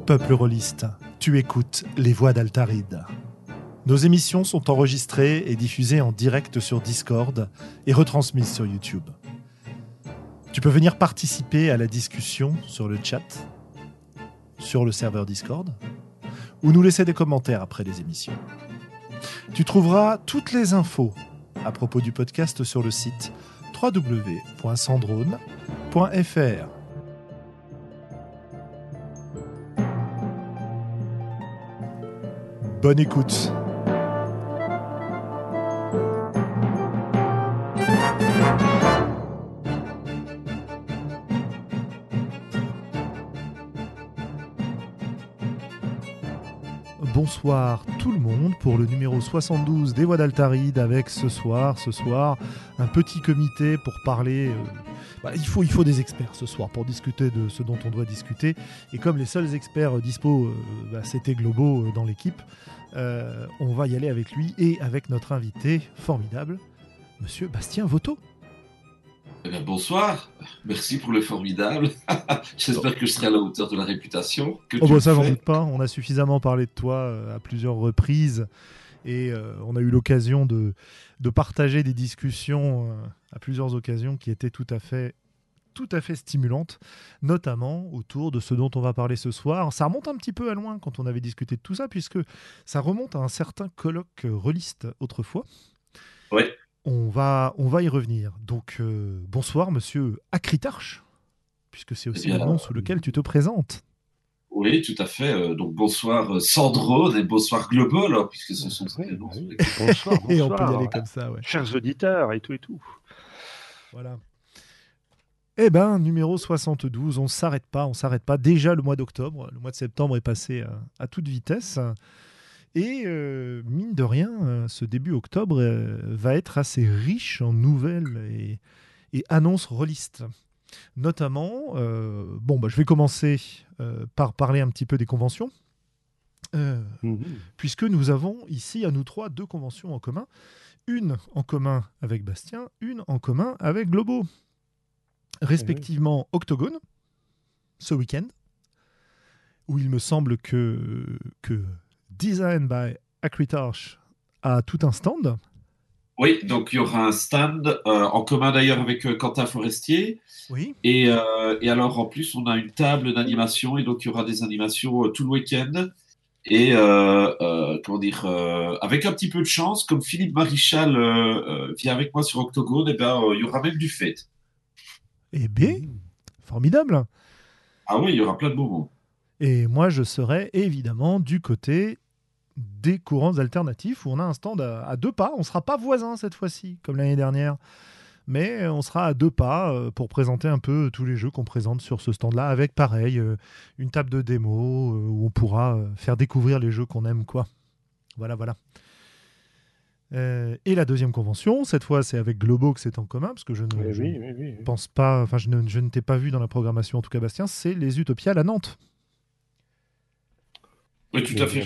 peuple rôliste, tu écoutes les voix d'Altaride. Nos émissions sont enregistrées et diffusées en direct sur Discord et retransmises sur YouTube. Tu peux venir participer à la discussion sur le chat, sur le serveur Discord, ou nous laisser des commentaires après les émissions. Tu trouveras toutes les infos à propos du podcast sur le site www.sandrone.fr. Bonne écoute. Bonsoir tout le monde pour le numéro 72 des Voix d'Altaride avec ce soir un petit comité pour parler. Il faut des experts ce soir pour discuter de ce dont on doit discuter. Et comme les seuls experts dispo, c'était Globo dans l'équipe, on va y aller avec lui et avec notre invité formidable, Monsieur Bastien Votto. Eh bien, bonsoir, merci pour le formidable. J'espère que je serai à la hauteur de la réputation que tu ça, fais. j'en doute pas. On a suffisamment parlé de toi à plusieurs reprises et on a eu l'occasion de partager des discussions à plusieurs occasions qui étaient tout à fait stimulantes, notamment autour de ce dont on va parler ce soir. Ça remonte un petit peu à loin quand on avait discuté de tout ça, puisque ça remonte à un certain colloque rôliste autrefois. Oui. On va y revenir. Donc, bonsoir, monsieur Acritarche, puisque c'est aussi le nom sous lequel tu te présentes. Oui, tout à fait. Donc, bonsoir Sandrone et bonsoir Globo, alors, puisque ce sont ces noms. Oui. Bonsoir. Et on peut y aller comme ça, ouais. Chers auditeurs et tout. Voilà. Eh ben, numéro 72, on s'arrête pas. Déjà le mois d'octobre, le mois de septembre est passé à toute vitesse. Et mine de rien, ce début octobre va être assez riche en nouvelles et annonces rôlistes. Notamment, je vais commencer par parler un petit peu des conventions, puisque nous avons ici à nous trois deux conventions en commun. Une en commun avec Bastien, une en commun avec Globo. Respectivement Octogone, ce week-end, où il me semble que Design by Acritarche a tout un stand. Oui, donc il y aura un stand en commun d'ailleurs avec Quentin Forestier. Oui. Et alors en plus, on a une table d'animation et donc il y aura des animations tout le week-end. Et avec un petit peu de chance, comme Philippe Marichal vient avec moi sur Octogone, il y aura même du fête. Eh bien, formidable. Ah oui, il y aura plein de moments. Et moi, je serai évidemment du côté des courants alternatifs où on a un stand à deux pas. On ne sera pas voisins cette fois-ci, comme l'année dernière. Mais on sera à deux pas pour présenter un peu tous les jeux qu'on présente sur ce stand-là, avec pareil, une table de démo où on pourra faire découvrir les jeux qu'on aime, quoi. Voilà. Et la deuxième convention, cette fois c'est avec Globo que c'est en commun, parce que je ne pense pas, enfin je ne t'ai pas vu dans la programmation en tout cas Bastien, c'est les Utopiales à Nantes. Oui, tout à fait.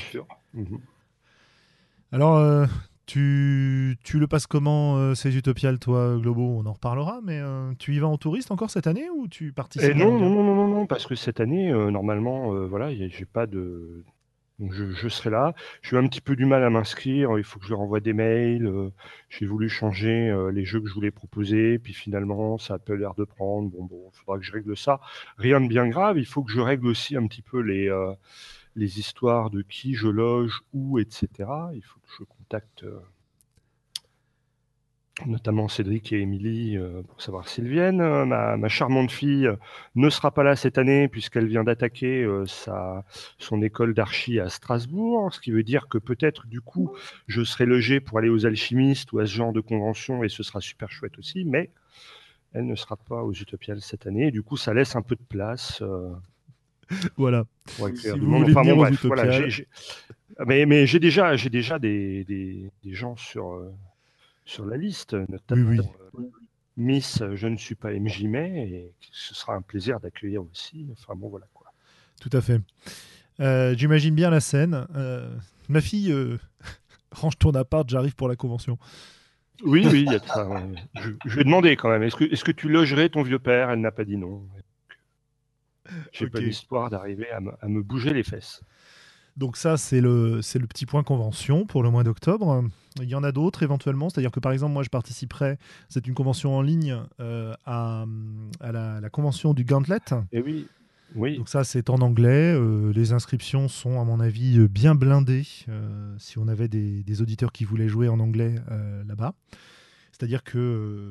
Alors, tu le passes comment ces Utopiales, toi, Globo? On en reparlera, mais tu y vas en touriste encore cette année ou tu participes? Non, parce que cette année, normalement, j'ai pas de... Donc je serai là. J'ai eu un petit peu du mal à m'inscrire. Il faut que je leur envoie des mails. J'ai voulu changer les jeux que je voulais proposer. Puis finalement, ça a peu l'air de prendre. Bon, il faudra que je règle ça. Rien de bien grave. Il faut que je règle aussi un petit peu les histoires de qui je loge, où, etc. Il faut que je contacte notamment Cédric et Émilie pour savoir s'ils viennent. Ma charmante fille ne sera pas là cette année puisqu'elle vient d'attaquer son école d'archi à Strasbourg, ce qui veut dire que peut-être du coup je serai logé pour aller aux alchimistes ou à ce genre de convention et ce sera super chouette aussi, mais elle ne sera pas aux Utopiales cette année et du coup ça laisse un peu de place voilà. pour accueillir Si du vous monde. voulez venir aux Bref, voilà, Utopiales. mais j'ai déjà des gens sur la liste, notamment Miss Je ne suis pas MJ May, et ce sera un plaisir d'accueillir aussi. Enfin bon, voilà quoi. Tout à fait. J'imagine bien la scène. Ma fille, range ton appart, j'arrive pour la convention. Oui, il y a de ça. Ouais. Je vais demander quand même, est-ce que tu logerais ton vieux père? Elle n'a pas dit non. J'ai pas Ok. l'espoir d'arriver à me bouger les fesses. Donc ça, c'est le petit point convention pour le mois d'octobre. Il y en a d'autres éventuellement, c'est-à-dire que par exemple, moi je participerai, c'est une convention en ligne à la convention du Gauntlet. Et oui, oui. Donc ça, c'est en anglais. Les inscriptions sont, à mon avis, bien blindées si on avait des auditeurs qui voulaient jouer en anglais là-bas. C'est-à-dire que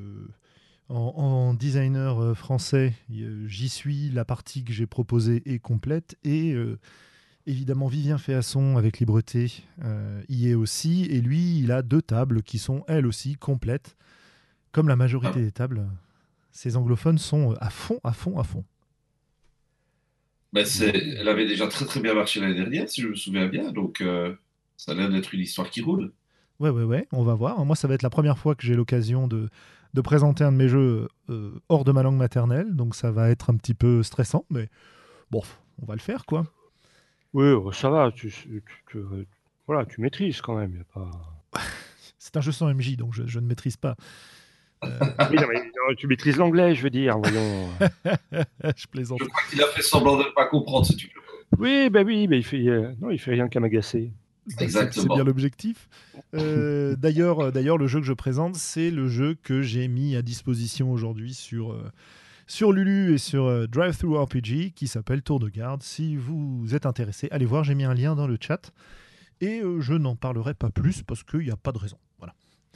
en designer français, j'y suis, la partie que j'ai proposée est complète et évidemment, Vivien Féasson avec Libreté y est aussi. Et lui, il a 2 tables qui sont elles aussi complètes. Comme la majorité Ah, des tables, ces anglophones sont à fond, à fond, à fond. elle avait déjà très très bien marché l'année dernière, si je me souviens bien. Donc, ça a l'air d'être une histoire qui roule. Ouais, ouais, ouais, on va voir. Moi, ça va être la première fois que j'ai l'occasion de présenter un de mes jeux hors de ma langue maternelle. Donc, ça va être un petit peu stressant. Mais bon, on va le faire, quoi. Oui, ça va. Voilà, tu maîtrises quand même. Y a pas... C'est un jeu sans MJ, donc je ne maîtrise pas. Euh, Oui, non, mais non, tu maîtrises l'anglais, je veux dire. Voyons. je plaisante. Je crois qu'il a fait semblant de ne pas comprendre, si tu veux. Oui, ben oui, mais non, il fait rien qu'à m'agacer. Bah, c'est bien Exactement. l'objectif. D'ailleurs, le jeu que je présente, c'est le jeu que j'ai mis à disposition aujourd'hui sur Lulu et sur DriveThru RPG qui s'appelle Tour de Garde. Si vous êtes intéressé, allez voir, j'ai mis un lien dans le chat. Et je n'en parlerai pas plus parce qu'il n'y a pas de raison. Voilà.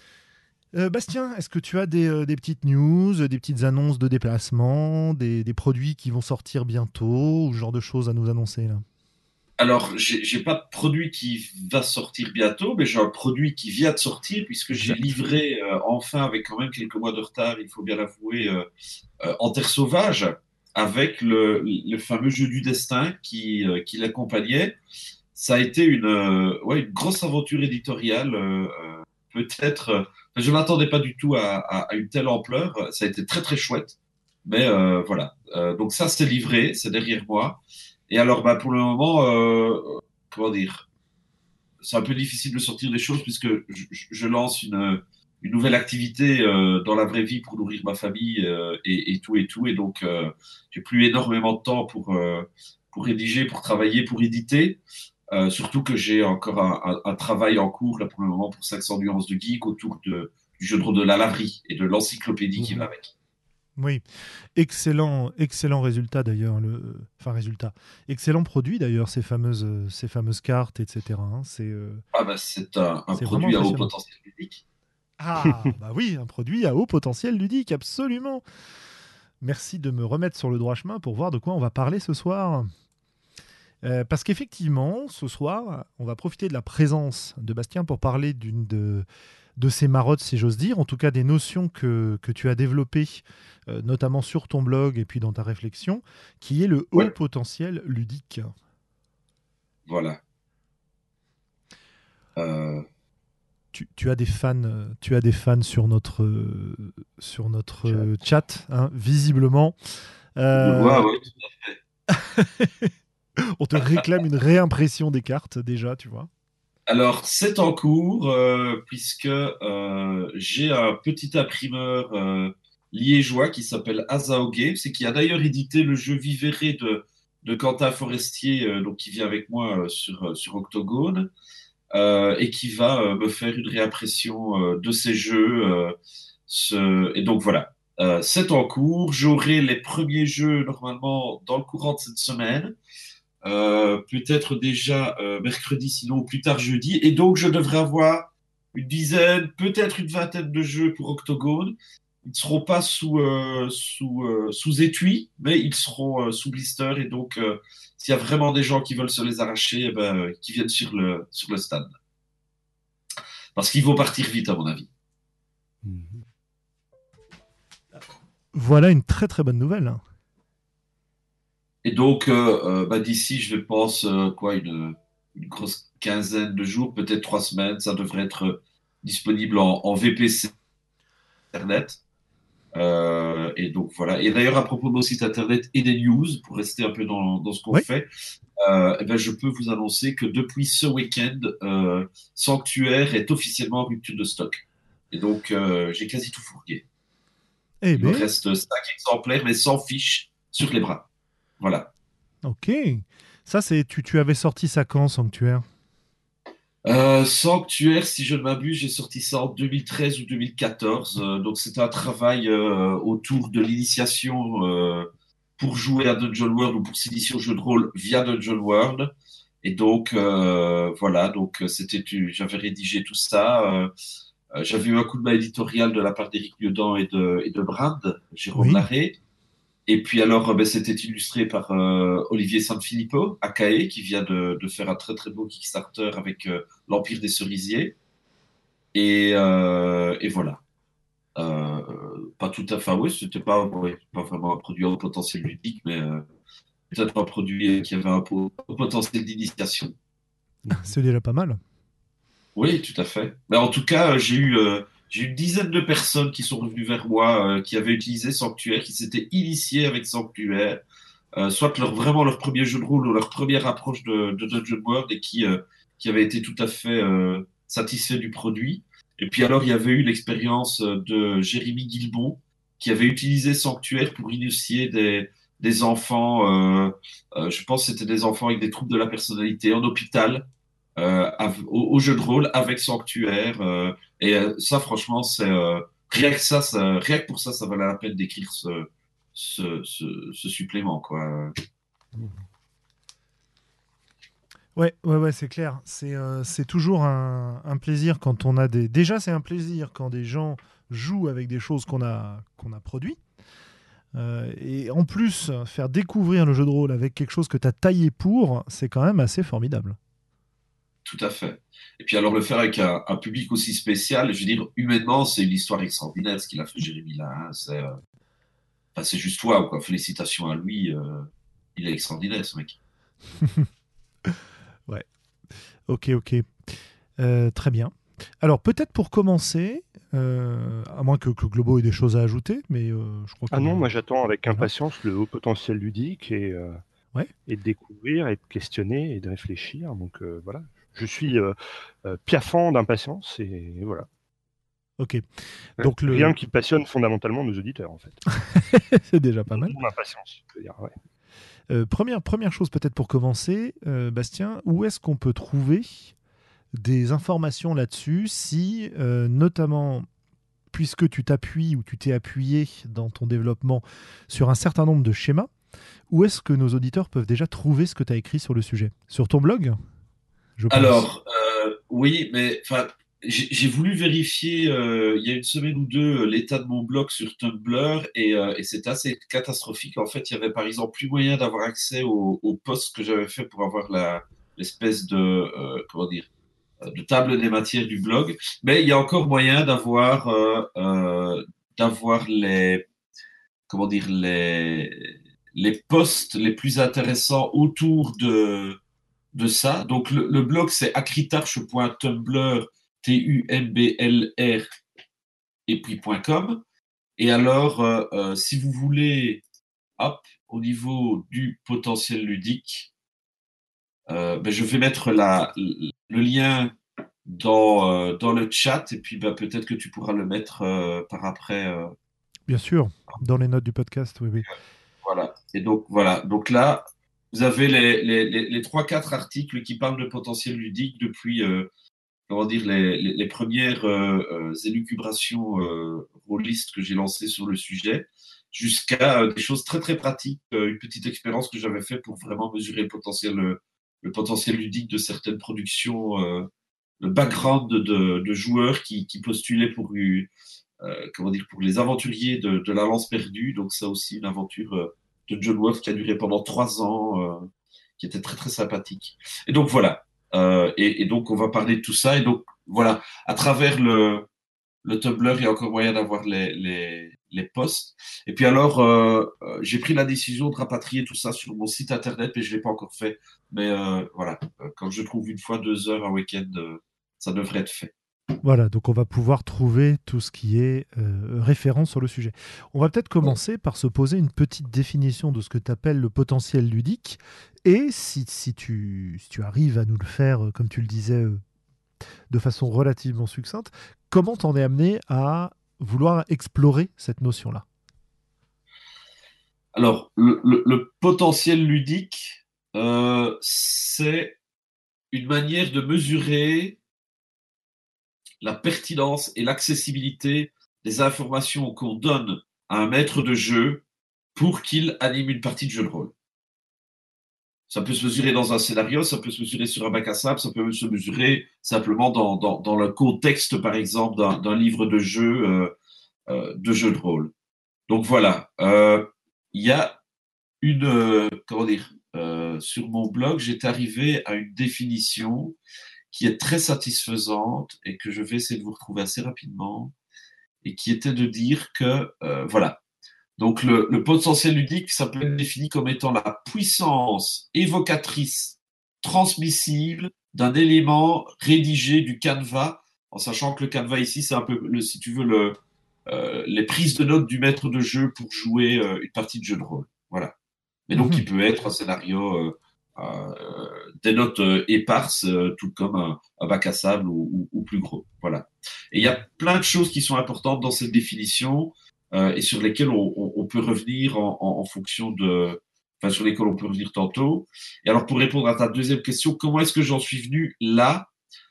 Bastien, est-ce que tu as des petites news, des petites annonces de déplacement, des produits qui vont sortir bientôt, ou ce genre de choses à nous annoncer là? Alors, j'ai pas de produit qui va sortir bientôt, mais j'ai un produit qui vient de sortir puisque j'ai Exact. livré enfin, avec quand même quelques mois de retard, il faut bien l'avouer, en terre sauvage, avec le fameux jeu du destin qui l'accompagnait. Ça a été ouais, une grosse aventure éditoriale, peut-être. Je ne m'attendais pas du tout à une telle ampleur. Ça a été très très chouette. Mais voilà. Donc ça, c'est livré, c'est derrière moi. Et alors, bah, pour le moment, comment dire, c'est un peu difficile de sortir des choses puisque je lance une nouvelle activité dans la vraie vie pour nourrir ma famille et tout et tout. Et donc, j'ai plus énormément de temps pour rédiger, pour travailler, pour éditer. Surtout que j'ai encore un travail en cours là pour le moment pour 500 nuances de geek autour du jeu de rôle de la laverie et de l'encyclopédie qui va Mhm. avec. Oui, excellent, excellent résultat d'ailleurs. Enfin, résultat. Excellent produit d'ailleurs, ces fameuses cartes, etc. hein. Ah bah, c'est un C'est vraiment produit à haut impressionnant. potentiel ludique. Ah, bah oui, un produit à haut potentiel ludique, absolument. Merci de me remettre sur le droit chemin pour voir de quoi on va parler ce soir. Parce qu'effectivement, ce soir, on va profiter de la présence de Bastien pour parler d'une de ces marottes, si j'ose dire, en tout cas des notions que tu as développées, notamment sur ton blog et puis dans ta réflexion, qui est le haut Ouais, potentiel ludique. voilà. Euh, Tu as des fans, sur notre Chat. chat, hein, visiblement. je le vois, Euh, ouais. on te réclame une réimpression des cartes déjà, tu vois. Alors, c'est en cours, puisque j'ai un petit imprimeur liégeois qui s'appelle Azao Games et qui a d'ailleurs édité le jeu Vivere de Quentin Forestier, donc qui vient avec moi sur Octogone, et qui va me faire une réimpression de ces jeux. Et donc voilà, c'est en cours. J'aurai les premiers jeux normalement dans le courant de cette semaine. Peut-être déjà mercredi, sinon plus tard jeudi. Et donc, je devrais avoir une dizaine, peut-être une vingtaine de jeux pour Octogone. Ils ne seront pas sous étui, mais ils seront sous blister. Et donc, s'il y a vraiment des gens qui veulent se les arracher, eh ben, qui viennent sur le stand. Parce qu'ils vont partir vite, à mon avis. Mhm. Voilà une très très bonne nouvelle. hein. Et donc, bah, d'ici, je pense, quoi, une grosse quinzaine de jours, peut-être 3 semaines, ça devrait être disponible en VPC Internet. Et donc voilà. Et d'ailleurs, à propos de mon site internet et des news, pour rester un peu dans ce qu'on Oui. fait, eh ben, je peux vous annoncer que depuis ce week-end, Sanctuaire est officiellement en rupture de stock. Et donc, j'ai quasi tout fourgué. Eh Il me bien, reste 5 exemplaires, mais sans fiche sur les bras. Voilà. Ok. Ça, tu avais sorti ça quand, Sanctuaire? Sanctuaire, si je ne m'abuse, j'ai sorti ça en 2013 ou 2014. Donc c'était un travail autour de l'initiation pour jouer à Dungeon World ou pour s'initier au jeu de rôle via Dungeon World. Et donc voilà, donc j'avais rédigé tout ça. J'avais eu un coup de main éditorial de la part d'Éric Lieudan et de Brand, Jérôme Oui. Larrey. Et puis alors, ben, c'était illustré par Olivier Sanfilippo, AKE, qui vient de faire un très très beau Kickstarter avec l'Empire des Cerisiers. Et voilà. Pas tout à fait, oui, c'était pas, ouais, pas vraiment un produit au potentiel ludique, mais peut-être un produit qui avait un potentiel d'initiation. C'est déjà pas mal. Oui, tout à fait. Mais en tout cas, j'ai eu une dizaine de personnes qui sont revenues vers moi, qui avaient utilisé Sanctuaire, qui s'étaient initiées avec Sanctuaire, soit vraiment leur premier jeu de rôle ou leur première approche de Dungeon World et qui avaient été tout à fait satisfaits du produit. Et puis alors, il y avait eu l'expérience de Jérémy Guilbon, qui avait utilisé Sanctuaire pour initier des enfants, je pense que c'était des enfants avec des troubles de la personnalité en hôpital au jeu de rôle avec Sanctuaire. Et ça, franchement, rien que pour ça, ça valait la peine d'écrire ce supplément, quoi. Ouais, c'est clair. C'est toujours un plaisir quand on a des. Déjà, c'est un plaisir quand des gens jouent avec des choses qu'on a produit. Et en plus, faire découvrir le jeu de rôle avec quelque chose que tu as taillé pour, c'est quand même assez formidable. Tout à fait. Et puis alors le faire avec un public aussi spécial, je veux dire, humainement, c'est une histoire extraordinaire ce qu'il a fait Jérémy là. Hein. Enfin, c'est juste toi, quoi. Félicitations à lui. Il est extraordinaire, ce mec. Ouais. Ok. Très bien. Alors, peut-être pour commencer, à moins que Globo ait des choses à ajouter, mais je crois Ah qu'on non, a. moi j'attends avec Voilà. impatience le haut potentiel ludique Ouais. et de découvrir, et de questionner et de réfléchir. Donc voilà, je suis piaffant d'impatience et voilà. Ok. Donc, Rien qui passionne fondamentalement nos auditeurs en fait. c'est déjà pas mal. Mon impatience, je veux dire, ouais. Première chose, peut-être pour commencer, Bastien, où est-ce qu'on peut trouver des informations là-dessus si, notamment, puisque tu t'appuies ou tu t'es appuyé dans ton développement sur un certain nombre de schémas, où est-ce que nos auditeurs peuvent déjà trouver ce que tu as écrit sur le sujet? Sur ton blog, je pense. Alors, oui, mais enfin, j'ai voulu vérifier il y a une semaine ou deux l'état de mon blog sur Tumblr et c'est assez catastrophique. En fait, il y avait par exemple plus moyen d'avoir accès au post que j'avais fait pour avoir l'espèce de comment dire de table des matières du blog, mais il y a encore moyen d'avoir les comment dire les posts les plus intéressants autour de ça. Donc le blog c'est acritarche.tumblr Tumblr et puis .com. Et alors si vous voulez hop au niveau du potentiel ludique, ben, je vais mettre le lien dans le chat et puis ben, peut-être que tu pourras le mettre par après. Bien sûr, dans les notes du podcast, oui, oui. Voilà. Et donc voilà. Donc là, vous avez les 3-4 articles qui parlent de potentiel ludique depuis comment dire, les premières élucubrations rôlistes que j'ai lancées sur le sujet, jusqu'à des choses très très pratiques, une petite expérience que j'avais fait pour vraiment mesurer le potentiel ludique de certaines productions, le background de joueurs qui postulaient comment dire, pour les aventuriers de la Lance perdue. Donc ça aussi, une aventure de John Worth qui a duré pendant 3 ans, qui était très très sympathique. Et donc voilà. Et donc on va parler de tout ça. Et donc voilà, à travers le Tumblr, il y a encore moyen d'avoir les posts. Et puis alors, j'ai pris la décision de rapatrier tout ça sur mon site internet, mais je ne l'ai pas encore fait. Mais voilà, quand je trouve une fois 2 heures un week-end, ça devrait être fait. Voilà, donc on va pouvoir trouver tout ce qui est référent sur le sujet. On va peut-être commencer par se poser une petite définition de ce que tu appelles le potentiel ludique. Et si tu arrives à nous le faire, comme tu le disais, de façon relativement succincte, comment t'en es amené à vouloir explorer cette notion-là? Alors, le potentiel ludique, c'est une manière de mesurer la pertinence et l'accessibilité des informations qu'on donne à un maître de jeu pour qu'il anime une partie de jeu de rôle. Ça peut se mesurer dans un scénario, ça peut se mesurer sur un bac à sable, ça peut se mesurer simplement dans le contexte, par exemple, d'un livre de jeu de rôle. Donc voilà, il y a comment dire, sur mon blog, j'étais arrivé à une définition qui est très satisfaisante et que je vais essayer de vous retrouver assez rapidement, et qui était de dire que, voilà, donc le potentiel ludique, ça peut être défini comme étant la puissance évocatrice transmissible d'un élément rédigé du canevas, en sachant que le canevas ici, c'est un peu, si tu veux, les prises de notes du maître de jeu pour jouer une partie de jeu de rôle. Voilà. Mais donc, il peut être un scénario, des notes éparses, tout comme un bac à sable ou plus gros. Voilà. Et il y a plein de choses qui sont importantes dans cette définition et sur lesquelles on peut revenir en fonction de. Enfin, sur lesquelles on peut revenir tantôt. Et alors, pour répondre à ta deuxième question, comment est-ce que j'en suis venu là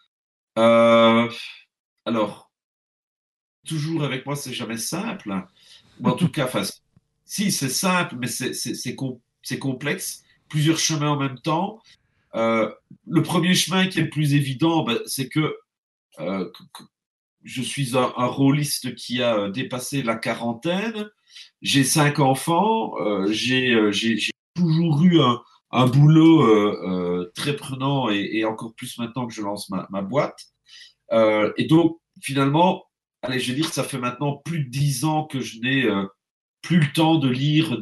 Alors, toujours avec moi, c'est jamais simple. Ou en tout cas, enfin, si, c'est simple, mais c'est complexe. Plusieurs chemins en même temps. Le premier chemin qui est le plus évident, c'est que je suis un rôliste qui a dépassé la quarantaine. J'ai 5 enfants. J'ai toujours eu un boulot très prenant et encore plus maintenant que je lance ma boîte. Et donc, finalement, allez, je vais dire que ça fait maintenant plus de 10 ans que je n'ai plus le temps de lire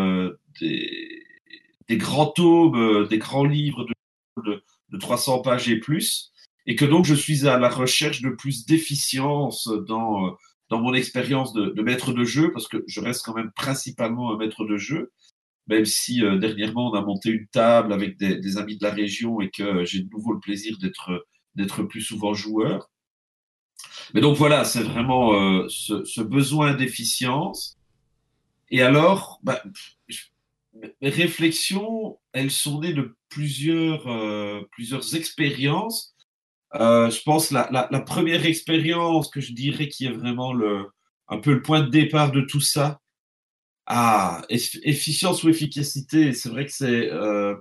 des grands tomes, des grands livres de 300 pages et plus, et que donc je suis à la recherche de plus d'efficience dans mon expérience de maître de jeu, parce que je reste quand même principalement un maître de jeu, même si dernièrement on a monté une table avec des amis de la région et que j'ai de nouveau le plaisir d'être plus souvent joueur. Mais donc voilà, c'est vraiment ce besoin d'efficience. Et alors, mes réflexions, elles sont nées de plusieurs expériences. Je pense la première expérience que je dirais qui est vraiment un peu le point de départ de tout ça. Ah, efficience ou efficacité, c'est vrai que c'est,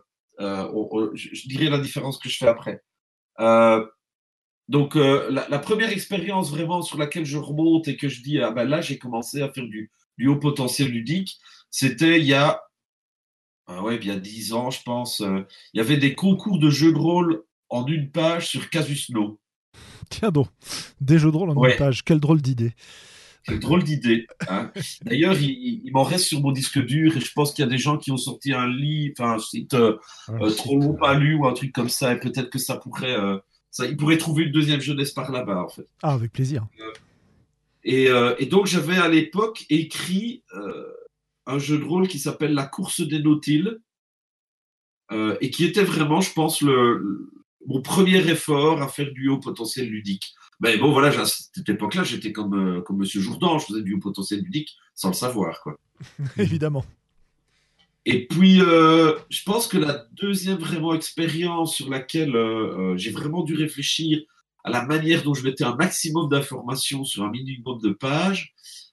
je dirais la différence que je fais après. Donc, la première expérience vraiment sur laquelle je remonte et que je dis, ah ben là, j'ai commencé à faire du haut potentiel ludique, c'était il y a 10 ans, je pense. Il y avait des concours de jeux de rôle en une page sur Casus No. Tiens donc, des jeux de rôle en une Ouais, page, quelle drôle d'idée. quelle drôle d'idée. Hein. D'ailleurs, il m'en reste sur mon disque dur et je pense qu'il y a des gens qui ont sorti un livre, enfin un site trop long pas lu ou un truc comme ça, et peut-être que ça pourrait, ils pourraient trouver une deuxième jeunesse par là-bas, en fait. Ah, avec plaisir. Et donc, j'avais à l'époque écrit un jeu de rôle qui s'appelle La course des Nautiles, et qui était vraiment, je pense, mon premier effort à faire du haut potentiel ludique. Mais bon, voilà, à cette époque-là, j'étais comme Monsieur Jourdan, je faisais du haut potentiel ludique sans le savoir, quoi. Évidemment. Et puis, je pense que la deuxième vraiment expérience sur laquelle j'ai vraiment dû réfléchir à la manière dont je mettais un maximum d'informations sur un minimum de pages,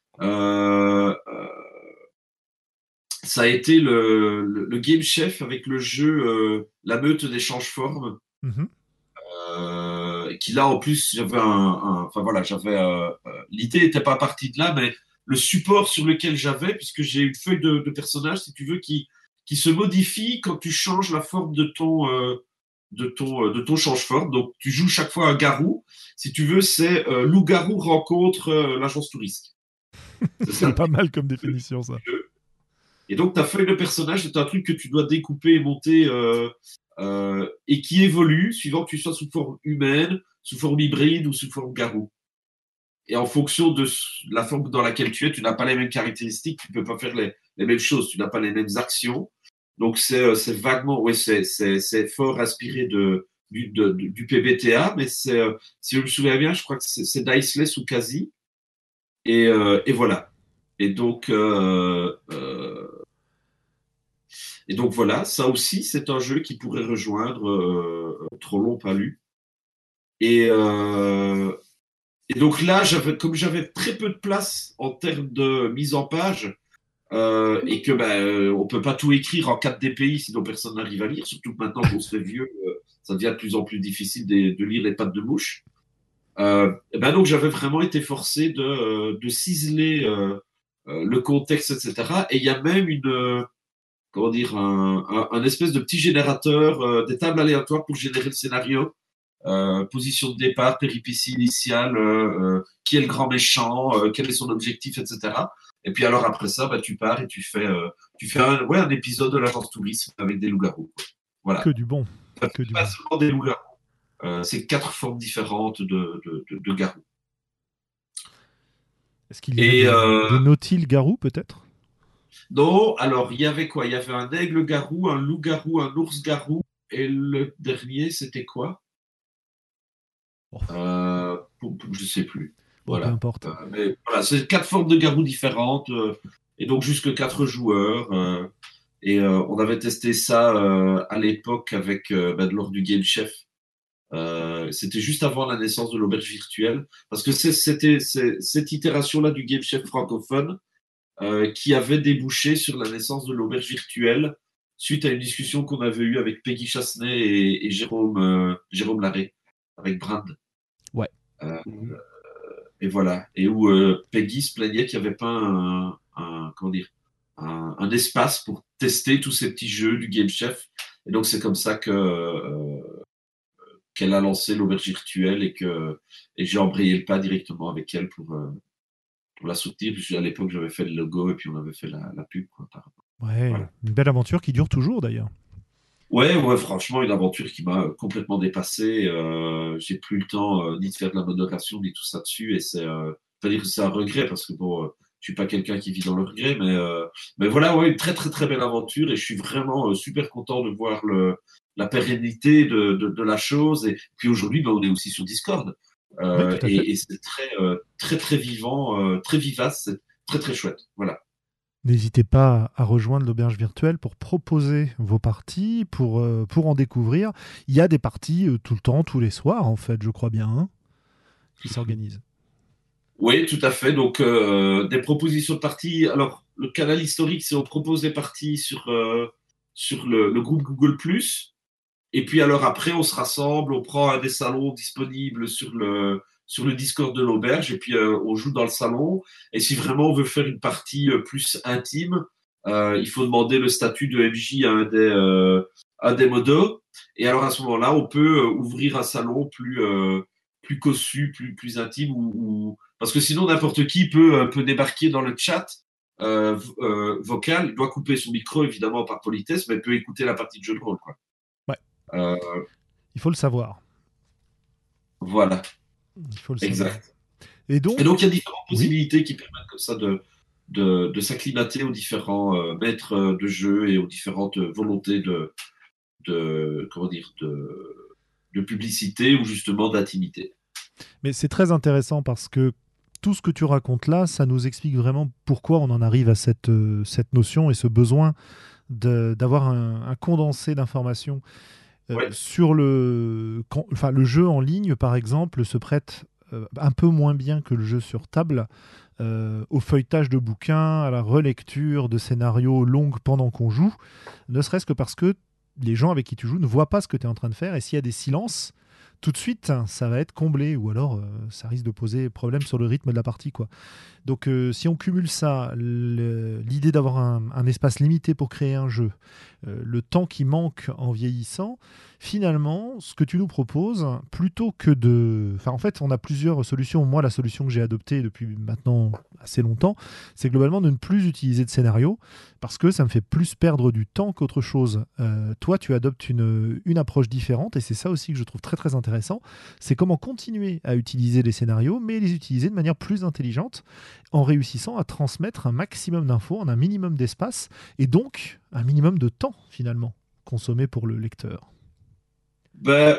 ça a été le Game Chef avec le jeu La Meute des Change-Formes. Mhm. Qui là, en plus, enfin voilà, l'idée n'était pas partie de là, mais le support sur lequel j'avais, puisque j'ai une feuille de personnage, si tu veux, qui se modifie quand tu changes la forme de ton change-forme. Donc, tu joues chaque fois un garou. Si tu veux, c'est loup-garou rencontre l'agence touriste. C'est ça. C'est pas mal comme définition, ça. Et donc, ta feuille de personnage, c'est un truc que tu dois découper et monter et qui évolue suivant que tu sois sous forme humaine, sous forme hybride ou sous forme garou. Et en fonction de la forme dans laquelle tu es, tu n'as pas les mêmes caractéristiques, tu ne peux pas faire les mêmes choses, tu n'as pas les mêmes actions. Donc, c'est vaguement, ouais, c'est fort inspiré du PBTA, mais si je me souviens bien, je crois que c'est Diceless ou Quasi. Et voilà. Et donc, Et donc voilà, ça aussi, c'est un jeu qui pourrait rejoindre Trop long pas lu. Et, euh, et donc là, comme j'avais très peu de place en termes de mise en page, et que on peut pas tout écrire en 4 DPI, sinon personne n'arrive à lire. Surtout que maintenant qu'on se fait vieux, ça devient de plus en plus difficile de lire les pattes de mouche. Donc j'avais vraiment été forcé de ciseler le contexte, etc. Et il y a même comment dire, un espèce de petit générateur, des tables aléatoires pour générer le scénario. Position de départ, péripétie initiale, qui est le grand méchant, quel est son objectif, etc. Et puis alors après ça, tu pars et tu fais un épisode de l'agence tourisme avec des loups-garous. Voilà. Que du bon. Que du Pas bon. seulement des loups-garous. C'est 4 formes différentes de garous. Est-ce qu'il y avait des nautiles-garous, peut-être? Non, alors il y avait quoi? Il y avait un aigle-garou, un loup-garou, un ours-garou, et le dernier, c'était quoi? Oh. Je sais plus. Bon, peu Voilà. importe. Mais voilà, c'est 4 formes de garous différentes, et donc jusque 4 joueurs. On avait testé ça à l'époque avec lors du Game Chef. C'était juste avant la naissance de l'auberge virtuelle, parce que c'était cette itération-là du Game Chef francophone qui avait débouché sur la naissance de l'auberge virtuelle suite à une discussion qu'on avait eue avec Peggy Chassenay et Jérôme Larrey, avec Brand. Ouais. Et voilà. Et où Peggy se plaignait qu'il n'y avait pas comment dire, un espace pour tester tous ces petits jeux du Game Chef. Et donc, c'est comme ça qu'elle a lancé l'auberge virtuelle et j'ai embrayé le pas directement avec elle pour la soutenir. Puis à l'époque, j'avais fait le logo et puis on avait fait la pub. Quoi, Ouais, voilà. une belle aventure qui dure toujours d'ailleurs. Ouais, franchement, une aventure qui m'a complètement dépassé. J'ai plus le temps ni de faire de la modération ni tout ça dessus. Et pas dire que c'est un regret parce que bon, je suis pas quelqu'un qui vit dans le regret, mais voilà, ouais, une très très très belle aventure et je suis vraiment super content de voir la pérennité de la chose. Et puis aujourd'hui, on est aussi sur Discord Oui, tout à fait. et c'est très très très vivant, très vivace, c'est très très chouette. Voilà. N'hésitez pas à rejoindre l'auberge virtuelle pour proposer vos parties, pour en découvrir. Il y a des parties tout le temps, tous les soirs, en fait, je crois bien, hein, qui s'organisent. Oui, tout à fait. Donc, des propositions de parties. Alors, le canal historique, c'est on propose des parties sur le groupe Google+. Et puis, alors après, on se rassemble, on prend un des salons disponibles sur le Discord de l'auberge, et puis on joue dans le salon. Et si vraiment on veut faire une partie plus intime, il faut demander le statut de MJ à un des modos. Et alors, à ce moment-là, on peut ouvrir un salon plus cossu, plus intime, parce que sinon, n'importe qui peut débarquer dans le chat vocal. Il doit couper son micro, évidemment, par politesse, mais peut écouter la partie de jeu de rôle, quoi. Ouais. Euh, Il faut le savoir. voilà, Il faut le savoir. exact. Et donc, il y a différentes oui, possibilités qui permettent comme ça de s'acclimater aux différents maîtres de jeu et aux différentes volontés comment dire, de publicité ou justement d'intimité. mais c'est très intéressant parce que tout ce que tu racontes là, ça nous explique vraiment pourquoi on en arrive à cette notion et ce besoin d'avoir un condensé d'informations. Ouais. Sur le jeu en ligne, par exemple, se prête un peu moins bien que le jeu sur table au feuilletage de bouquins, à la relecture de scénarios longues pendant qu'on joue, ne serait-ce que parce que les gens avec qui tu joues ne voient pas ce que tu es en train de faire, et s'il y a des silences, tout de suite, ça va être comblé, ou alors ça risque de poser problème sur le rythme de la partie, quoi. Donc si on cumule ça, l'idée d'avoir un espace limité pour créer un jeu, le temps qui manque en vieillissant, finalement, ce que tu nous proposes, plutôt que de... Enfin, en fait, on a plusieurs solutions. Moi, la solution que j'ai adoptée depuis maintenant assez longtemps, c'est globalement de ne plus utiliser de scénario, parce que ça me fait plus perdre du temps qu'autre chose. Toi, tu adoptes une approche différente, et c'est ça aussi que je trouve très très intéressant, c'est comment continuer à utiliser les scénarios, mais les utiliser de manière plus intelligente, en réussissant à transmettre un maximum d'infos en un minimum d'espace, et donc un minimum de temps, finalement, consommé pour le lecteur. Ben,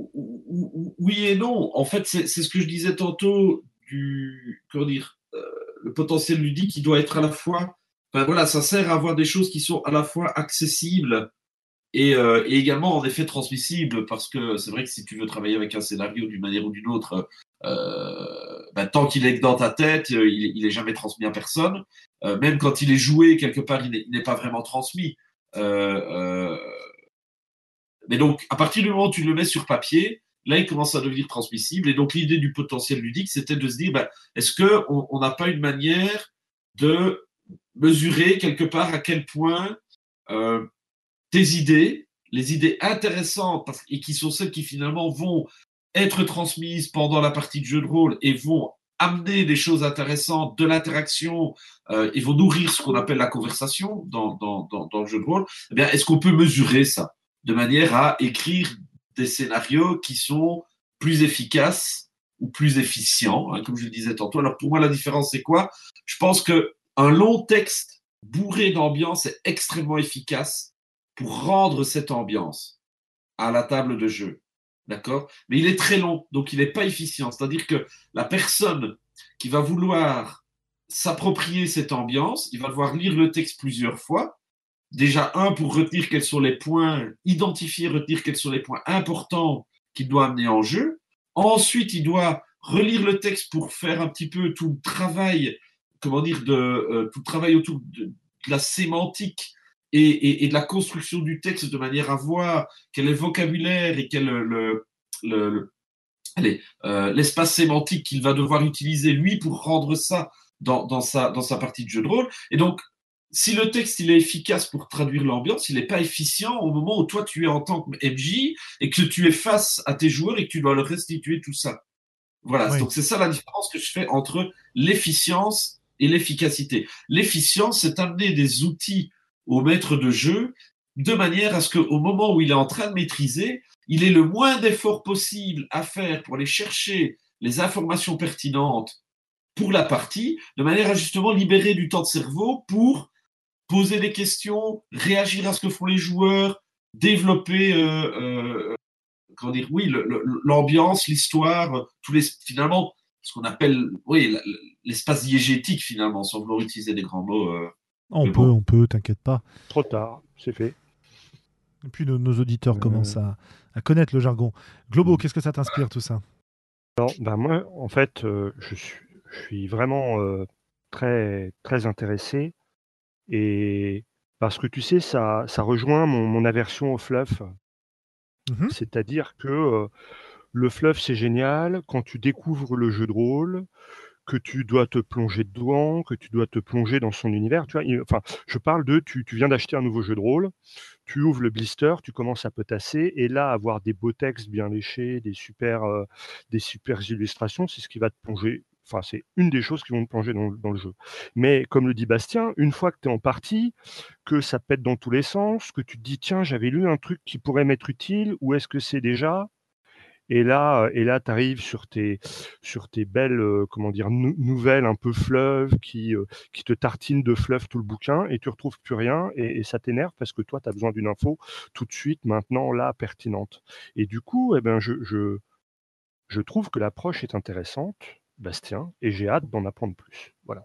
oui et non. En fait, c'est ce que je disais tantôt comment dire, le potentiel ludique qui doit être à la fois Enfin, voilà, ça sert à avoir des choses qui sont à la fois accessibles et également en effet transmissibles, parce que c'est vrai que si tu veux travailler avec un scénario d'une manière ou d'une autre, tant qu'il est dans ta tête, il est jamais transmis à personne. Même quand il est joué quelque part, il n'est pas vraiment transmis. Euh, euh, mais donc, à partir du moment où tu le mets sur papier, là, il commence à devenir transmissible. Et donc, l'idée du potentiel ludique, c'était de se dire, est-ce qu'on n'a pas une manière de mesurer quelque part à quel point euh, tes idées, les idées intéressantes, et qui sont celles qui finalement vont être transmises pendant la partie de jeu de rôle et vont amener des choses intéressantes, de l'interaction, et vont nourrir ce qu'on appelle la conversation dans le jeu de rôle, eh bien, est-ce qu'on peut mesurer ça de manière à écrire des scénarios qui sont plus efficaces ou plus efficients, hein, comme je le disais tantôt. Alors pour moi, la différence, c'est quoi? Je pense qu'un long texte bourré d'ambiance est extrêmement efficace pour rendre cette ambiance à la table de jeu. D'accord? Mais il est très long, donc il n'est pas efficient. C'est-à-dire que la personne qui va vouloir s'approprier cette ambiance, il va devoir lire le texte plusieurs fois. Déjà, pour retenir quels sont les points, identifier, retenir quels sont les points importants qu'il doit amener en jeu. Ensuite, il doit relire le texte pour faire un petit peu tout le travail, comment dire, tout le travail autour de la sémantique et de la construction du texte de manière à voir quel est le vocabulaire et quel l'espace sémantique qu'il va devoir utiliser lui pour rendre ça dans sa partie de jeu de rôle. Et donc, si le texte il est efficace pour traduire l'ambiance, il n'est pas efficient au moment où toi tu es en tant que MJ et que tu es face à tes joueurs et que tu dois leur restituer tout ça. Voilà, Oui. donc c'est ça la différence que je fais entre l'efficience et l'efficacité. L'efficience, c'est amener des outils au maître de jeu de manière à ce qu'au moment où il est en train de maîtriser, il ait le moins d'efforts possible à faire pour aller chercher les informations pertinentes pour la partie, de manière à justement libérer du temps de cerveau pour poser des questions, réagir à ce que font les joueurs, développer comment dire, oui, l'ambiance, l'histoire, finalement, ce qu'on appelle, oui, l'espace diégétique, finalement, sans vouloir utiliser des grands mots. On Mais peut, bon. on peut, t'inquiète pas. Trop tard, c'est fait. Et puis nos auditeurs commencent Euh, à connaître le jargon. Globo, qu'est-ce que ça t'inspire tout ça? alors, bah, moi, en fait, je suis vraiment très, très intéressé. Et parce que tu sais, ça rejoint mon aversion au fluff. Mhm. C'est-à-dire que le fluff, c'est génial quand tu découvres le jeu de rôle, que tu dois te plonger dedans, que tu dois te plonger dans son univers. Tu vois, enfin, je parle de tu viens d'acheter un nouveau jeu de rôle, tu ouvres le blister, tu commences à potasser, et là, avoir des beaux textes bien léchés, des super illustrations, c'est ce qui va te plonger. Enfin, c'est une des choses qui vont te plonger dans le jeu. Mais comme le dit Bastien, une fois que tu es en partie, que ça pète dans tous les sens, que tu te dis, tiens, j'avais lu un truc qui pourrait m'être utile, où est-ce que c'est déjà? Et là, tu arrives sur tes belles, comment dire, nouvelles un peu fleuves qui te tartinent de fleuve tout le bouquin, et tu retrouves plus rien, et ça t'énerve parce que toi, tu as besoin d'une info tout de suite, maintenant, là, pertinente. Et du coup, eh ben, je trouve que l'approche est intéressante, Bastien, et j'ai hâte d'en apprendre plus. Voilà.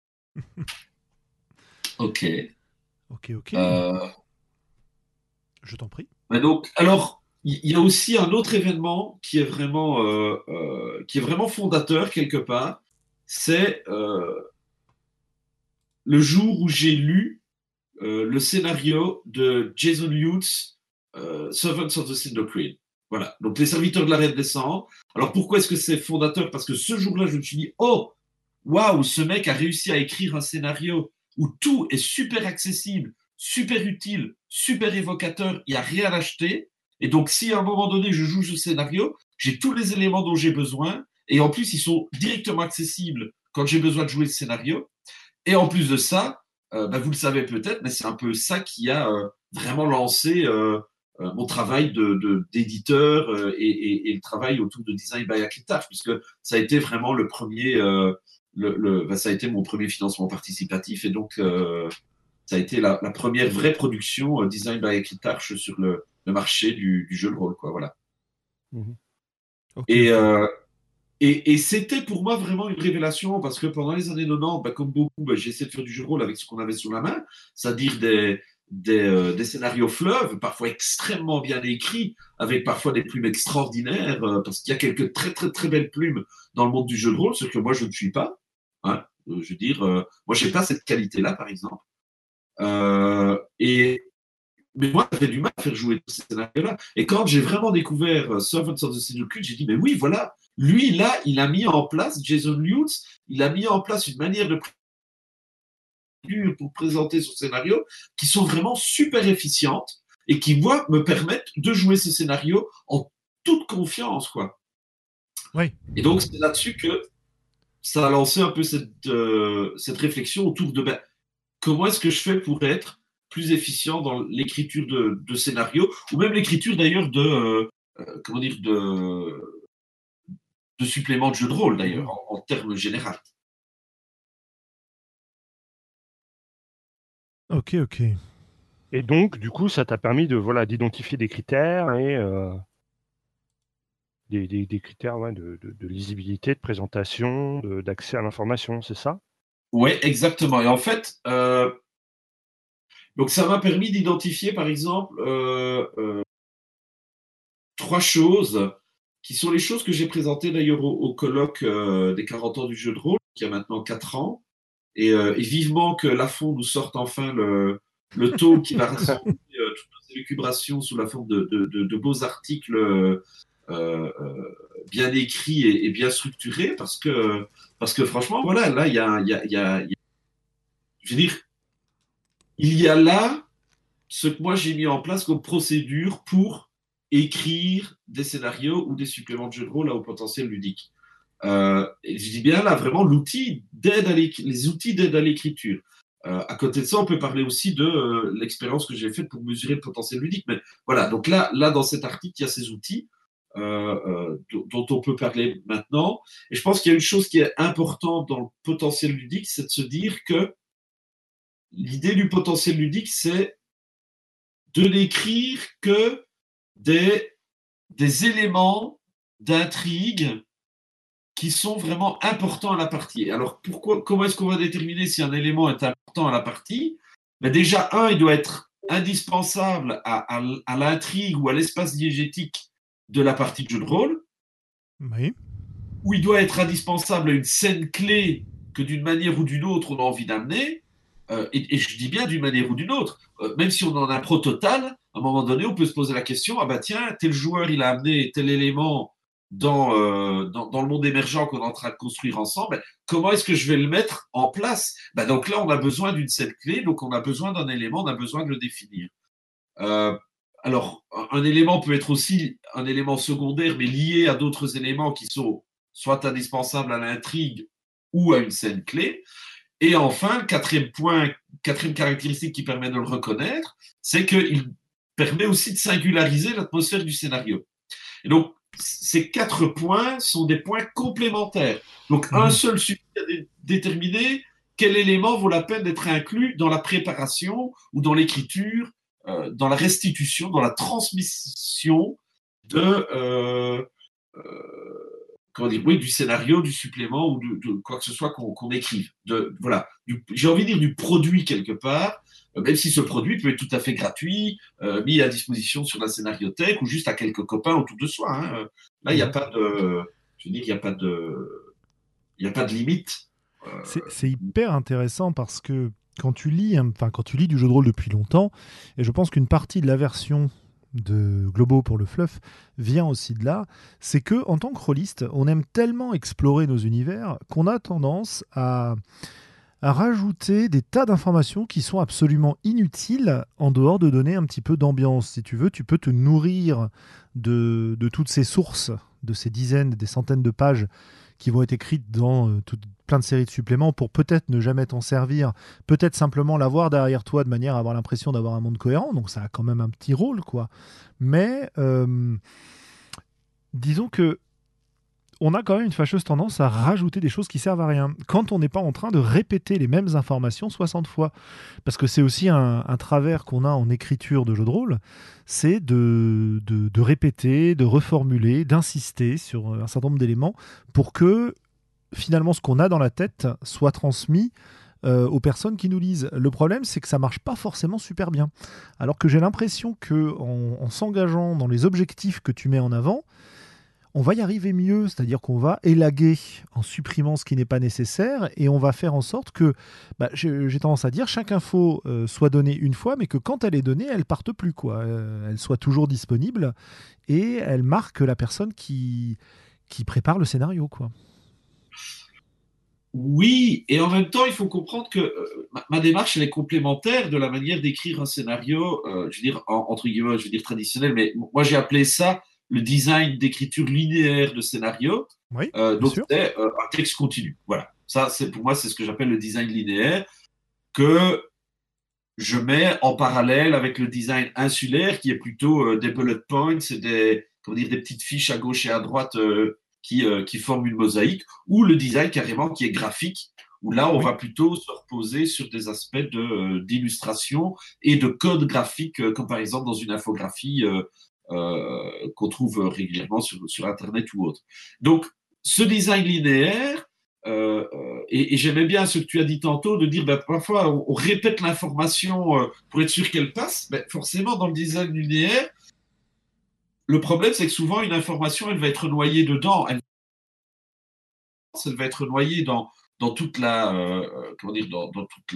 Ok. Ok, ok. Euh, Je t'en prie. mais donc, alors, il y a aussi un autre événement qui est vraiment fondateur quelque part. C'est le jour où j'ai lu le scénario de Jason Hughes, Servants of the Cinder Queen. Voilà, donc les serviteurs de la Reine des Cendres. Alors pourquoi est-ce que c'est fondateur? Parce que ce jour-là, je me suis dit, oh, waouh, ce mec a réussi à écrire un scénario où tout est super accessible, super utile, super évocateur, il n'y a rien à acheter. Et donc, si à un moment donné, je joue ce scénario, j'ai tous les éléments dont j'ai besoin, et en plus, ils sont directement accessibles quand j'ai besoin de jouer le scénario. Et en plus de ça, vous le savez peut-être, mais c'est un peu ça qui a vraiment lancé mon travail d'éditeur et le travail autour de Design by Architage, puisque ça a été vraiment le premier, ça a été mon premier financement participatif, et donc ça a été la première vraie production Design by Architage sur le marché du jeu de rôle, quoi, voilà. Mhm. Ok, Et ok. Et c'était pour moi vraiment une révélation parce que pendant les années 90, comme beaucoup, j'ai essayé de faire du jeu de rôle avec ce qu'on avait sous la main, c'est-à-dire des scénarios fleuves, parfois extrêmement bien écrits, avec parfois des plumes extraordinaires, parce qu'il y a quelques très très très belles plumes dans le monde du jeu de rôle, ce que moi je ne suis pas. Hein. Je veux dire, moi je n'ai pas cette qualité-là, par exemple. Et mais moi, j'avais du mal à faire jouer tous ces scénarios-là. Et quand j'ai vraiment découvert Servants of the Syndicate, j'ai dit, mais oui, voilà, lui, là, il a mis en place, Jason Lutz, il a mis en place une manière de pour présenter son scénario qui sont vraiment super efficientes et qui, moi, me permettent de jouer ce scénario en toute confiance, quoi. Oui. Et donc, c'est là-dessus que ça a lancé un peu cette réflexion autour de comment est-ce que je fais pour être plus efficient dans l'écriture de scénarios, ou même l'écriture d'ailleurs comment dire, de suppléments de jeux de rôle d'ailleurs, en termes généraux. Ok. Et donc, du coup, ça t'a permis d'identifier des critères et des critères de lisibilité, de présentation, d'accès à l'information, c'est ça? Oui, exactement. Et en fait, donc ça m'a permis d'identifier, par exemple, 3 choses qui sont les choses que j'ai présentées d'ailleurs au colloque des 40 ans du jeu de rôle, qui a maintenant 4 ans. Et vivement que Lafond nous sorte enfin le tome qui va rassembler toutes nos élucubrations sous la forme de beaux articles euh, bien écrits et bien structurés, parce que franchement, voilà, là, je veux dire, il y a là ce que moi j'ai mis en place comme procédure pour écrire des scénarios ou des suppléments de jeux de rôle à haut potentiel ludique. Et je dis bien là, vraiment, les outils d'aide à l'écriture. À côté de ça, on peut parler aussi de l'expérience que j'ai faite pour mesurer le potentiel ludique. Mais voilà, donc là, dans cet article, il y a ces outils dont on peut parler maintenant. Et je pense qu'il y a une chose qui est importante dans le potentiel ludique, c'est de se dire que l'idée du potentiel ludique, c'est de n'écrire que des éléments d'intrigue qui sont vraiment importants à la partie. Alors, comment est-ce qu'on va déterminer si un élément est important à la partie? Ben déjà, il doit être indispensable à l'intrigue ou à l'espace diégétique de la partie de jeu de rôle, Oui. ou il doit être indispensable à une scène clé que d'une manière ou d'une autre on a envie d'amener, et je dis bien d'une manière ou d'une autre, même si on en a un pro total, à un moment donné, on peut se poser la question, ah bah tiens, tel joueur, il a amené tel élément dans le monde émergent qu'on est en train de construire ensemble, comment est-ce que je vais le mettre en place? Donc là, on a besoin d'une scène clé, donc on a besoin d'un élément, on a besoin de le définir. Euh, alors, un élément peut être aussi un élément secondaire, mais lié à d'autres éléments qui sont soit indispensables à l'intrigue ou à une scène clé. Et enfin, le quatrième caractéristique qui permet de le reconnaître, c'est qu'il permet aussi de singulariser l'atmosphère du scénario. Et donc, ces 4 points sont des points complémentaires. Donc, un seul suffit à déterminer quel élément vaut la peine d'être inclus dans la préparation ou dans l'écriture, dans la restitution, dans la transmission de, du scénario, du supplément ou de quoi que ce soit qu'on écrive. Voilà, j'ai envie de dire du produit quelque part, même si ce produit peut être tout à fait gratuit, mis à disposition sur la scénariothèque ou juste à quelques copains autour de soi. Hein. Là, il n'y a pas de, je veux dire, il n'y a pas de limite. C'est hyper intéressant parce que quand tu lis du jeu de rôle depuis longtemps, et je pense qu'une partie de la version de Globo pour le fluff vient aussi de là, c'est que en tant que rôliste, on aime tellement explorer nos univers qu'on a tendance à rajouter des tas d'informations qui sont absolument inutiles en dehors de donner un petit peu d'ambiance. Si tu veux, tu peux te nourrir de toutes ces sources, de ces dizaines, des centaines de pages qui vont être écrites dans plein de séries de suppléments pour peut-être ne jamais t'en servir, peut-être simplement l'avoir derrière toi de manière à avoir l'impression d'avoir un monde cohérent, donc ça a quand même un petit rôle, quoi. Mais disons que on a quand même une fâcheuse tendance à rajouter des choses qui servent à rien, quand on n'est pas en train de répéter les mêmes informations 60 fois. Parce que c'est aussi un travers qu'on a en écriture de jeu de rôle, c'est de répéter, de reformuler, d'insister sur un certain nombre d'éléments pour que finalement ce qu'on a dans la tête soit transmis aux personnes qui nous lisent. Le problème, c'est que ça marche pas forcément super bien. Alors que j'ai l'impression que en s'engageant dans les objectifs que tu mets en avant, on va y arriver mieux, c'est-à-dire qu'on va élaguer en supprimant ce qui n'est pas nécessaire et on va faire en sorte que, j'ai tendance à dire, chaque info soit donnée une fois, mais que quand elle est donnée, elle parte plus, quoi. Elle soit toujours disponible et elle marque la personne qui prépare le scénario, quoi. Oui, et en même temps, il faut comprendre que ma démarche, elle est complémentaire de la manière d'écrire un scénario, je veux dire, entre guillemets, je veux dire traditionnel, mais moi j'ai appelé ça le design d'écriture linéaire de scénario. Oui, bien Donc sûr. c'est un texte continu. Voilà. Ça, c'est pour moi, c'est ce que j'appelle le design linéaire, que je mets en parallèle avec le design insulaire, qui est plutôt des bullet points, et comment dire, des petites fiches à gauche et à droite qui forment une mosaïque, ou le design carrément qui est graphique, où là, on Oui. va plutôt se reposer sur des aspects d'illustration et de code graphique, comme par exemple dans une infographie qu'on trouve régulièrement sur Internet ou autre. Donc, ce design linéaire, et j'aimais bien ce que tu as dit tantôt, de dire parfois on répète l'information pour être sûr qu'elle passe. Forcément, dans le design linéaire, le problème c'est que souvent une information elle va être noyée dedans, elle va être noyée dans toute la comment dire dans toute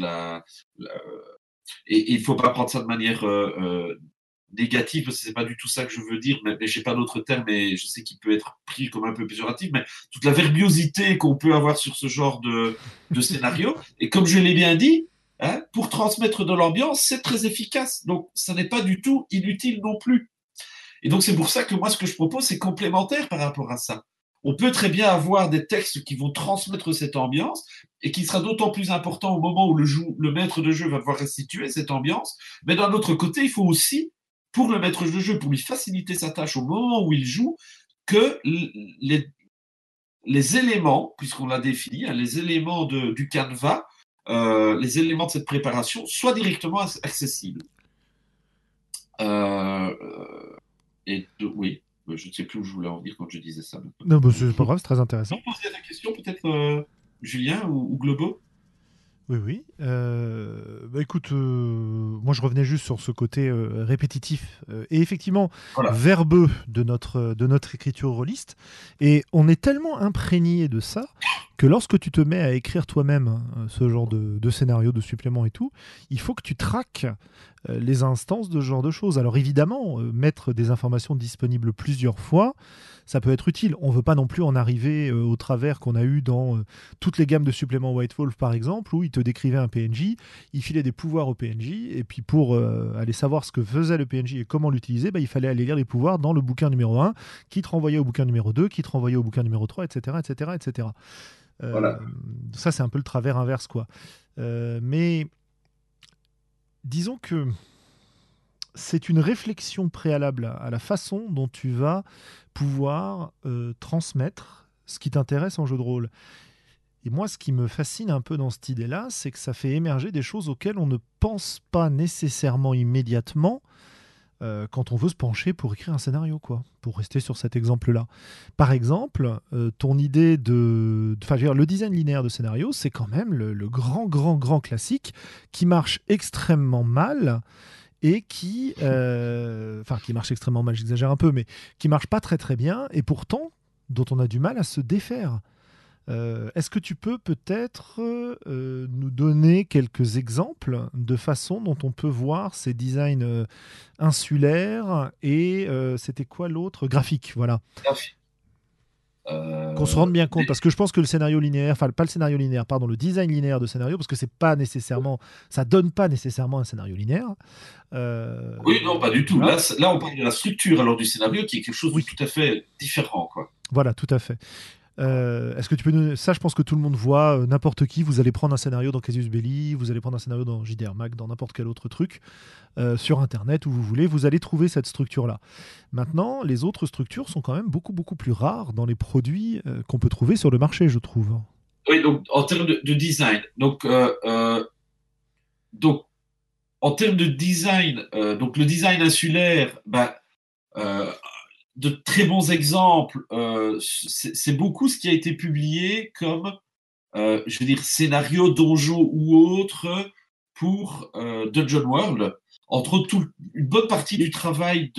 et il ne faut pas prendre ça de manière négative, parce que c'est pas du tout ça que je veux dire, mais j'ai pas d'autre terme, et je sais qu'il peut être pris comme un peu péjoratif, mais toute la verbiosité qu'on peut avoir sur ce genre de scénario. Et comme je l'ai bien dit, hein, pour transmettre de l'ambiance, c'est très efficace. Donc, ça n'est pas du tout inutile non plus. Et donc, c'est pour ça que moi, ce que je propose, c'est complémentaire par rapport à ça. On peut très bien avoir des textes qui vont transmettre cette ambiance et qui sera d'autant plus important au moment où le maître de jeu va devoir restituer cette ambiance. Mais d'un autre côté, il faut aussi, pour le maître de jeu, pour lui faciliter sa tâche au moment où il joue, que les éléments, puisqu'on l'a défini, hein, les éléments du canevas, les éléments de cette préparation soient directement accessibles. Oui, je ne sais plus où je voulais en venir quand je disais ça. Non, c'est pas grave, c'est très intéressant. Tu peux poser la question, peut-être, Julien ou Globo? Oui, oui. Écoute, moi je revenais juste sur ce côté répétitif et effectivement Voilà. verbeux de notre écriture rôliste. Et on est tellement imprégné de ça que lorsque tu te mets à écrire toi-même ce genre de scénario, de supplément et tout, il faut que tu traques les instances de ce genre de choses. Alors évidemment, mettre des informations disponibles plusieurs fois, ça peut être utile. On ne veut pas non plus en arriver au travers qu'on a eu dans toutes les gammes de suppléments White Wolf, par exemple, où il te décrivait un PNJ, il filait des pouvoirs au PNJ, et puis pour aller savoir ce que faisait le PNJ et comment l'utiliser, il fallait aller lire les pouvoirs dans le bouquin numéro 1, qui te renvoyait au bouquin numéro 2, qui te renvoyait au bouquin numéro 3, etc. etc., etc. Voilà. Ça, c'est un peu le travers inverse, quoi. Mais disons que c'est une réflexion préalable à la façon dont tu vas pouvoir transmettre ce qui t'intéresse en jeu de rôle. Et moi, ce qui me fascine un peu dans cette idée-là, c'est que ça fait émerger des choses auxquelles on ne pense pas nécessairement immédiatement quand on veut se pencher pour écrire un scénario, quoi, pour rester sur cet exemple-là. Par exemple, ton idée le design linéaire de scénario, c'est quand même le grand classique qui marche extrêmement mal et qui marche extrêmement mal, j'exagère un peu, mais qui marche pas très très bien, et pourtant dont on a du mal à se défaire. Est-ce que tu peux peut-être nous donner quelques exemples de façon dont on peut voir ces designs insulaires et c'était quoi l'autre? Graphique, voilà. Qu'on se rende bien compte, parce que je pense que le scénario linéaire, enfin pas le scénario linéaire, pardon, le design linéaire de scénario, parce que c'est pas nécessairement, ça donne pas nécessairement un scénario linéaire. Oui, non, pas du tout. Voilà. Là, on parle de la structure alors du scénario qui est quelque chose de tout à fait différent, quoi. Voilà, tout à fait. Est-ce que tu peux nous... Ça, je pense que tout le monde voit, n'importe qui, vous allez prendre un scénario dans Casus Belli, vous allez prendre un scénario dans JDR Mac, dans n'importe quel autre truc, sur Internet, où vous voulez, vous allez trouver cette structure-là. Maintenant, les autres structures sont quand même beaucoup, beaucoup plus rares dans les produits qu'on peut trouver sur le marché, je trouve. Oui, donc en termes de design, donc en termes de design, donc le design insulaire, de très bons exemples, c'est beaucoup ce qui a été publié comme, je veux dire, scénario, donjon ou autre pour Dungeon World. Entre autres, une bonne partie du travail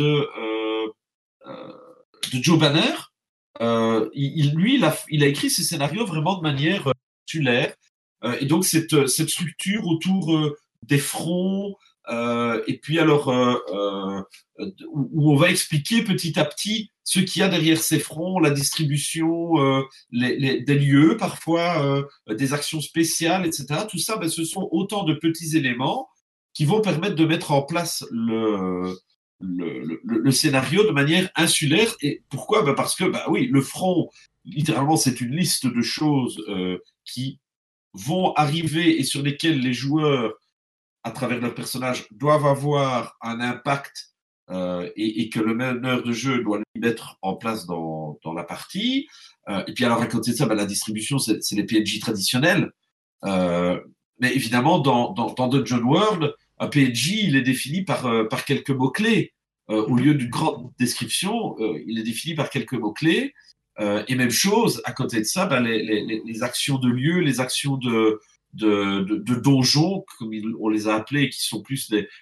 de Joe Banner, il a écrit ces scénarios vraiment de manière insulaire. Et donc, cette structure autour des fronts, et puis alors, où on va expliquer petit à petit ce qu'il y a derrière ces fronts, la distribution des lieux, parfois des actions spéciales, etc. Tout ça, ce sont autant de petits éléments qui vont permettre de mettre en place le scénario de manière insulaire. Et pourquoi? Parce que, oui, le front, littéralement, c'est une liste de choses qui vont arriver et sur lesquelles les joueurs, à travers leurs personnages, doivent avoir un impact et que le meneur de jeu doit les mettre en place dans la partie. Et puis alors, à côté de ça, la distribution, c'est les PNJ traditionnels. Mais évidemment, dans Dungeon World, un PNJ, il est défini par quelques mots-clés. Au lieu d'une grande description, il est défini par quelques mots-clés. Et même chose, à côté de ça, les actions de lieu, les actions de donjons, comme on les a appelés, qui sont plus des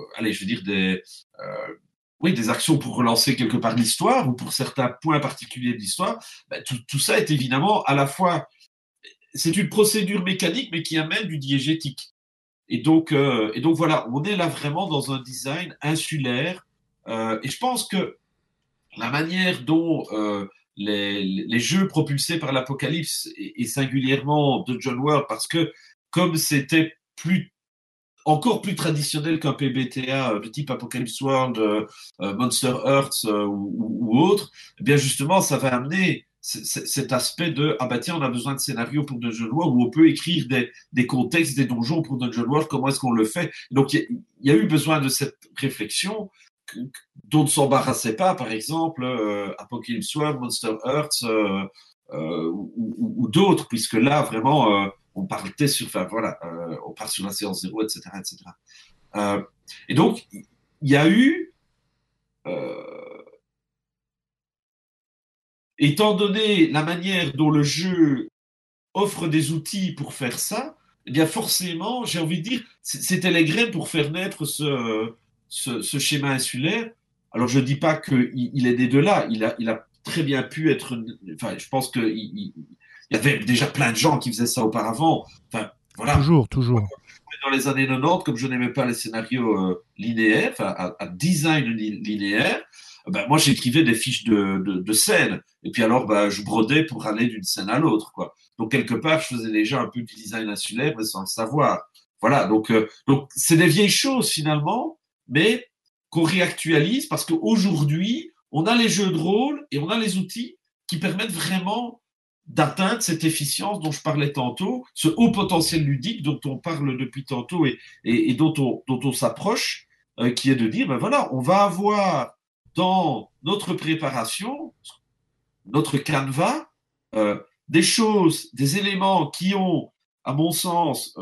actions pour relancer quelque part l'histoire ou pour certains points particuliers de l'histoire. Tout ça est évidemment à la fois, c'est une procédure mécanique, mais qui amène du diégétique. Et donc voilà, on est là vraiment dans un design insulaire. Et je pense que la manière dont les jeux propulsés par l'Apocalypse et singulièrement Dungeon World, parce que comme c'était encore plus traditionnel qu'un PBTA de type Apocalypse World, Monster Hearts ou autre, eh bien justement, ça va amener cet aspect de tiens, on a besoin de scénarios pour Dungeon World où on peut écrire des contextes, des donjons pour Dungeon World, comment est-ce qu'on le fait? Donc il y a eu besoin de cette réflexion dont ne s'embarrassait pas, par exemple, Apocalypse World, Monster Hearts ou d'autres, puisque là, vraiment, on partait sur, on part sur la séance zéro, etc., etc. Et donc, il y a eu, étant donné la manière dont le jeu offre des outils pour faire ça, eh bien forcément, j'ai envie de dire, c'était les graines pour faire naître ce schéma insulaire. Alors, je ne dis pas qu'il est né de là. Il a très bien pu être... Enfin, je pense qu'il y avait déjà plein de gens qui faisaient ça auparavant. Enfin, voilà. Toujours. Dans les années 90, comme je n'aimais pas les scénarios linéaires, à design linéaire, moi, j'écrivais des fiches de scènes. Et puis alors, je brodais pour aller d'une scène à l'autre, quoi. Donc, quelque part, je faisais déjà un peu du design insulaire, mais sans le savoir. Voilà, donc c'est des vieilles choses, finalement, mais qu'on réactualise parce qu'aujourd'hui, on a les jeux de rôle et on a les outils qui permettent vraiment d'atteindre cette efficience dont je parlais tantôt, ce haut potentiel ludique dont on parle depuis tantôt et dont on s'approche, qui est de dire, voilà, on va avoir dans notre préparation, notre canevas, des choses, des éléments qui ont, à mon sens,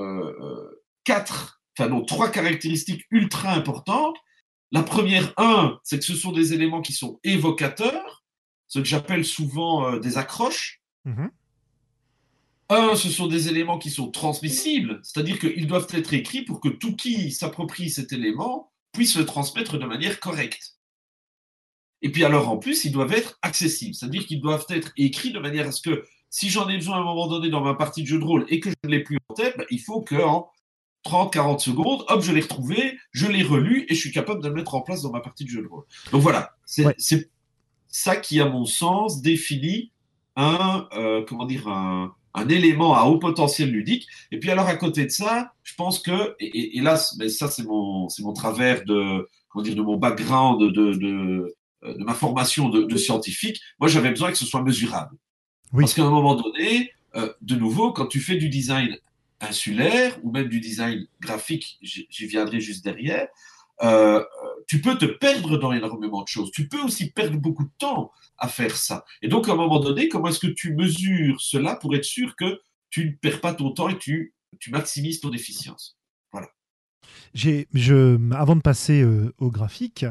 trois caractéristiques ultra importantes. La première, c'est que ce sont des éléments qui sont évocateurs, ce que j'appelle souvent des accroches. Ce sont des éléments qui sont transmissibles, c'est-à-dire qu'ils doivent être écrits pour que tout qui s'approprie cet élément puisse le transmettre de manière correcte. Et puis alors, en plus, ils doivent être accessibles, c'est-à-dire qu'ils doivent être écrits de manière à ce que, si j'en ai besoin à un moment donné dans ma partie de jeu de rôle et que je ne l'ai plus en tête, il faut qu'en 30-40 secondes, hop, je l'ai retrouvé, je l'ai relu et je suis capable de le mettre en place dans ma partie de jeu de rôle. Donc voilà, c'est ça qui, à mon sens, définit un élément à haut potentiel ludique. Et puis alors, à côté de ça, je pense que, et là, ça c'est mon travers de mon background de ma formation de scientifique, moi j'avais besoin que ce soit mesurable. Oui. Parce qu'à un moment donné, de nouveau, quand tu fais du design insulaire ou même du design graphique, j'y viendrai juste derrière, tu peux te perdre dans énormément de choses. Tu peux aussi perdre beaucoup de temps à faire ça. Et donc, à un moment donné, comment est-ce que tu mesures cela pour être sûr que tu ne perds pas ton temps et tu maximises ton efficience? Voilà. Avant de passer au graphique,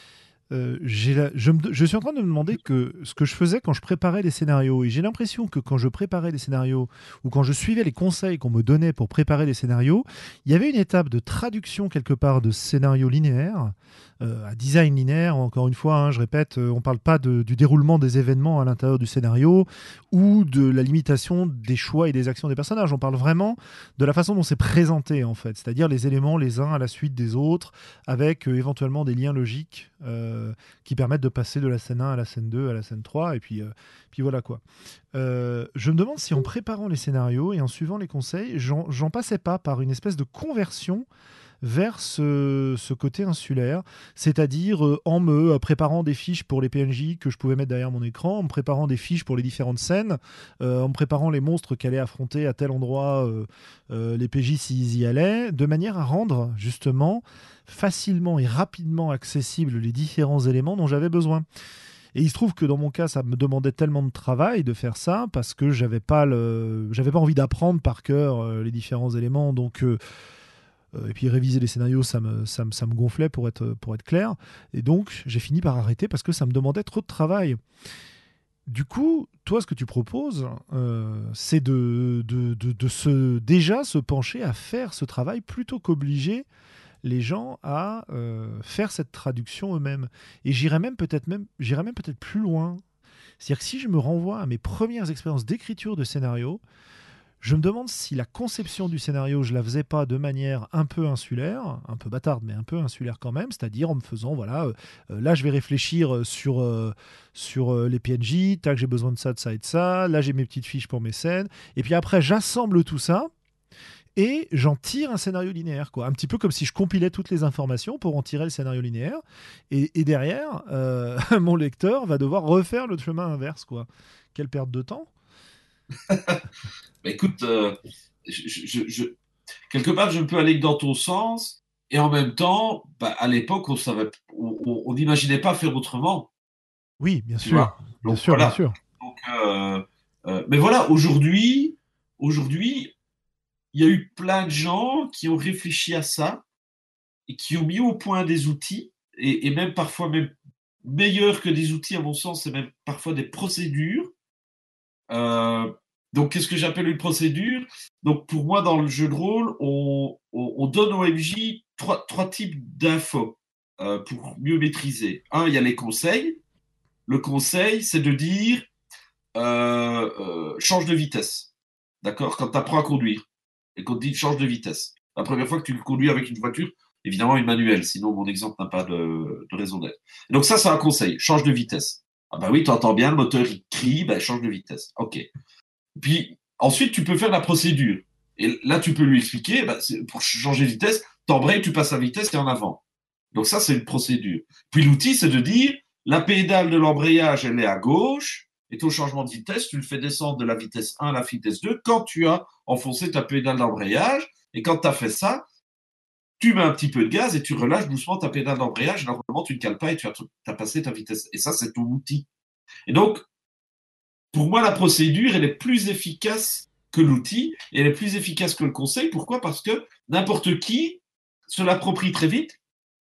je suis en train de me demander que ce que je faisais quand je préparais les scénarios, et j'ai l'impression que quand je préparais les scénarios, ou quand je suivais les conseils qu'on me donnait pour préparer les scénarios, il y avait une étape de traduction quelque part de scénario linéaire à design linéaire. Encore une fois, hein, je répète, on ne parle pas du déroulement des événements à l'intérieur du scénario ou de la limitation des choix et des actions des personnages. On parle vraiment de la façon dont c'est présenté, en fait, c'est-à-dire les éléments les uns à la suite des autres, avec éventuellement des liens logiques qui permettent de passer de la scène 1 à la scène 2 à la scène 3, et puis voilà quoi. Je me demande si en préparant les scénarios et en suivant les conseils, j'en passais pas par une espèce de conversion vers ce côté insulaire, c'est-à-dire en me préparant des fiches pour les PNJ que je pouvais mettre derrière mon écran, en me préparant des fiches pour les différentes scènes, en me préparant les monstres qu'allaient affronter à tel endroit les PJ s'ils y allaient, de manière à rendre justement facilement et rapidement accessibles les différents éléments dont j'avais besoin. Et il se trouve que dans mon cas, ça me demandait tellement de travail de faire ça parce que j'avais pas envie d'apprendre par cœur les différents éléments. Donc et puis réviser les scénarios, ça me gonflait pour être clair. Et donc, j'ai fini par arrêter parce que ça me demandait trop de travail. Du coup, toi, ce que tu proposes, c'est déjà se pencher à faire ce travail plutôt qu'obliger les gens à faire cette traduction eux-mêmes. Et j'irais même peut-être plus loin. C'est-à-dire que si je me renvoie à mes premières expériences d'écriture de scénario, je me demande si la conception du scénario, je la faisais pas de manière un peu insulaire, un peu bâtarde, mais un peu insulaire quand même, c'est-à-dire en me faisant, voilà, là je vais réfléchir sur les PNJ, tac, j'ai besoin de ça et de ça, là j'ai mes petites fiches pour mes scènes, et puis après j'assemble tout ça, et j'en tire un scénario linéaire, quoi. Un petit peu comme si je compilais toutes les informations pour en tirer le scénario linéaire, et derrière, mon lecteur va devoir refaire le chemin inverse, quoi. Quelle perte de temps. Bah, écoute, quelque part, je peux aller que dans ton sens, et en même temps, bah, à l'époque, on n'imaginait pas faire autrement, Oui, bien tu sûr, vois. bien Donc sûr, bien voilà. sûr. Donc, mais voilà, aujourd'hui, il y a eu plein de gens qui ont réfléchi à ça et qui ont mis au point des outils, et même parfois même meilleurs que des outils, à mon sens, c'est même parfois des procédures. Euh, donc, qu'est-ce que j'appelle une procédure? Donc, pour moi, dans le jeu de rôle, on donne au MJ trois types d'infos pour mieux maîtriser. Un, il y a les conseils. Le conseil, c'est de dire change de vitesse. D'accord? Quand tu apprends à conduire et qu'on te dit change de vitesse. La première fois que tu conduis avec une voiture, évidemment une manuelle, sinon mon exemple n'a pas de raison d'être. Donc ça, c'est un conseil, change de vitesse. Ah bah oui, tu entends bien, le moteur il crie, bah, change de vitesse. Ok. Puis ensuite, tu peux faire la procédure. Et là, tu peux lui expliquer, bah, pour changer de vitesse, t'embrayes, tu passes la vitesse et en avant. Donc ça, c'est une procédure. Puis l'outil, c'est de dire, la pédale de l'embrayage, elle est à gauche, et ton changement de vitesse, tu le fais descendre de la vitesse 1 à la vitesse 2 quand tu as enfoncé ta pédale d'embrayage. Et quand tu as fait ça, tu mets un petit peu de gaz et tu relâches doucement ta pédale d'embrayage. Normalement, tu ne cales pas et tu as passé ta vitesse. Et ça, c'est ton outil. Et donc, pour moi, la procédure, elle est plus efficace que l'outil, et elle est plus efficace que le conseil. Pourquoi? Parce que n'importe qui se l'approprie très vite,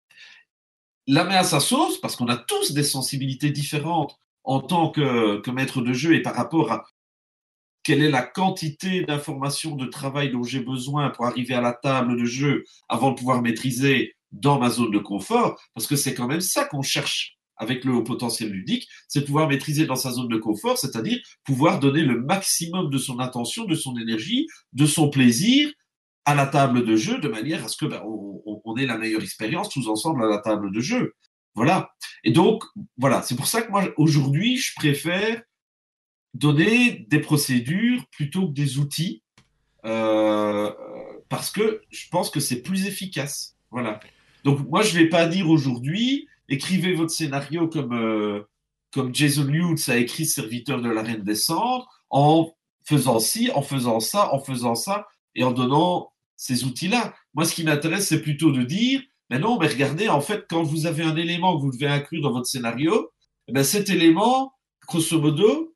la met à sa sauce, parce qu'on a tous des sensibilités différentes en tant que maître de jeu et par rapport à quelle est la quantité d'informations de travail dont j'ai besoin pour arriver à la table de jeu avant de pouvoir maîtriser dans ma zone de confort, parce que c'est quand même ça qu'on cherche avec le haut potentiel ludique, c'est pouvoir maîtriser dans sa zone de confort, c'est-à-dire pouvoir donner le maximum de son attention, de son énergie, de son plaisir à la table de jeu, de manière à ce que on ait la meilleure expérience tous ensemble à la table de jeu. Voilà. Et donc, voilà, c'est pour ça que moi, aujourd'hui, je préfère donner des procédures plutôt que des outils, euh, parce que je pense que c'est plus efficace. Voilà. Donc moi, je ne vais pas dire aujourd'hui, écrivez votre scénario comme Jason Lutz a écrit Serviteur de la Reine des Cendres, en faisant ci, en faisant ça, en faisant ça, et en donnant ces outils-là. Moi, ce qui m'intéresse, c'est plutôt de dire, mais non, mais regardez, en fait, quand vous avez un élément que vous devez inclure dans votre scénario, eh ben, cet élément, grosso modo,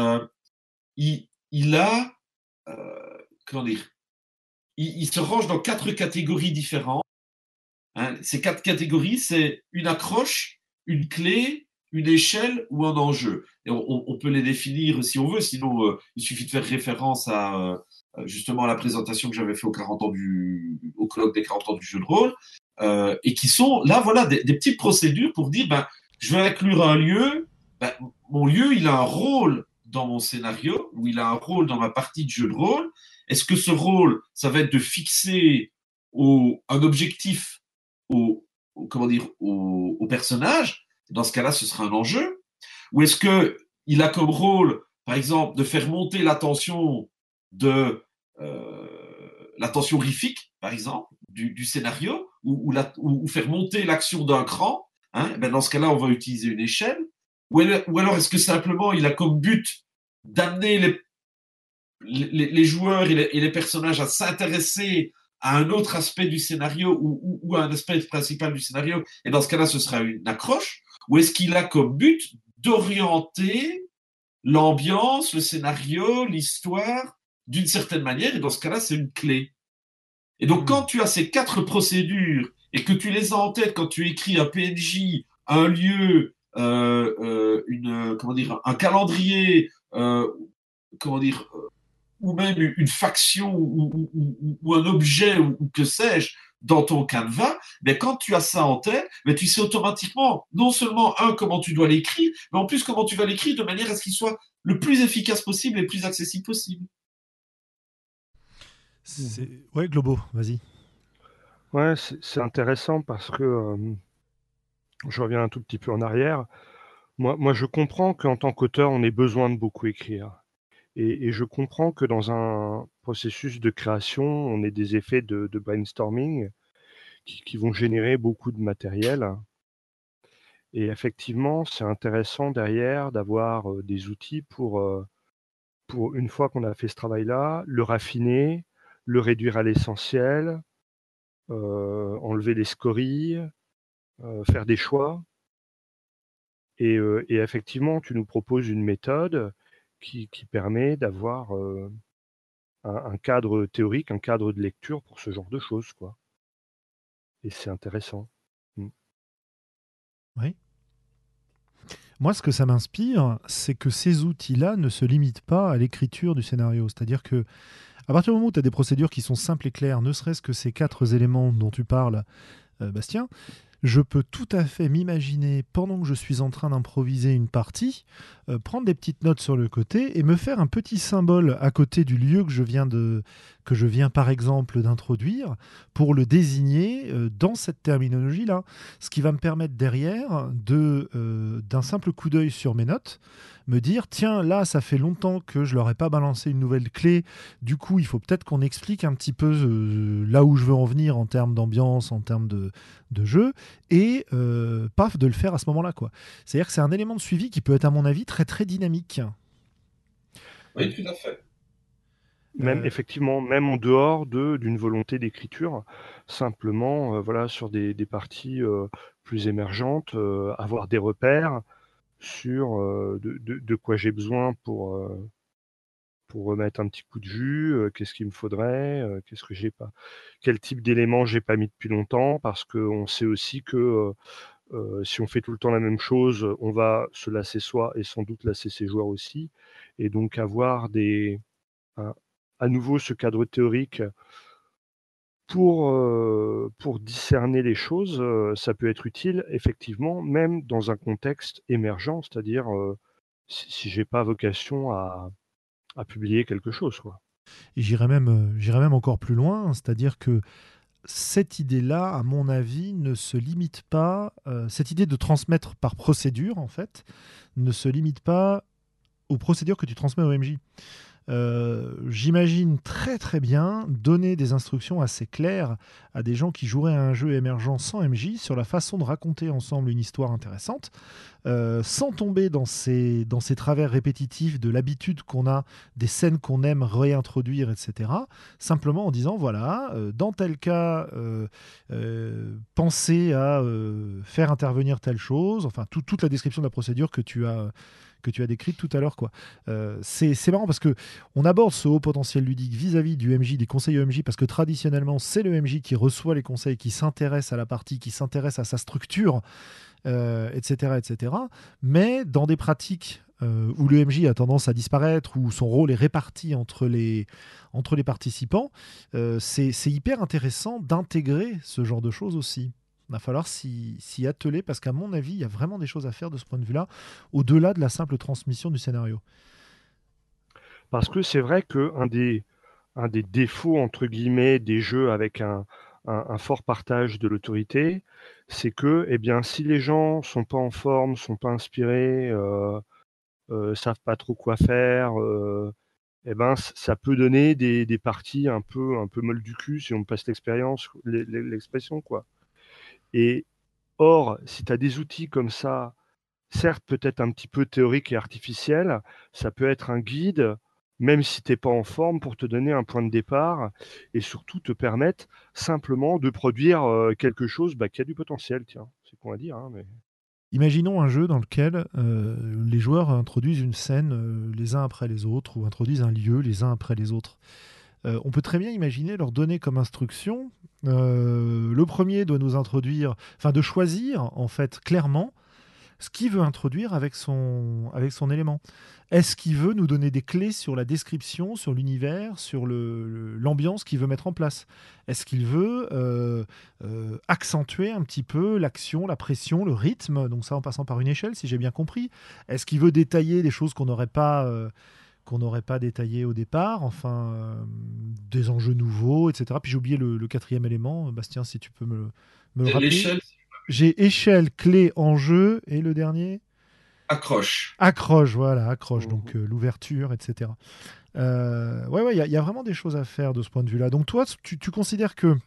il a, comment dire, il se range dans 4 catégories différentes. Hein. Ces 4 catégories, c'est une accroche, une clé, une échelle ou un enjeu. Et on peut les définir si on veut, sinon il suffit de faire référence à justement à la présentation que j'avais fait au colloque des 40 ans du jeu de rôle, et qui sont là, voilà, des petites procédures pour dire, ben, je vais inclure un lieu, ben, mon lieu, il a un rôle dans mon scénario, ou il a un rôle dans ma partie de jeu de rôle. Est-ce que ce rôle, ça va être de fixer un objectif comment dire, au personnage? Dans ce cas-là, ce sera un enjeu. Ou est-ce qu'il a comme rôle, par exemple, de faire monter la tension la tension horrifique, par exemple, du scénario, ou faire monter l'action d'un cran? Hein? Ben dans ce cas-là, on va utiliser une échelle. Ou alors, est-ce que simplement il a comme but d'amener les joueurs et les personnages à s'intéresser à un autre aspect du scénario ou à un aspect principal du scénario, et dans ce cas-là, ce sera une accroche? Ou est-ce qu'il a comme but d'orienter l'ambiance, le scénario, l'histoire d'une certaine manière, et dans ce cas-là, c'est une clé? Et donc, quand tu as ces 4 procédures et que tu les as en tête quand tu écris un PNJ, un lieu, comment dire, un calendrier, comment dire, ou même une faction ou un objet ou que sais-je dans ton canevas, mais quand tu as ça en tête, mais tu sais automatiquement non seulement comment tu dois l'écrire, mais en plus comment tu vas l'écrire de manière à ce qu'il soit le plus efficace possible et le plus accessible possible. Ouais, Globo, vas-y. Ouais, c'est intéressant parce que je reviens un tout petit peu en arrière. Moi, je comprends qu'en tant qu'auteur, on ait besoin de beaucoup écrire. Et je comprends que dans un processus de création, on ait des effets de brainstorming qui vont générer beaucoup de matériel. Et effectivement, c'est intéressant derrière d'avoir des outils pour une fois qu'on a fait ce travail-là, le raffiner, le réduire à l'essentiel, enlever les scories, faire des choix. Et effectivement, tu nous proposes une méthode qui permet d'avoir un cadre théorique, un cadre de lecture pour ce genre de choses, quoi. Et c'est intéressant. Oui. Moi, ce que ça m'inspire, c'est que ces outils-là ne se limitent pas à l'écriture du scénario. C'est-à-dire que à partir du moment où tu as des procédures qui sont simples et claires, ne serait-ce que ces 4 éléments dont tu parles, Bastien, je peux tout à fait m'imaginer, pendant que je suis en train d'improviser une partie, prendre des petites notes sur le côté et me faire un petit symbole à côté du lieu que je viens par exemple d'introduire pour le désigner dans cette terminologie-là. Ce qui va me permettre derrière d'un simple coup d'œil sur mes notes, me dire tiens, là, ça fait longtemps que je leur ai pas balancé une nouvelle clé. Du coup, il faut peut-être qu'on explique un petit peu là où je veux en venir en termes d'ambiance, en termes de jeu, et paf, de le faire à ce moment-là, quoi. C'est-à-dire que c'est un élément de suivi qui peut être, à mon avis, très très dynamique. Oui, tout à fait. Même effectivement, même en dehors d'une volonté d'écriture, simplement, voilà, sur des parties plus émergentes, avoir des repères sur de quoi j'ai besoin pour remettre un petit coup de jus, qu'est-ce qu'il me faudrait, qu'est-ce que j'ai pas, quel type d'éléments j'ai pas mis depuis longtemps, parce qu'on sait aussi que si on fait tout le temps la même chose, on va se lasser soi et sans doute lasser ses joueurs aussi. Et donc avoir à nouveau ce cadre théorique pour discerner les choses, ça peut être utile effectivement, même dans un contexte émergent, c'est-à-dire si j'ai pas vocation à publier quelque chose, quoi. Et j'irais même encore plus loin, c'est-à-dire que cette idée-là, à mon avis, ne se limite pas, cette idée de transmettre par procédure, en fait, ne se limite pas aux procédures que tu transmets au MJ. J'imagine très très bien donner des instructions assez claires à des gens qui joueraient à un jeu émergent sans MJ sur la façon de raconter ensemble une histoire intéressante, sans tomber dans ces travers répétitifs de l'habitude qu'on a des scènes qu'on aime réintroduire, etc. Simplement en disant, voilà, dans tel cas, pensez à faire intervenir telle chose, enfin toute la description de la procédure que tu as décrite tout à l'heure, quoi. C'est marrant parce que on aborde ce haut potentiel ludique vis-à-vis du MJ, des conseils au MJ, parce que traditionnellement, c'est le MJ qui reçoit les conseils, qui s'intéresse à la partie, qui s'intéresse à sa structure, etc., etc. Mais dans des pratiques où le MJ a tendance à disparaître, où son rôle est réparti entre les participants, c'est hyper intéressant d'intégrer ce genre de choses aussi. Il va falloir s'y atteler parce qu'à mon avis, il y a vraiment des choses à faire de ce point de vue-là, au-delà de la simple transmission du scénario. Parce que c'est vrai qu'un un des défauts, entre guillemets, des jeux avec un fort partage de l'autorité, c'est que, eh bien, si les gens sont pas en forme, sont pas inspirés, savent pas trop quoi faire, eh ben, ça peut donner des parties un peu molles du cul, si on me passe l'expression, quoi. Et or, si tu as des outils comme ça, certes, peut-être un petit peu théorique et artificiel, ça peut être un guide, même si tu es pas en forme, pour te donner un point de départ et surtout te permettre simplement de produire, quelque chose, bah, qui a du potentiel, tiens. C'est con à dire, hein, mais Imaginons un jeu dans lequel les joueurs introduisent une scène les uns après les autres ou introduisent un lieu les uns après les autres. On peut très bien imaginer leur donner comme instruction. Le premier doit nous introduire, enfin de choisir en fait clairement ce qu'il veut introduire avec son élément. Est-ce qu'il veut nous donner des clés sur la description, sur l'univers, sur l'ambiance qu'il veut mettre en place? Est-ce qu'il veut accentuer un petit peu l'action, la pression, le rythme, donc ça en passant par une échelle, si j'ai bien compris? Est-ce qu'il veut détailler des choses qu'on n'aurait pas détaillées au départ, enfin des enjeux nouveaux, etc. Puis j'ai oublié le quatrième élément. Bastien, si tu peux me le rappeler. L'échelle J'ai échelle, clé, enjeu, et le dernier accroche. accroche, voilà, accroche, mmh. donc l'ouverture, etc. Ouais, il y a vraiment des choses à faire de ce point de vue-là. Donc toi, tu considères que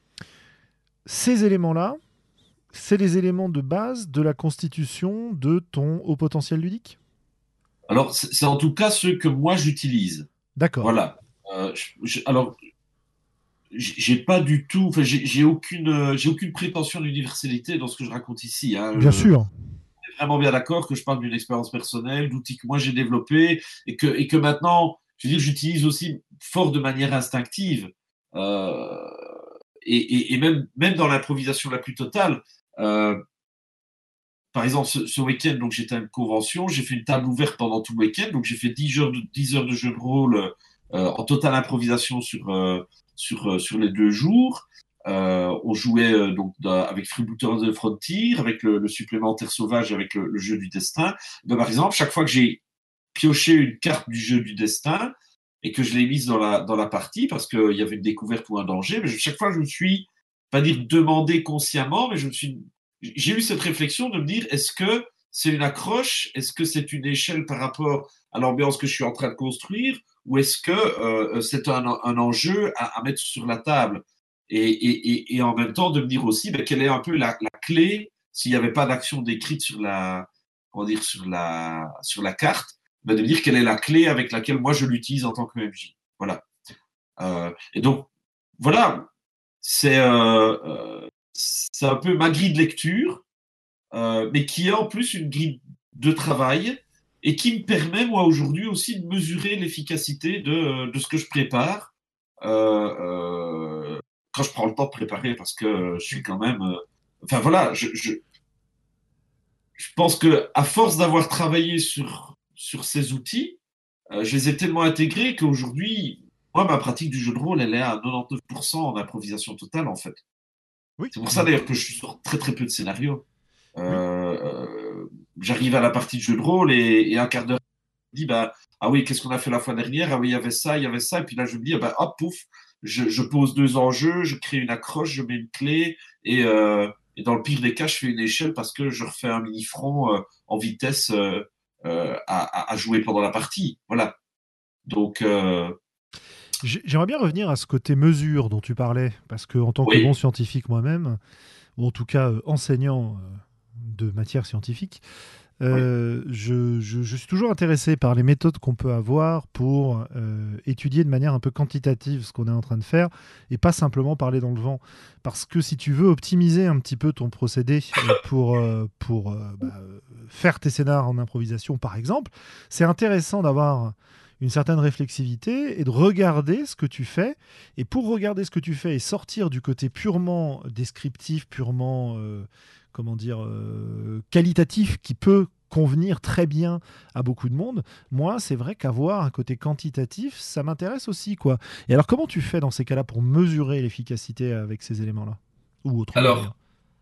ces éléments-là, c'est les éléments de base de la constitution de ton haut potentiel ludique? Alors, c'est en tout cas ce que moi j'utilise. D'accord, Voilà. Alors, j'ai pas du tout, enfin, j'ai aucune prétention d'universalité dans ce que je raconte ici, hein. bien sûr. On est vraiment bien d'accord que je parle d'une expérience personnelle, d'outils que moi j'ai développés et que maintenant, je veux dire, j'utilise aussi fort de manière instinctive. Euh, et même dans l'improvisation la plus totale. Euh, Par exemple, ce week-end, donc j'étais à une convention, j'ai fait une table ouverte pendant tout le week-end, donc j'ai fait 10 heures de jeu de rôle en totale improvisation sur les 2 jours. On jouait avec Freebooter de Frontier, avec le supplémentaire sauvage, avec le jeu du destin. Donc, par exemple, chaque fois que j'ai pioché une carte du jeu du destin et que je l'ai mise dans la partie parce qu'il y avait une découverte ou un danger, mais chaque fois je me suis, pas dire demandé consciemment, mais j'ai eu cette réflexion de me dire, est-ce que c'est une accroche? Est-ce que c'est une échelle par rapport à l'ambiance que je suis en train de construire? Ou est-ce que c'est un enjeu à mettre sur la table? Et en même temps, de me dire aussi ben, quelle est un peu la clé s'il n'y avait pas d'action décrite on va dire sur la carte, ben, de me dire quelle est la clé avec laquelle moi je l'utilise en tant que MJ. Voilà. Et donc, voilà, c'est un peu ma grille de lecture mais qui est en plus une grille de travail et qui me permet, moi, aujourd'hui aussi, de mesurer l'efficacité de ce que je prépare quand je prends le temps de préparer, parce que je suis quand même... enfin, voilà, je pense que à force d'avoir travaillé sur ces outils, je les ai tellement intégrés qu'aujourd'hui, moi, ma pratique du jeu de rôle, elle est à 99% en improvisation totale, en fait. Oui, C'est pour ça, d'ailleurs, que je sors très, très peu de scénarios. oui. J'arrive à la partie de jeu de rôle et un quart d'heure, je me dis bah, ah oui, qu'est-ce qu'on a fait la fois dernière? Ah oui, il y avait ça. Et puis là, je me dis, ah bah, hop, pouf, je pose 2 enjeux, je crée une accroche, je mets une clé et dans le pire des cas, je fais une échelle parce que je refais un mini-front en vitesse à jouer pendant la partie. Voilà. Donc, J'aimerais bien revenir à ce côté mesure dont tu parlais, parce que en tant que oui, bon scientifique moi-même, ou en tout cas enseignant de matière scientifique, oui. je suis toujours intéressé par les méthodes qu'on peut avoir pour étudier de manière un peu quantitative ce qu'on est en train de faire et pas simplement parler dans le vent. Parce que si tu veux optimiser un petit peu ton procédé pour faire tes scénars en improvisation, par exemple, c'est intéressant d'avoir une certaine réflexivité et de regarder ce que tu fais. Et pour regarder ce que tu fais et sortir du côté purement descriptif, purement comment dire, qualitatif qui peut convenir très bien à beaucoup de monde. Moi, c'est vrai qu'avoir un côté quantitatif, ça m'intéresse aussi, quoi. Et alors, comment tu fais dans ces cas-là pour mesurer l'efficacité avec ces éléments-là? Ou autrement, d'ailleurs. Alors,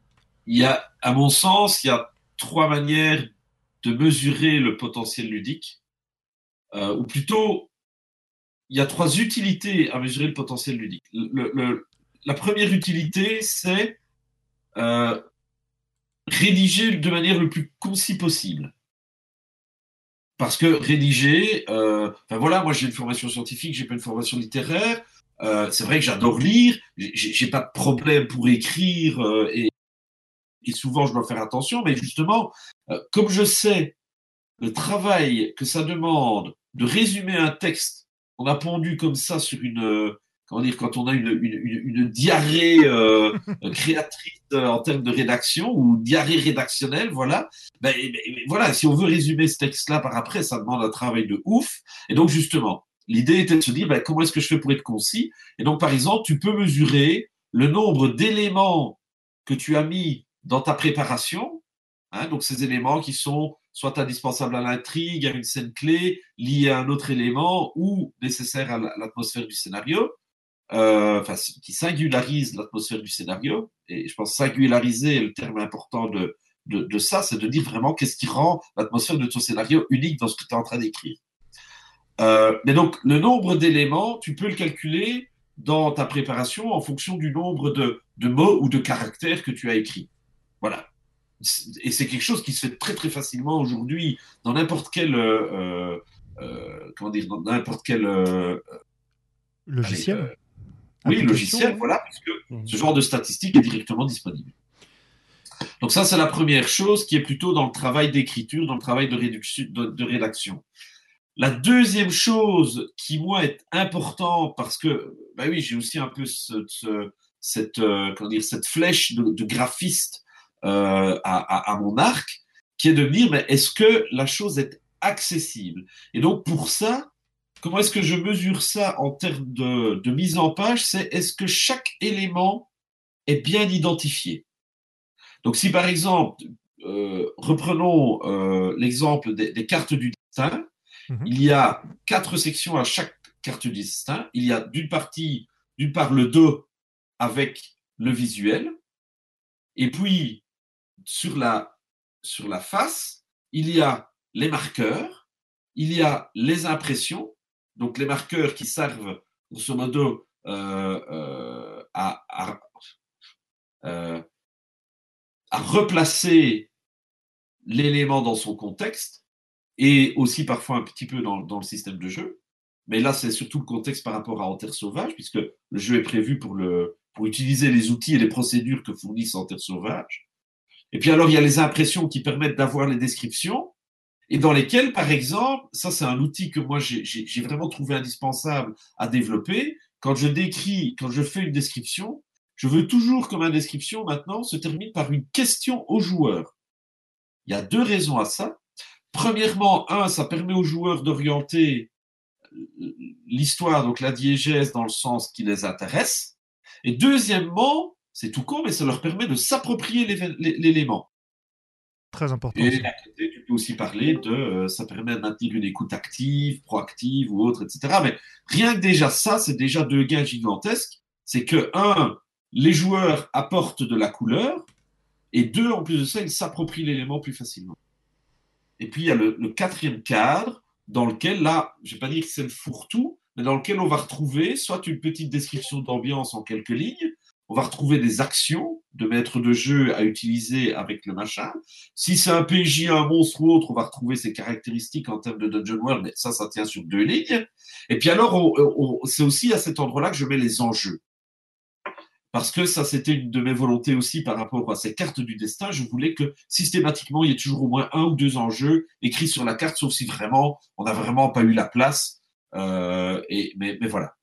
à mon sens, il y a trois manières de mesurer le potentiel ludique, ou plutôt, il y a trois utilités à mesurer le potentiel ludique. La première utilité, c'est euh, rédiger de manière le plus concis possible. Parce que rédiger, enfin voilà, moi j'ai une formation scientifique, j'ai pas une formation littéraire. C'est vrai que j'adore lire, j'ai pas de problème pour écrire et souvent je dois faire attention, mais justement, comme je sais le travail que ça demande de résumer un texte qu'on a pondu comme ça sur comment dire, quand on a une diarrhée créatrice en termes de rédaction ou diarrhée rédactionnelle, voilà. Voilà, si on veut résumer ce texte-là par après, ça demande un travail de ouf. Et donc justement, l'idée était de se dire comment est-ce que je fais pour être concis. Et donc par exemple, tu peux mesurer le nombre d'éléments que tu as mis dans ta préparation. Hein, donc ces éléments qui sont soit indispensables à l'intrigue, à une scène clé, liés à un autre élément ou nécessaires à l'atmosphère du scénario, qui singularisent l'atmosphère du scénario. Et je pense singulariser est le terme important de ça, c'est de dire vraiment qu'est-ce qui rend l'atmosphère de ton scénario unique dans ce que tu es en train d'écrire. Mais donc, le nombre d'éléments, tu peux le calculer dans ta préparation en fonction du nombre de mots ou de caractères que tu as écrits. Voilà. Et c'est quelque chose qui se fait très très facilement aujourd'hui dans n'importe quel comment dire, dans n'importe quel allez, Logiciel? oui, Application, logiciel, ouais. voilà, puisque Mhm. ce genre de statistique est directement disponible. Donc ça, c'est la première chose qui est plutôt dans le travail d'écriture, dans le travail de rédaction. La deuxième chose qui, moi, est important parce que, bah oui, j'ai aussi un peu comment dire, cette flèche de graphiste à mon arc, qui est de me dire, mais est-ce que la chose est accessible? Et donc, pour ça, comment est-ce que je mesure ça en termes de mise en page? C'est est-ce que chaque élément est bien identifié? Donc, si par exemple, reprenons l'exemple des cartes du destin, Mhm. il y a 4 sections à chaque carte du destin. Il y a d'une part le dos avec le visuel, et puis sur la face, il y a les marqueurs, il y a les impressions, donc les marqueurs qui servent grosso modo euh, à replacer l'élément dans son contexte et aussi parfois un petit peu dans le système de jeu. Mais là, c'est surtout le contexte par rapport à En Terre Sauvage, puisque le jeu est prévu pour utiliser les outils et les procédures que fournissent En Terre Sauvage. Et puis alors, il y a les impressions qui permettent d'avoir les descriptions, et dans lesquelles, par exemple, ça c'est un outil que moi j'ai vraiment trouvé indispensable à développer. Quand je fais une description, je veux toujours que ma description maintenant se termine par une question au joueur. Il y a deux raisons à ça. Premièrement, ça permet aux joueurs d'orienter l'histoire, donc la diégèse, dans le sens qui les intéresse. Et deuxièmement, c'est tout con, mais ça leur permet de s'approprier l'élément. Très important, Et ça. à côté, tu peux aussi parler ça permet de maintenir une écoute active, proactive ou autre, etc. Mais rien que déjà ça, c'est déjà deux gains gigantesques. C'est que, les joueurs apportent de la couleur, et deux, en plus de ça, ils s'approprient l'élément plus facilement. Et puis, il y a le quatrième cadre dans lequel, là, je ne vais pas dire que c'est le fourre-tout, mais dans lequel on va retrouver soit une petite description d'ambiance en quelques lignes, on va retrouver des actions de maître de jeu à utiliser avec le machin. Si c'est un PJ, un monstre ou autre, on va retrouver ses caractéristiques en termes de Dungeon World, mais ça tient sur 2 lignes. Et puis alors, c'est aussi à cet endroit-là que je mets les enjeux. Parce que ça, c'était une de mes volontés aussi par rapport à ces cartes du destin. Je voulais que systématiquement, il y ait toujours au moins 1 ou 2 enjeux écrits sur la carte, sauf si vraiment, on n'a vraiment pas eu la place. Mais voilà.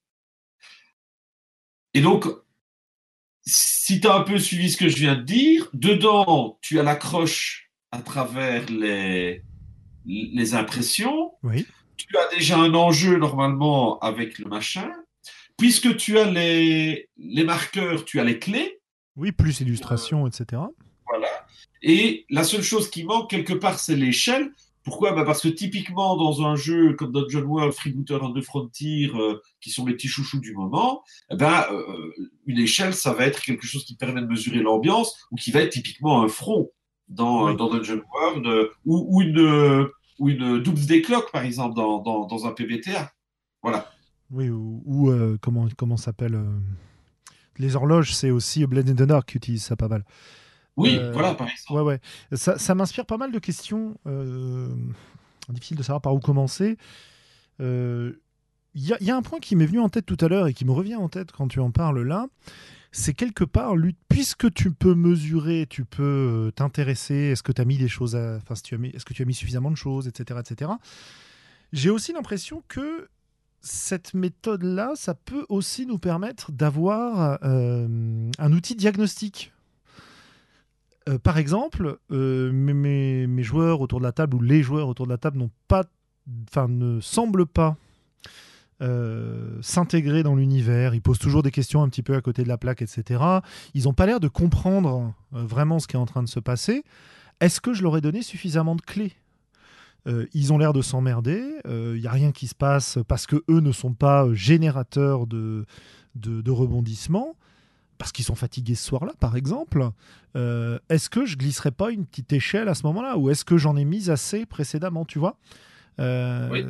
Et donc, si tu as un peu suivi ce que je viens de dire, dedans, tu as l'accroche à travers les impressions. Oui. Tu as déjà un enjeu normalement avec le machin. Puisque tu as les marqueurs, tu as les clés. Oui, plus illustration, etc. Voilà. Et la seule chose qui manque quelque part, c'est l'échelle. Pourquoi? Parce que typiquement, dans un jeu comme Dungeon World, Freebooter and the Frontier, qui sont mes petits chouchous du moment, une échelle, ça va être quelque chose qui permet de mesurer l'ambiance ou qui va être typiquement un front dans Dungeon World ou une Doomsday Clock, par exemple, dans un PBTA. Voilà. Oui, ou comment s'appelle les horloges, c'est aussi Blade in the Dark qui utilise ça pas mal. Oui, voilà, par exemple. Ouais. Ça m'inspire pas mal de questions. Difficile de savoir par où commencer. Il y a un point qui m'est venu en tête tout à l'heure et qui me revient en tête quand tu en parles là. C'est quelque part, puisque tu peux mesurer, tu peux t'intéresser, est-ce que tu as mis des choses est-ce que tu as mis suffisamment de choses, etc. J'ai aussi l'impression que cette méthode-là, ça peut aussi nous permettre d'avoir un outil diagnostique. Par exemple, mes joueurs autour de la table ou les joueurs autour de la table ne semblent pas s'intégrer dans l'univers. Ils posent toujours des questions un petit peu à côté de la plaque, etc. Ils n'ont pas l'air de comprendre vraiment ce qui est en train de se passer. Est-ce que je leur ai donné suffisamment de clés ? Ils ont l'air de s'emmerder. Il n'y a rien qui se passe parce qu'eux ne sont pas générateurs de rebondissements. Parce qu'ils sont fatigués ce soir-là, par exemple, est-ce que je glisserais pas une petite échelle à ce moment-là, ou est-ce que j'en ai mis assez précédemment, tu vois? Oui.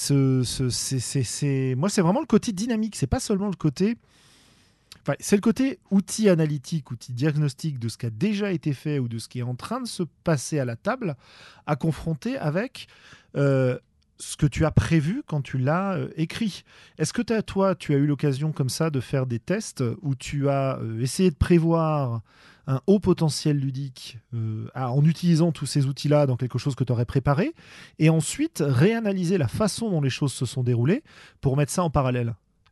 Moi, c'est vraiment le côté dynamique, c'est pas seulement le côté... Enfin, c'est le côté outil analytique, outil diagnostique de ce qui a déjà été fait ou de ce qui est en train de se passer à la table, à confronter avec ce que tu as prévu quand tu l'as écrit. Est-ce que toi, tu as eu l'occasion comme ça de faire des tests où tu as essayé de prévoir un haut potentiel ludique en utilisant tous ces outils-là dans quelque chose que tu aurais préparé et ensuite réanalyser la façon dont les choses se sont déroulées pour mettre ça en parallèle?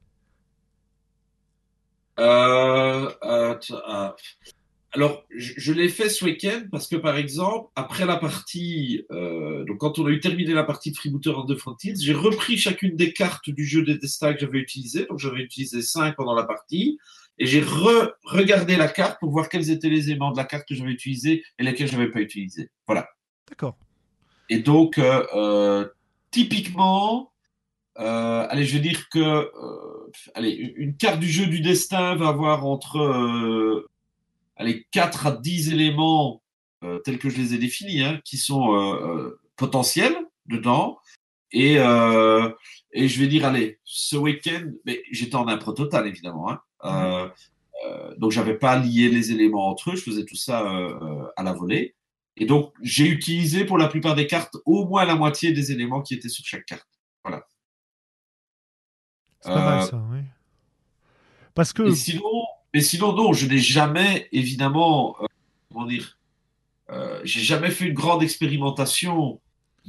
Alors, je l'ai fait ce week-end parce que, par exemple, après la partie, donc quand on a eu terminé la partie de Freebooter and the Frontiers, j'ai repris chacune des cartes du jeu des destins que j'avais utilisées. Donc, j'avais utilisé 5 pendant la partie. Et j'ai regardé la carte pour voir quels étaient les éléments de la carte que j'avais utilisés et lesquels je n'avais pas utilisés. Voilà. D'accord. Et donc, typiquement, allez, je vais dire que une carte du jeu du destin va avoir entre 4 à 10 éléments tels que je les ai définis, qui sont potentiels dedans. Et je vais dire, allez, ce week-end, mais j'étais en impro total, évidemment. Donc, j'avais pas lié les éléments entre eux. Je faisais tout ça à la volée. Et donc, j'ai utilisé pour la plupart des cartes au moins la moitié des éléments qui étaient sur chaque carte. Voilà. C'est pas mal ça, oui. Parce que... Mais sinon, non, je n'ai jamais, évidemment, comment dire, j'ai jamais fait une grande expérimentation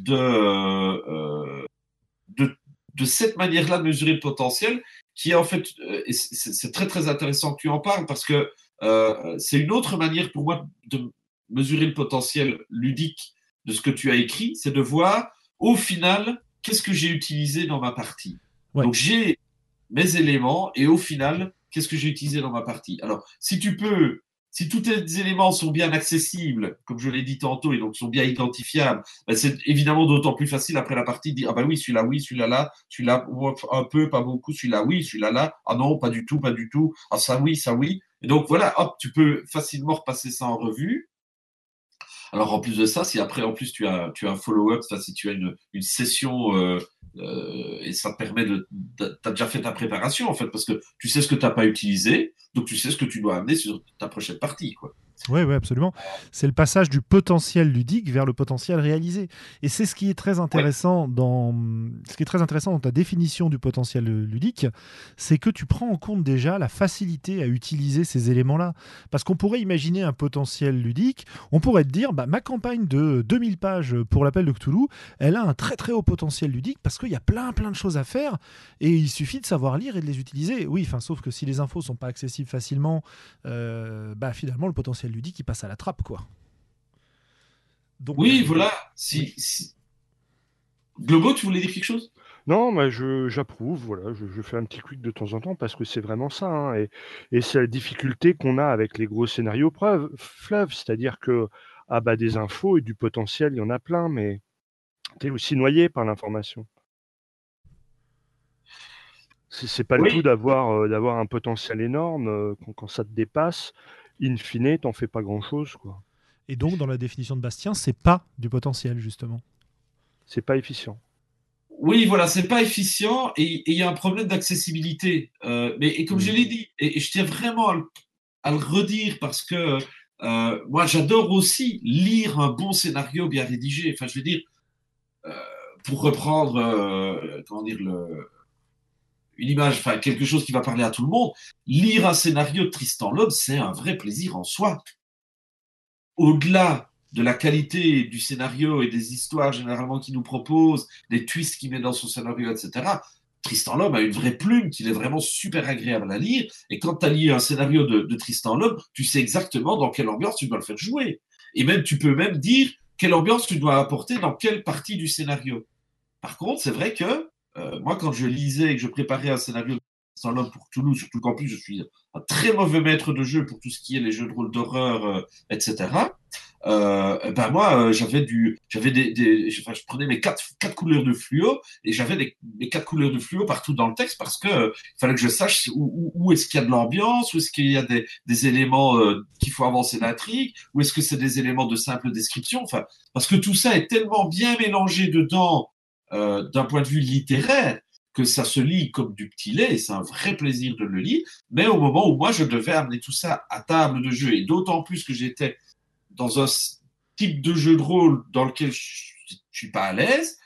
de, de cette manière-là de mesurer le potentiel, qui est en fait, et c'est très très intéressant que tu en parles, parce que c'est une autre manière pour moi de mesurer le potentiel ludique de ce que tu as écrit, c'est de voir au final qu'est-ce que j'ai utilisé dans ma partie. Ouais. Donc j'ai mes éléments et au final, qu'est-ce que j'ai utilisé dans ma partie. Alors, si tous tes éléments sont bien accessibles, comme je l'ai dit tantôt, et donc sont bien identifiables, ben c'est évidemment d'autant plus facile après la partie de dire, ah ben oui, celui-là, celui-là, un peu, pas beaucoup, celui-là, oui, celui-là, là, ah non, pas du tout, ah ça oui. Et donc voilà, hop, tu peux facilement repasser ça en revue. Alors en plus de ça, si après en plus tu as un follow-up, si tu as une session et ça te permet t'as déjà fait ta préparation en fait, parce que tu sais ce que tu n'as pas utilisé. donc tu sais ce que tu dois amener sur ta prochaine partie, quoi. Oui, ouais, absolument. C'est le passage du potentiel ludique vers le potentiel réalisé. Et c'est ce qui est très intéressant dans ta définition du potentiel ludique, c'est que tu prends en compte déjà la facilité à utiliser ces éléments-là. Parce qu'on pourrait imaginer un potentiel ludique, on pourrait te dire, ma campagne de 2000 pages pour l'appel de Cthulhu, elle a un très très haut potentiel ludique parce qu'il y a plein de choses à faire et il suffit de savoir lire et de les utiliser. Oui, sauf que si les infos sont pas accessibles facilement, finalement le potentiel ludique il passe à la trappe, quoi. Donc Oui, voilà. Globo, tu voulais dire quelque chose? Non, moi j'approuve, voilà, je fais un petit quick de temps en temps parce que c'est vraiment ça, hein, et c'est la difficulté qu'on a avec les gros scénarios fleuves, c'est-à-dire que des infos et du potentiel, il y en a plein, mais tu es aussi noyé par l'information. C'est pas le tout Oui. d'avoir un potentiel énorme, quand ça te dépasse, in fine, t'en fais pas grand-chose, quoi. Et donc, dans la définition de Bastien, c'est pas du potentiel, justement. C'est pas efficient. Oui, voilà, c'est pas efficient et il y a un problème d'accessibilité. Et comme je l'ai dit, et je tiens vraiment à le redire parce que moi j'adore aussi lire un bon scénario bien rédigé. Enfin, je veux dire, euh, pour reprendre, une image, enfin quelque chose qui va parler à tout le monde, lire un scénario de Tristan Loeb, c'est un vrai plaisir en soi. Au-delà de la qualité du scénario et des histoires généralement qu'il nous propose, des twists qu'il met dans son scénario, etc., Tristan Loeb a une vraie plume qu'il est vraiment super agréable à lire. Et quand tu as lu un scénario de Tristan Loeb, tu sais exactement dans quelle ambiance tu dois le faire jouer. Et même tu peux même dire quelle ambiance tu dois apporter dans quelle partie du scénario. Par contre, c'est vrai que moi, quand je lisais et que je préparais un scénario de Tristan Loeb pour Toulouse, surtout qu'en plus je suis un très mauvais maître de jeu pour tout ce qui est les jeux de rôle d'horreur, etc. Moi, je prenais mes quatre couleurs de fluo et j'avais mes quatre couleurs de fluo partout dans le texte parce que il fallait que je sache où est-ce qu'il y a de l'ambiance, où est-ce qu'il y a des éléments qu'il faut avancer l'intrigue, où est-ce que c'est des éléments de simple description. Enfin, parce que tout ça est tellement bien mélangé dedans d'un point de vue littéraire que ça se lit comme du petit lait et c'est un vrai plaisir de le lire. Mais au moment où moi je devais amener tout ça à table de jeu et d'autant plus que j'étais dans un type de jeu de rôle dans lequel je suis pas à l'aise,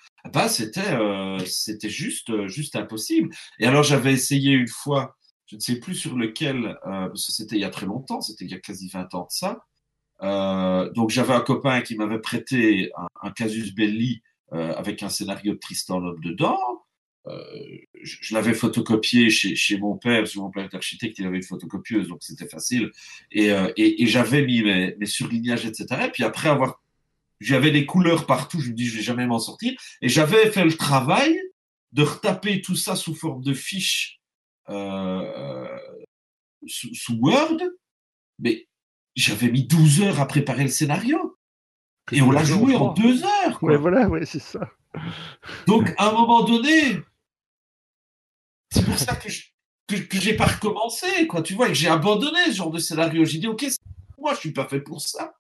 c'était juste impossible. Et alors j'avais essayé une fois, je ne sais plus sur lequel, parce que c'était il y a très longtemps, c'était il y a quasi 20 ans de ça. Donc j'avais un copain qui m'avait prêté un casus belli avec un scénario de Tristan Loeb dedans. Euh, je l'avais photocopié chez mon père, parce que mon père est architecte, il avait une photocopieuse, donc c'était facile. Et j'avais mis mes surlignages, etc. Et puis après j'avais des couleurs partout, je me dis, je vais jamais m'en sortir. Et j'avais fait le travail de retaper tout ça sous forme de fiches euh, sous Word, mais j'avais mis 12 heures à préparer le scénario. Et on l'a joué en 2 heures, quoi. Ouais, voilà, ouais, c'est ça. Donc, à un moment donné, c'est pour ça que j'ai pas recommencé, quoi, tu vois, et que j'ai abandonné ce genre de scénario. J'ai dit, ok, moi, je suis pas fait pour ça.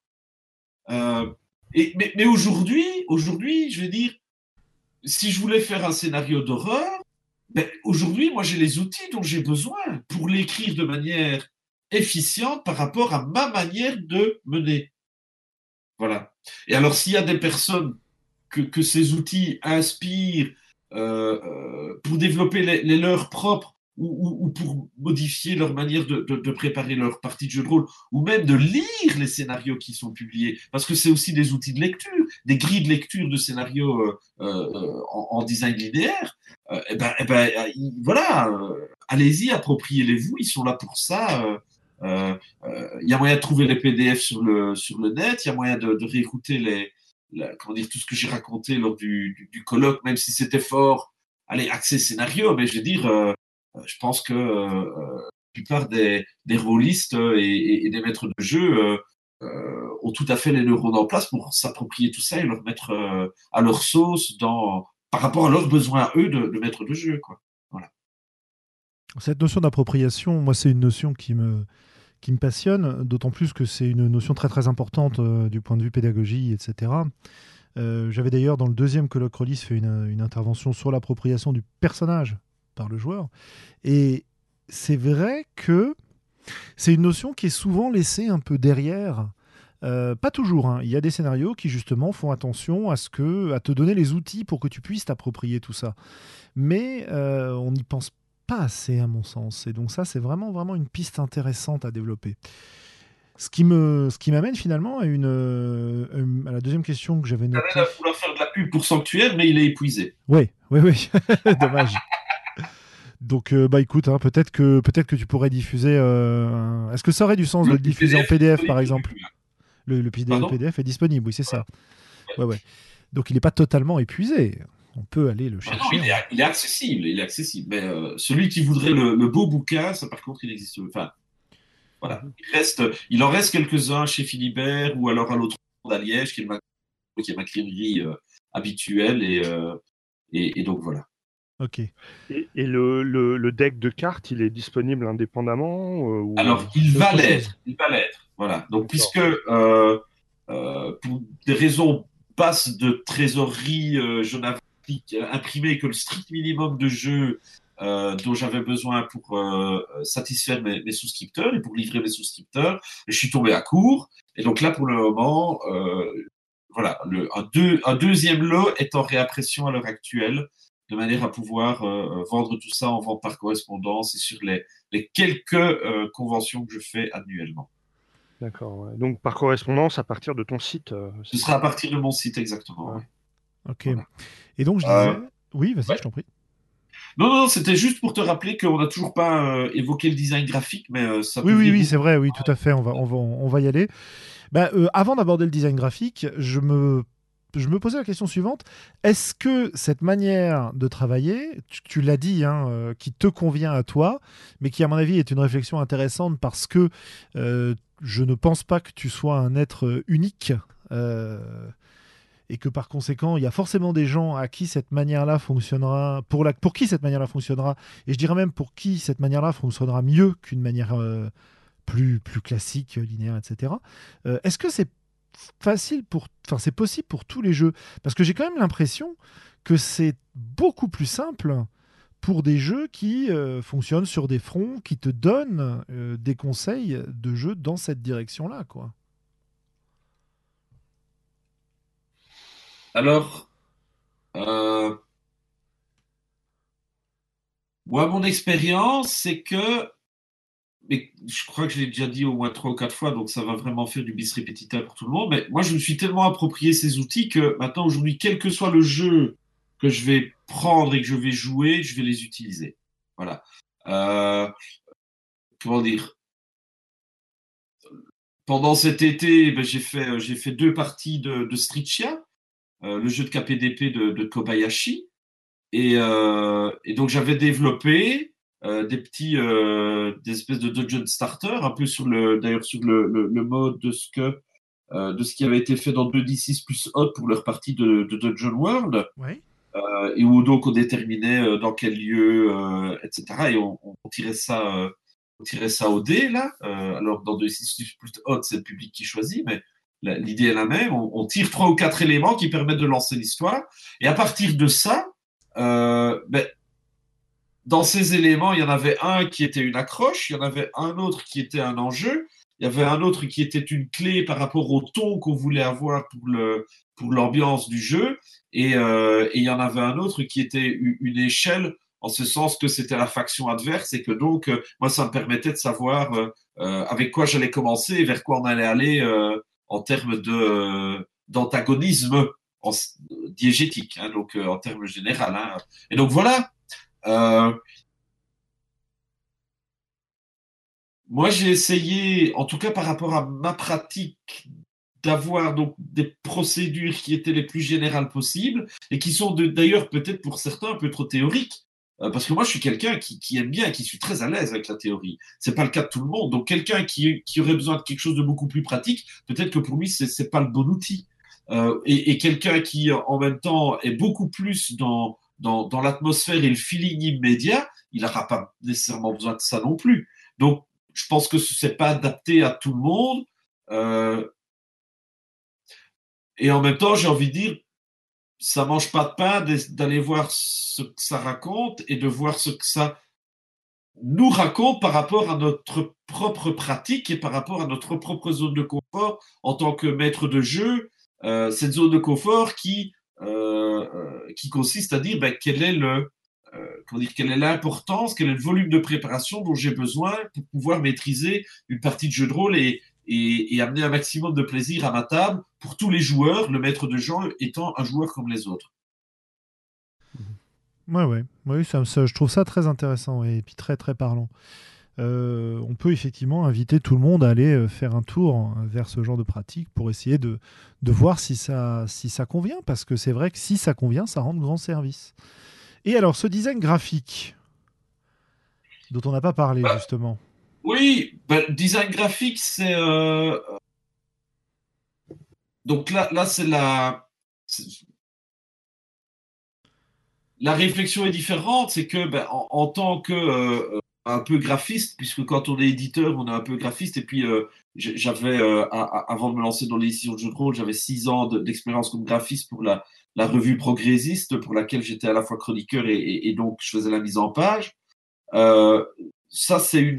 Mais aujourd'hui, je vais dire, si je voulais faire un scénario d'horreur, aujourd'hui, moi, j'ai les outils dont j'ai besoin pour l'écrire de manière efficiente par rapport à ma manière de mener. Voilà. Et alors, s'il y a des personnes que ces outils inspirent pour développer les leurs propres ou pour modifier leur manière de préparer leur partie de jeu de rôle, ou même de lire les scénarios qui sont publiés, parce que c'est aussi des outils de lecture, des grilles de lecture de scénarios en design linéaire, voilà, allez-y, appropriez-les-vous, ils sont là pour ça. Il y a moyen de trouver les PDF sur le net, il y a moyen de réécouter comment dire, tout ce que j'ai raconté lors du colloque, même si c'était fort, allez, axé scénario, mais je veux dire, je pense que la plupart des rôlistes et des maîtres de jeu ont tout à fait les neurones en place pour s'approprier tout ça et leur mettre à leur sauce par rapport à leurs besoins à eux de maîtres de jeu, quoi. Voilà. Cette notion d'appropriation, moi, c'est une notion qui me passionne, d'autant plus que c'est une notion très très importante du point de vue pédagogie, etc. J'avais d'ailleurs dans le deuxième colloque release fait une intervention sur l'appropriation du personnage par le joueur. Et c'est vrai que C'est une notion qui est souvent laissée un peu derrière. Pas toujours, hein. Il y a des scénarios qui justement font attention à te donner les outils pour que tu puisses t'approprier tout ça. Mais on n'y pense pas assez à mon sens. Et donc ça, c'est vraiment, vraiment une piste intéressante à développer. Ce qui m'amène finalement à la deuxième question que j'avais notée. Il va vouloir faire de la pub pour Sanctuaire, mais il est épuisé. Oui. Dommage. Donc, écoute, hein, peut-être que tu pourrais diffuser. Est-ce que ça aurait du sens de le diffuser en PDF, par exemple? Le PDF est disponible, oui, c'est ça. Ouais. Donc, il n'est pas totalement épuisé. On peut aller le chercher. Non, il est accessible. Mais celui qui voudrait le beau bouquin, ça, par contre, il existe. Enfin, voilà. Il en reste quelques-uns chez Philibert ou alors à l'autre à Liège, qui est ma crèmerie habituelle. Et donc, voilà. Ok. Et le deck de cartes, il est disponible indépendamment Alors, il va l'être. Voilà. Donc, puisque pour des raisons basses de trésorerie, je n'avais imprimé que le strict minimum de jeux dont j'avais besoin pour satisfaire mes souscripteurs et pour livrer mes souscripteurs. Et je suis tombé à court. Et donc là, pour le moment, voilà, un deuxième lot est en réimpression à l'heure actuelle, de manière à pouvoir vendre tout ça en vente par correspondance et sur les quelques conventions que je fais annuellement. D'accord. Ouais. Donc par correspondance à partir de ton site. Ce sera à partir de mon site exactement. Ouais. Ok. Voilà. Et donc je disais, oui, vas-y, je t'en prie. Non, c'était juste pour te rappeler qu'on n'a toujours pas évoqué le design graphique, mais ça. Oui, c'est vrai, oui, tout à fait. On va y aller. Avant d'aborder le design graphique, je me posais la question suivante. Est-ce que cette manière de travailler, tu l'as dit, hein, qui te convient à toi, mais qui à mon avis est une réflexion intéressante parce que je ne pense pas que tu sois un être unique et que par conséquent, il y a forcément des gens à qui cette manière-là fonctionnera, pour qui cette manière-là fonctionnera, et je dirais même pour qui cette manière-là fonctionnera mieux qu'une manière plus classique, linéaire, etc. Est-ce que c'est c'est possible pour tous les jeux? Parce que j'ai quand même l'impression que c'est beaucoup plus simple pour des jeux qui fonctionnent sur des fronts, qui te donnent des conseils de jeux dans cette direction-là, quoi. Alors, moi, mon expérience, c'est que, mais je crois que je l'ai déjà dit au moins 3 ou 4 fois, donc ça va vraiment faire du bis repetita pour tout le monde, mais moi, je me suis tellement approprié ces outils que maintenant, aujourd'hui, quel que soit le jeu que je vais prendre et que je vais jouer, je vais les utiliser. Voilà. Comment dire? Pendant cet été, j'ai fait 2 parties de Stricia, le jeu de KPDP de Kobayashi. Et donc j'avais développé des espèces de dungeon starter, un peu d'ailleurs sur le mode de ce qui avait été fait dans 2D6 plus Hot pour leur partie de Dungeon World. Ouais. Et où donc on déterminait dans quel lieu, etc. Et on tirait ça au dé là. Alors dans 2D6 plus Hot, c'est le public qui choisit, mais l'idée est la même. On tire 3 ou 4 éléments qui permettent de lancer l'histoire. Et à partir de ça, dans ces éléments, il y en avait un qui était une accroche, il y en avait un autre qui était un enjeu, il y avait un autre qui était une clé par rapport au ton qu'on voulait avoir pour l'ambiance du jeu, et il y en avait un autre qui était une échelle, en ce sens que c'était la faction adverse, et que donc, moi, ça me permettait de savoir avec quoi j'allais commencer et vers quoi on allait aller en termes d'antagonisme diégétique, hein, donc en termes généraux. Hein. Et donc voilà. Moi, j'ai essayé, en tout cas par rapport à ma pratique, d'avoir donc des procédures qui étaient les plus générales possibles et qui sont d'ailleurs peut-être pour certains un peu trop théoriques. Parce que moi, je suis quelqu'un qui aime bien, qui suis très à l'aise avec la théorie. C'est pas le cas de tout le monde. Donc, quelqu'un qui aurait besoin de quelque chose de beaucoup plus pratique, peut-être que pour lui, c'est pas le bon outil. Et quelqu'un qui, en même temps, est beaucoup plus dans l'atmosphère et le feeling immédiat, il n'aura pas nécessairement besoin de ça non plus. Donc, je pense que ce n'est pas adapté à tout le monde. Et en même temps, j'ai envie de dire, ça mange pas de pain d'aller voir ce que ça raconte et de voir ce que ça nous raconte par rapport à notre propre pratique et par rapport à notre propre zone de confort en tant que maître de jeu. Cette zone de confort qui consiste à dire quel est quelle est l'importance, quel est le volume de préparation dont j'ai besoin pour pouvoir maîtriser une partie de jeu de rôle et amener un maximum de plaisir à ma table pour tous les joueurs, le maître de jeu étant un joueur comme les autres. Ouais. Oui, je trouve ça très intéressant et puis très, très parlant. On peut effectivement inviter tout le monde à aller faire un tour vers ce genre de pratique pour essayer de voir si ça convient, parce que c'est vrai que si ça convient, ça rend de grands services. Et alors, ce design graphique, dont on n'a pas parlé justement. Oui, design graphique, c'est... Donc là c'est la réflexion est différente, c'est que en tant que un peu graphiste, puisque quand on est éditeur, on est un peu graphiste, et puis j'avais, avant de me lancer dans l'édition de jeux de rôle, j'avais 6 ans d'expérience comme graphiste pour la revue Progressiste, pour laquelle j'étais à la fois chroniqueur et donc je faisais la mise en page. Ça,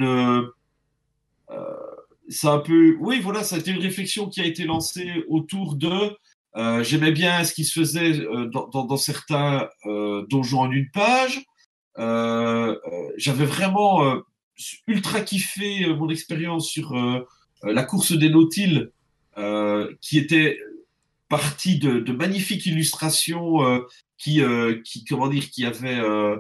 c'est un peu, oui, voilà, ça a été une réflexion qui a été lancée autour de. J'aimais bien ce qui se faisait dans certains donjons en une page. J'avais vraiment ultra kiffé mon expérience sur la course des Nautiles, qui était partie de magnifiques illustrations comment dire, qui avaient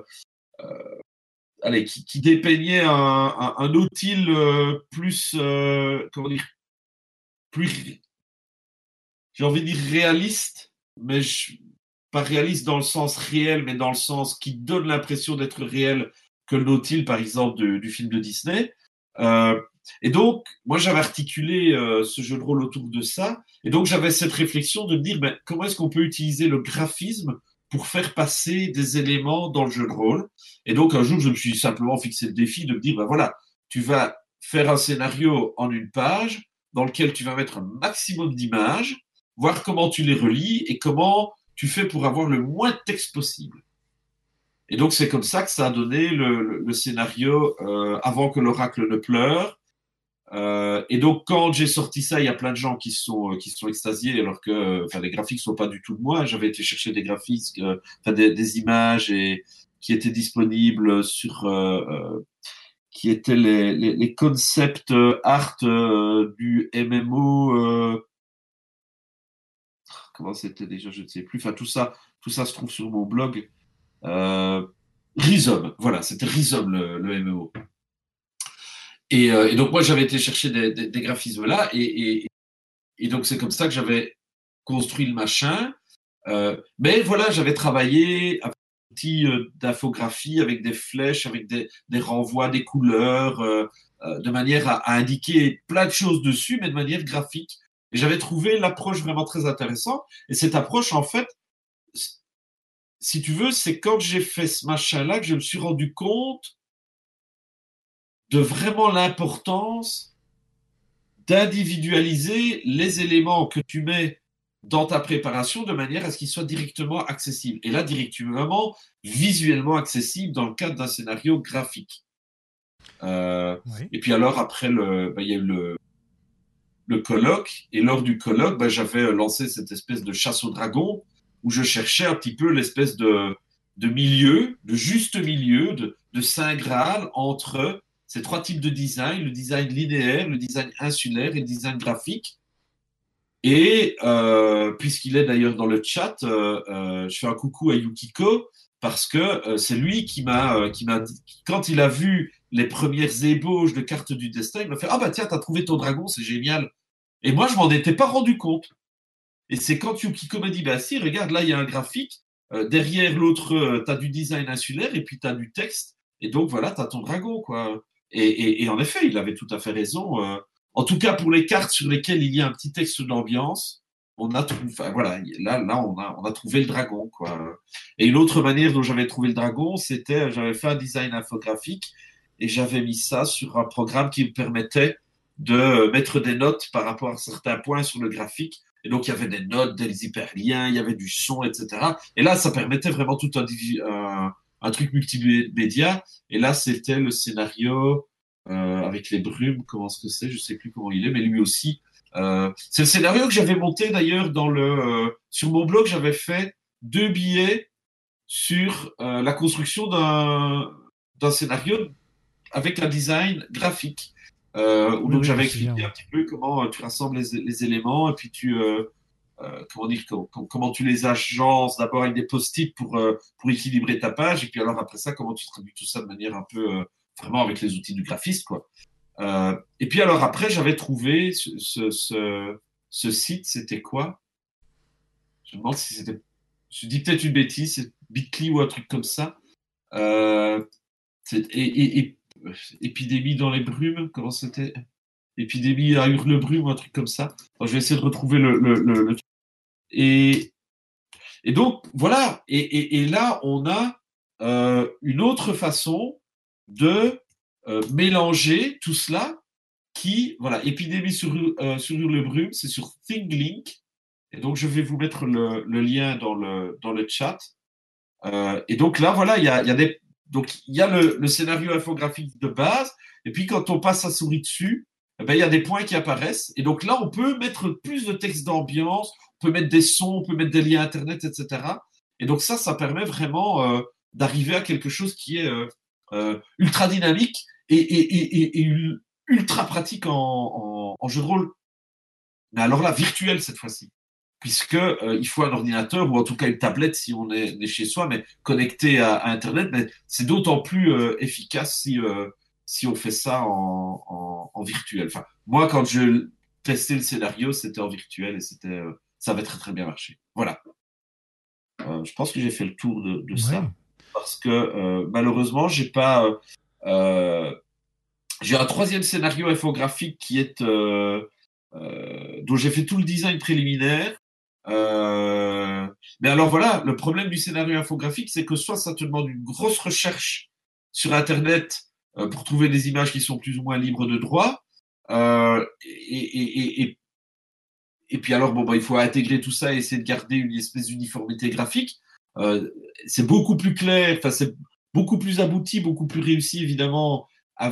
qui dépeignait un Nautile plus, comment dire, plus, j'ai envie de dire réaliste, mais pas réaliste dans le sens réel, mais dans le sens qui donne l'impression d'être réel que le Nautile, par exemple, du film de Disney. Et donc, moi, j'avais articulé ce jeu de rôle autour de ça. Et donc, j'avais cette réflexion de me dire, comment est-ce qu'on peut utiliser le graphisme pour faire passer des éléments dans le jeu de rôle. Et donc, un jour, je me suis simplement fixé le défi de me dire, voilà, tu vas faire un scénario en une page dans lequel tu vas mettre un maximum d'images, voir comment tu les relis et comment tu fais pour avoir le moins de texte possible. Et donc, c'est comme ça que ça a donné le scénario Avant que l'oracle ne pleure. Et donc, quand j'ai sorti ça, il y a plein de gens qui se sont extasiés, alors que les graphiques ne sont pas du tout de moi. J'avais été chercher des graphiques, des images qui étaient disponibles sur... qui étaient les concepts art du MMO. Comment c'était déjà, je ne sais plus. Enfin, tout ça se trouve sur mon blog. Rhizome, voilà, c'était Rhizome le MMO. Et donc moi j'avais été chercher des graphismes là, et donc c'est comme ça que j'avais construit le machin. Mais voilà, j'avais travaillé avec des outils d'infographie, avec des flèches, avec des renvois, des couleurs, de manière à indiquer plein de choses dessus, mais de manière graphique. Et j'avais trouvé l'approche vraiment très intéressante. Et cette approche, en fait, si tu veux, c'est quand j'ai fait ce machin-là que je me suis rendu compte de vraiment l'importance d'individualiser les éléments que tu mets dans ta préparation de manière à ce qu'ils soient directement accessibles. Et là, directement, visuellement accessibles dans le cadre d'un scénario graphique. Oui. Et puis alors, après, il y a eu le colloque. Et lors du colloque, j'avais lancé cette espèce de chasse au dragon où je cherchais un petit peu l'espèce de milieu, de juste milieu, de saint graal entre ces 3 types de design, le design linéaire, le design insulaire et le design graphique. Et puisqu'il est d'ailleurs dans le chat, je fais un coucou à Yukiko parce que c'est lui qui m'a quand il a vu les premières ébauches de cartes du destin, il m'a fait tiens, t'as trouvé ton dragon, c'est génial. Et moi je m'en étais pas rendu compte. Et c'est quand Yukiko m'a dit si, regarde, là il y a un graphique, derrière l'autre t'as du design insulaire et puis t'as du texte, et donc voilà, t'as ton dragon quoi. Et en effet, il avait tout à fait raison. En tout cas, pour les cartes sur lesquelles il y a un petit texte d'ambiance, on a trouvé, voilà, là, on a trouvé le dragon, quoi. Et une autre manière dont j'avais trouvé le dragon, c'était, j'avais fait un design infographique et j'avais mis ça sur un programme qui me permettait de mettre des notes par rapport à certains points sur le graphique. Et donc, il y avait des notes, des hyperliens, il y avait du son, etc. Et là, ça permettait vraiment tout un un truc multimédia. Et là, c'était le scénario avec les brumes. Comment est-ce que c'est? Je sais plus comment il est, mais lui aussi. C'est le scénario que j'avais monté d'ailleurs sur mon blog. J'avais fait 2 billets sur la construction d'un scénario avec un design graphique. Où Oui, donc oui, je me j'avais souviens. expliqué Ouais. un petit peu comment tu rassembles les éléments et puis comment dire, comment tu les agences d'abord avec des post-it pour équilibrer ta page et puis alors après ça, comment tu traduis tout ça de manière un peu vraiment avec les outils du graphiste, quoi. Et puis alors après, j'avais trouvé ce site, c'était quoi? Je me demande si c'était. Je dis peut-être une bêtise, c'est Bitly ou un truc comme ça. Euh, épidémie dans les brumes, comment c'était? Épidémie à Hurle-Brume ou un truc comme ça. Bon, je vais essayer de retrouver le truc. Et, et donc, voilà. Et là, on a une autre façon de mélanger tout cela qui, voilà, épidémie sur Hurle-Brume, c'est sur ThingLink. Et donc, je vais vous mettre le lien dans le chat. Et donc là, voilà, il y a le scénario infographique de base. Et puis, quand on passe sa souris dessus, eh ben, il y a des points qui apparaissent. Et donc là, on peut mettre plus de texte d'ambiance, on peut mettre des sons, on peut mettre des liens Internet, etc. Et donc ça permet vraiment d'arriver à quelque chose qui est ultra dynamique et ultra pratique en jeu de rôle. Mais alors là, virtuel cette fois-ci. Puisque il faut un ordinateur ou en tout cas une tablette si on est chez soi, mais connecté à Internet. Mais c'est d'autant plus efficace si on fait ça en virtuel. Enfin, moi, quand je testais le scénario, c'était en virtuel et ça avait très très bien marché. Voilà. Je pense que j'ai fait le tour de Ouais. ça parce que malheureusement, euh, j'ai un troisième scénario infographique qui est dont j'ai fait tout le design préliminaire. Mais alors voilà, le problème du scénario infographique, c'est que soit ça te demande une grosse recherche sur Internet pour trouver des images qui sont plus ou moins libres de droit. Et puis alors, bon, bah, il faut intégrer tout ça et essayer de garder une espèce d'uniformité graphique. Euh, c'est beaucoup plus clair, enfin, c'est beaucoup plus abouti, beaucoup plus réussi, évidemment,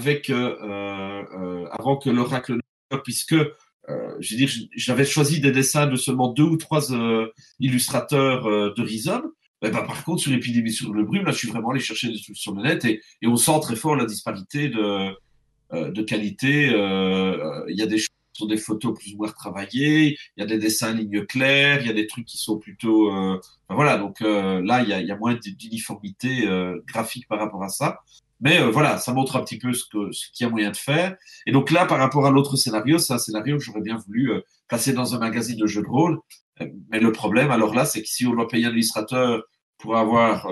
avant que l'Oracle, puisque je veux dire, j'avais choisi des dessins de seulement 2 ou 3 illustrateurs de Rhizome. Eh ben, par contre, sur l'épidémie sur le brume, là, je suis vraiment allé chercher des trucs sur le net et on sent très fort la disparité de qualité. Il y a des choses qui sont des photos plus ou moins retravaillées, il y a des dessins en ligne claire, il y a des trucs qui sont plutôt. Enfin, voilà, donc là, il y a moins d'uniformité graphique par rapport à ça. Mais voilà, ça montre un petit peu ce qu'il y a moyen de faire. Et donc là, par rapport à l'autre scénario, c'est un scénario que j'aurais bien voulu placer dans un magazine de jeux de rôle. Mais le problème, alors là, c'est que si on doit payer un illustrateur pour avoir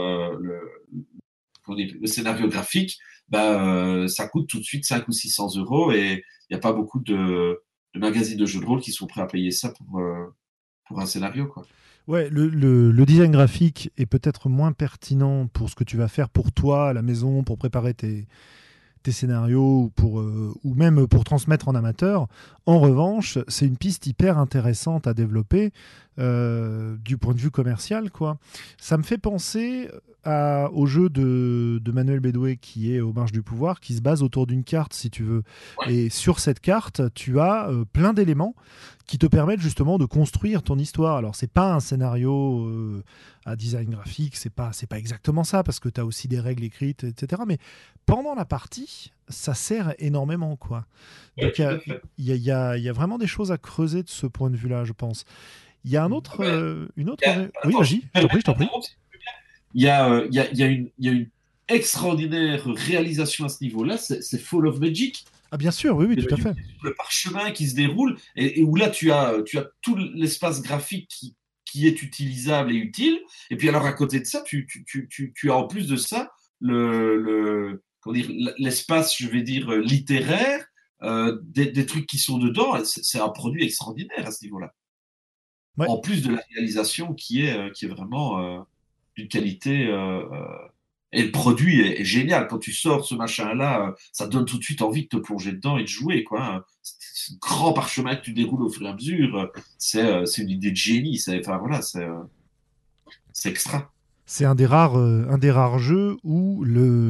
le scénario graphique, bah, ça coûte tout de suite 500 ou 600 euros et il n'y a pas beaucoup de magazines de jeux de rôle qui sont prêts à payer ça pour un scénario, quoi. Ouais, le design graphique est peut-être moins pertinent pour ce que tu vas faire pour toi à la maison, pour préparer tes scénarios ou même pour transmettre en amateur. En revanche, c'est une piste hyper intéressante à développer du point de vue commercial, quoi. Ça me fait penser au jeu de Manuel Bédoué qui est Aux Marges du Pouvoir, qui se base autour d'une carte, si tu veux. Ouais, Et sur cette carte, tu as plein d'éléments qui te permettent justement de construire ton histoire. Alors, c'est pas un scénario à design graphique, c'est pas exactement ça, parce que tu as aussi des règles écrites, etc. Mais pendant la partie, ça sert énormément, quoi. ouais, Donc tout à fait. il y a vraiment des choses à creuser de ce point de vue-là, je pense. Il y a un Ah autre, ben, une autre. Oui, attends, je vas-y, me je t'en permets prie, de je t'en prie. t'interrompre. Il y a une extraordinaire réalisation à ce niveau-là, c'est Fall of Magic. Ah, bien sûr, oui, oui, C'est tout à fait. le parchemin qui se déroule et où là tu as tout l'espace graphique qui est utilisable et utile. Et puis alors à côté de ça, tu as en plus de ça comment dire, l'espace, je vais dire, littéraire, des trucs qui sont dedans. C'est un produit extraordinaire à ce niveau-là. Ouais. En plus de la réalisation qui est vraiment d'une qualité. Et le produit est génial. Quand tu sors ce machin-là, ça donne tout de suite envie de te plonger dedans et de jouer, quoi. C'est un grand parchemin que tu déroules au fur et à mesure. C'est une idée de génie. Enfin, voilà, c'est extra. C'est un des rares jeux où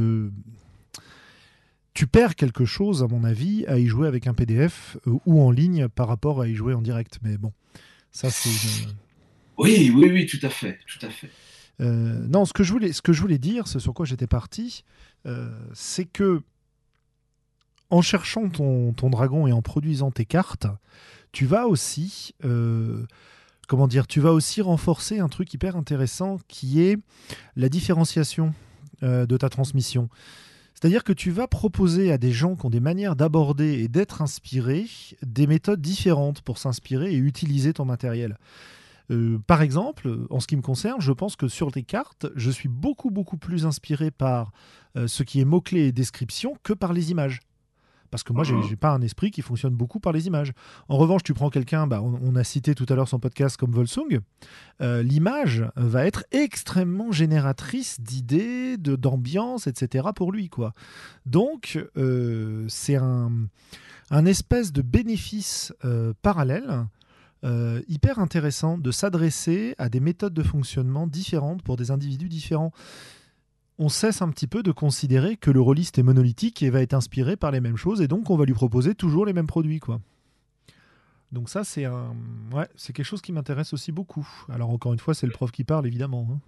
tu perds quelque chose, à mon avis, à y jouer avec un PDF ou en ligne par rapport à y jouer en direct. Mais bon, ça c'est Oui, oui, oui, tout à fait, tout à fait. non, ce que je voulais dire, ce sur quoi j'étais parti, c'est que en cherchant ton dragon et en produisant tes cartes, tu vas aussi, tu vas aussi renforcer un truc hyper intéressant qui est la différenciation de ta transmission. C'est-à-dire que tu vas proposer à des gens qui ont des manières d'aborder et d'être inspirés des méthodes différentes pour s'inspirer et utiliser ton matériel. Par exemple, en ce qui me concerne, je pense que sur les cartes, je suis beaucoup, beaucoup plus inspiré par ce qui est mots-clés et description que par les images. Parce que moi, j'ai pas un esprit qui fonctionne beaucoup par les images. En revanche, tu prends quelqu'un, on a cité tout à l'heure son podcast comme Volsung, l'image va être extrêmement génératrice d'idées, d'ambiance, etc. pour lui, quoi. Donc, c'est un espèce de bénéfice parallèle hyper intéressant de s'adresser à des méthodes de fonctionnement différentes pour des individus différents. On cesse un petit peu de considérer que le rôliste est monolithique et va être inspiré par les mêmes choses, et donc on va lui proposer toujours les mêmes produits, quoi. Donc ça, c'est c'est quelque chose qui m'intéresse aussi beaucoup. Alors encore une fois, c'est le prof qui parle, évidemment.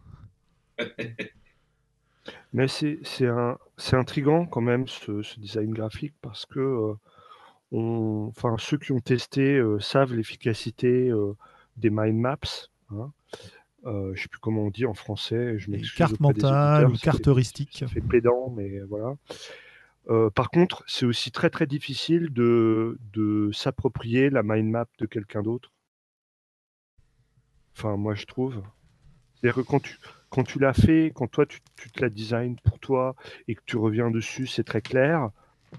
Mais c'est intriguant quand même ce design graphique parce que ceux qui ont testé savent l'efficacité des mind maps. Hein. Je sais plus comment on dit en français, je m'excuse Carte auprès des mentale auditeurs, ou carte heuristique. ça fait pédant, mais voilà. Par contre, c'est aussi très très difficile de s'approprier la mind map de quelqu'un d'autre. Enfin, moi je trouve. C'est-à-dire que quand tu l'as fait, quand toi tu te la design pour toi et que tu reviens dessus, c'est très clair.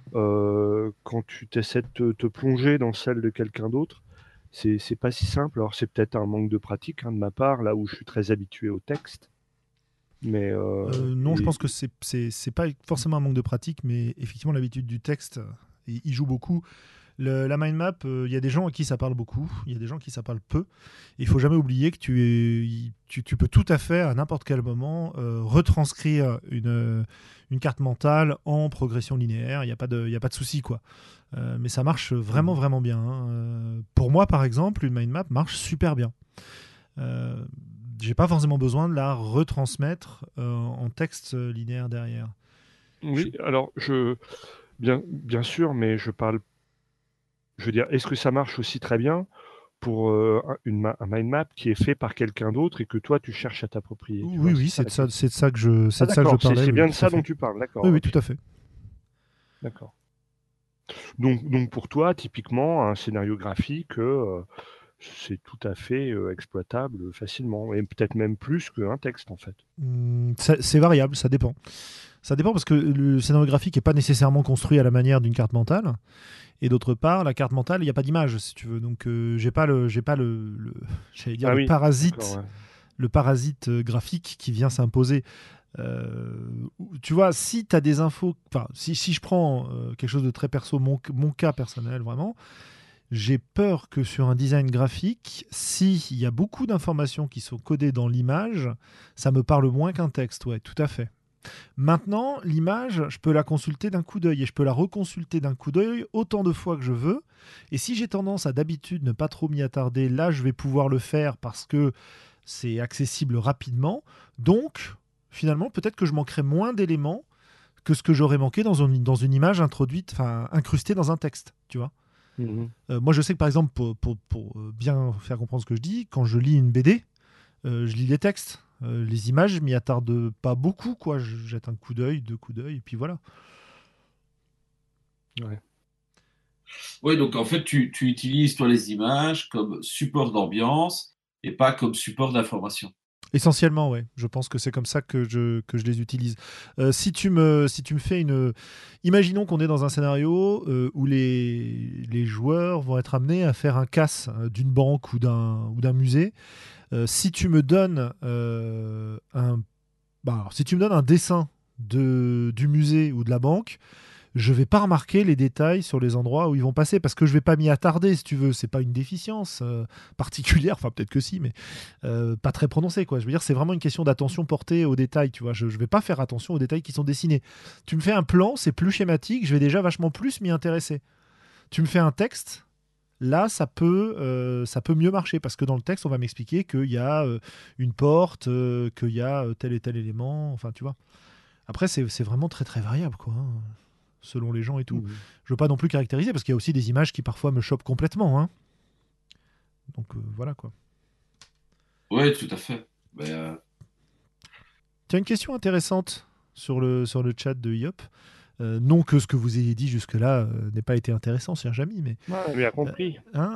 Quand tu essaies de te plonger dans celle de quelqu'un d'autre, c'est pas si simple. Alors c'est peut-être un manque de pratique hein, de ma part, là où je suis très habitué au texte. Mais Non, je pense que c'est pas forcément un manque de pratique, mais effectivement l'habitude du texte, il joue beaucoup. La mind map, il y a des gens à qui ça parle beaucoup, il y a des gens à qui ça parle peu. Il faut jamais oublier que tu peux tout à fait, à n'importe quel moment, retranscrire une carte mentale en progression linéaire. Il n'y a pas de souci, quoi. Mais ça marche vraiment, vraiment bien. Hein. Pour moi, par exemple, une mind map marche super bien. J'ai pas forcément besoin de la retransmettre en texte linéaire derrière. oui, alors bien sûr, mais je veux dire, est-ce que ça marche aussi très bien pour un mind map qui est fait par quelqu'un d'autre et que toi tu cherches à t'approprier? Tu vois, Oui, c'est de ça que je parlais. C'est Oui, bien de tout à ça fait. dont tu parles, d'accord. Oui, Ok, tout à fait. d'accord. Donc pour toi, typiquement, un scénario graphique, c'est tout à fait exploitable facilement, et peut-être même plus qu'un texte en fait. C'est variable, ça dépend. Ça dépend parce que le scénario graphique n'est pas nécessairement construit à la manière d'une carte mentale. Et d'autre part, la carte mentale, il n'y a pas d'image, si tu veux. Donc, j'ai pas j'allais dire Ah le oui, d'accord, parasite, ouais. le parasite graphique qui vient s'imposer. Tu vois, si tu as des infos, enfin, si je prends quelque chose de très perso, mon cas personnel vraiment, j'ai peur que sur un design graphique, s'il y a beaucoup d'informations qui sont codées dans l'image, ça me parle moins qu'un texte. Ouais, tout à fait. Maintenant, l'image, je peux la consulter d'un coup d'œil et je peux la reconsulter d'un coup d'œil autant de fois que je veux. Et si j'ai tendance à d'habitude ne pas trop m'y attarder, là, je vais pouvoir le faire parce que c'est accessible rapidement. Donc, finalement, peut-être que je manquerai moins d'éléments que ce que j'aurais manqué dans une image introduite, enfin incrustée dans un texte, tu vois. Mhm. Moi, je sais que par exemple, pour bien faire comprendre ce que je dis, quand je lis une BD, je lis les textes. Les images, je m'y attarde pas beaucoup, quoi. Je jette un coup d'œil, deux coups d'œil, et puis voilà. Ouais. Oui, donc en fait, tu utilises toi les images comme support d'ambiance et pas comme support d'information. Essentiellement, ouais. Je pense que c'est comme ça que je les utilise. Si tu me fais une... Imaginons qu'on est dans un scénario où les joueurs vont être amenés à faire un casse d'une banque ou d'un musée. Si tu me donnes si tu me donnes un dessin du musée ou de la banque, je vais pas remarquer les détails sur les endroits où ils vont passer parce que je vais pas m'y attarder, si tu veux. C'est pas une déficience particulière, enfin peut-être que si, mais pas très prononcée, quoi. Je veux dire, c'est vraiment une question d'attention portée aux détails, tu vois. Je vais pas faire attention aux détails qui sont dessinés. Tu me fais un plan, c'est plus schématique, je vais déjà vachement plus m'y intéresser. Tu me fais un texte, là, ça peut mieux marcher parce que dans le texte, on va m'expliquer qu'il y a une porte, qu'il y a tel et tel élément, enfin, tu vois. Après, c'est vraiment très très variable, quoi, hein, selon les gens et tout. Mhm. Je veux pas non plus caractériser parce qu'il y a aussi des images qui parfois me chopent complètement, hein. Donc voilà, quoi. Oui, tout à fait. Tu as une question intéressante sur le chat de Yop. Non que ce que vous ayez dit jusque-là n'ait pas été intéressant, cher Jamy, mais Ouais, bien compris.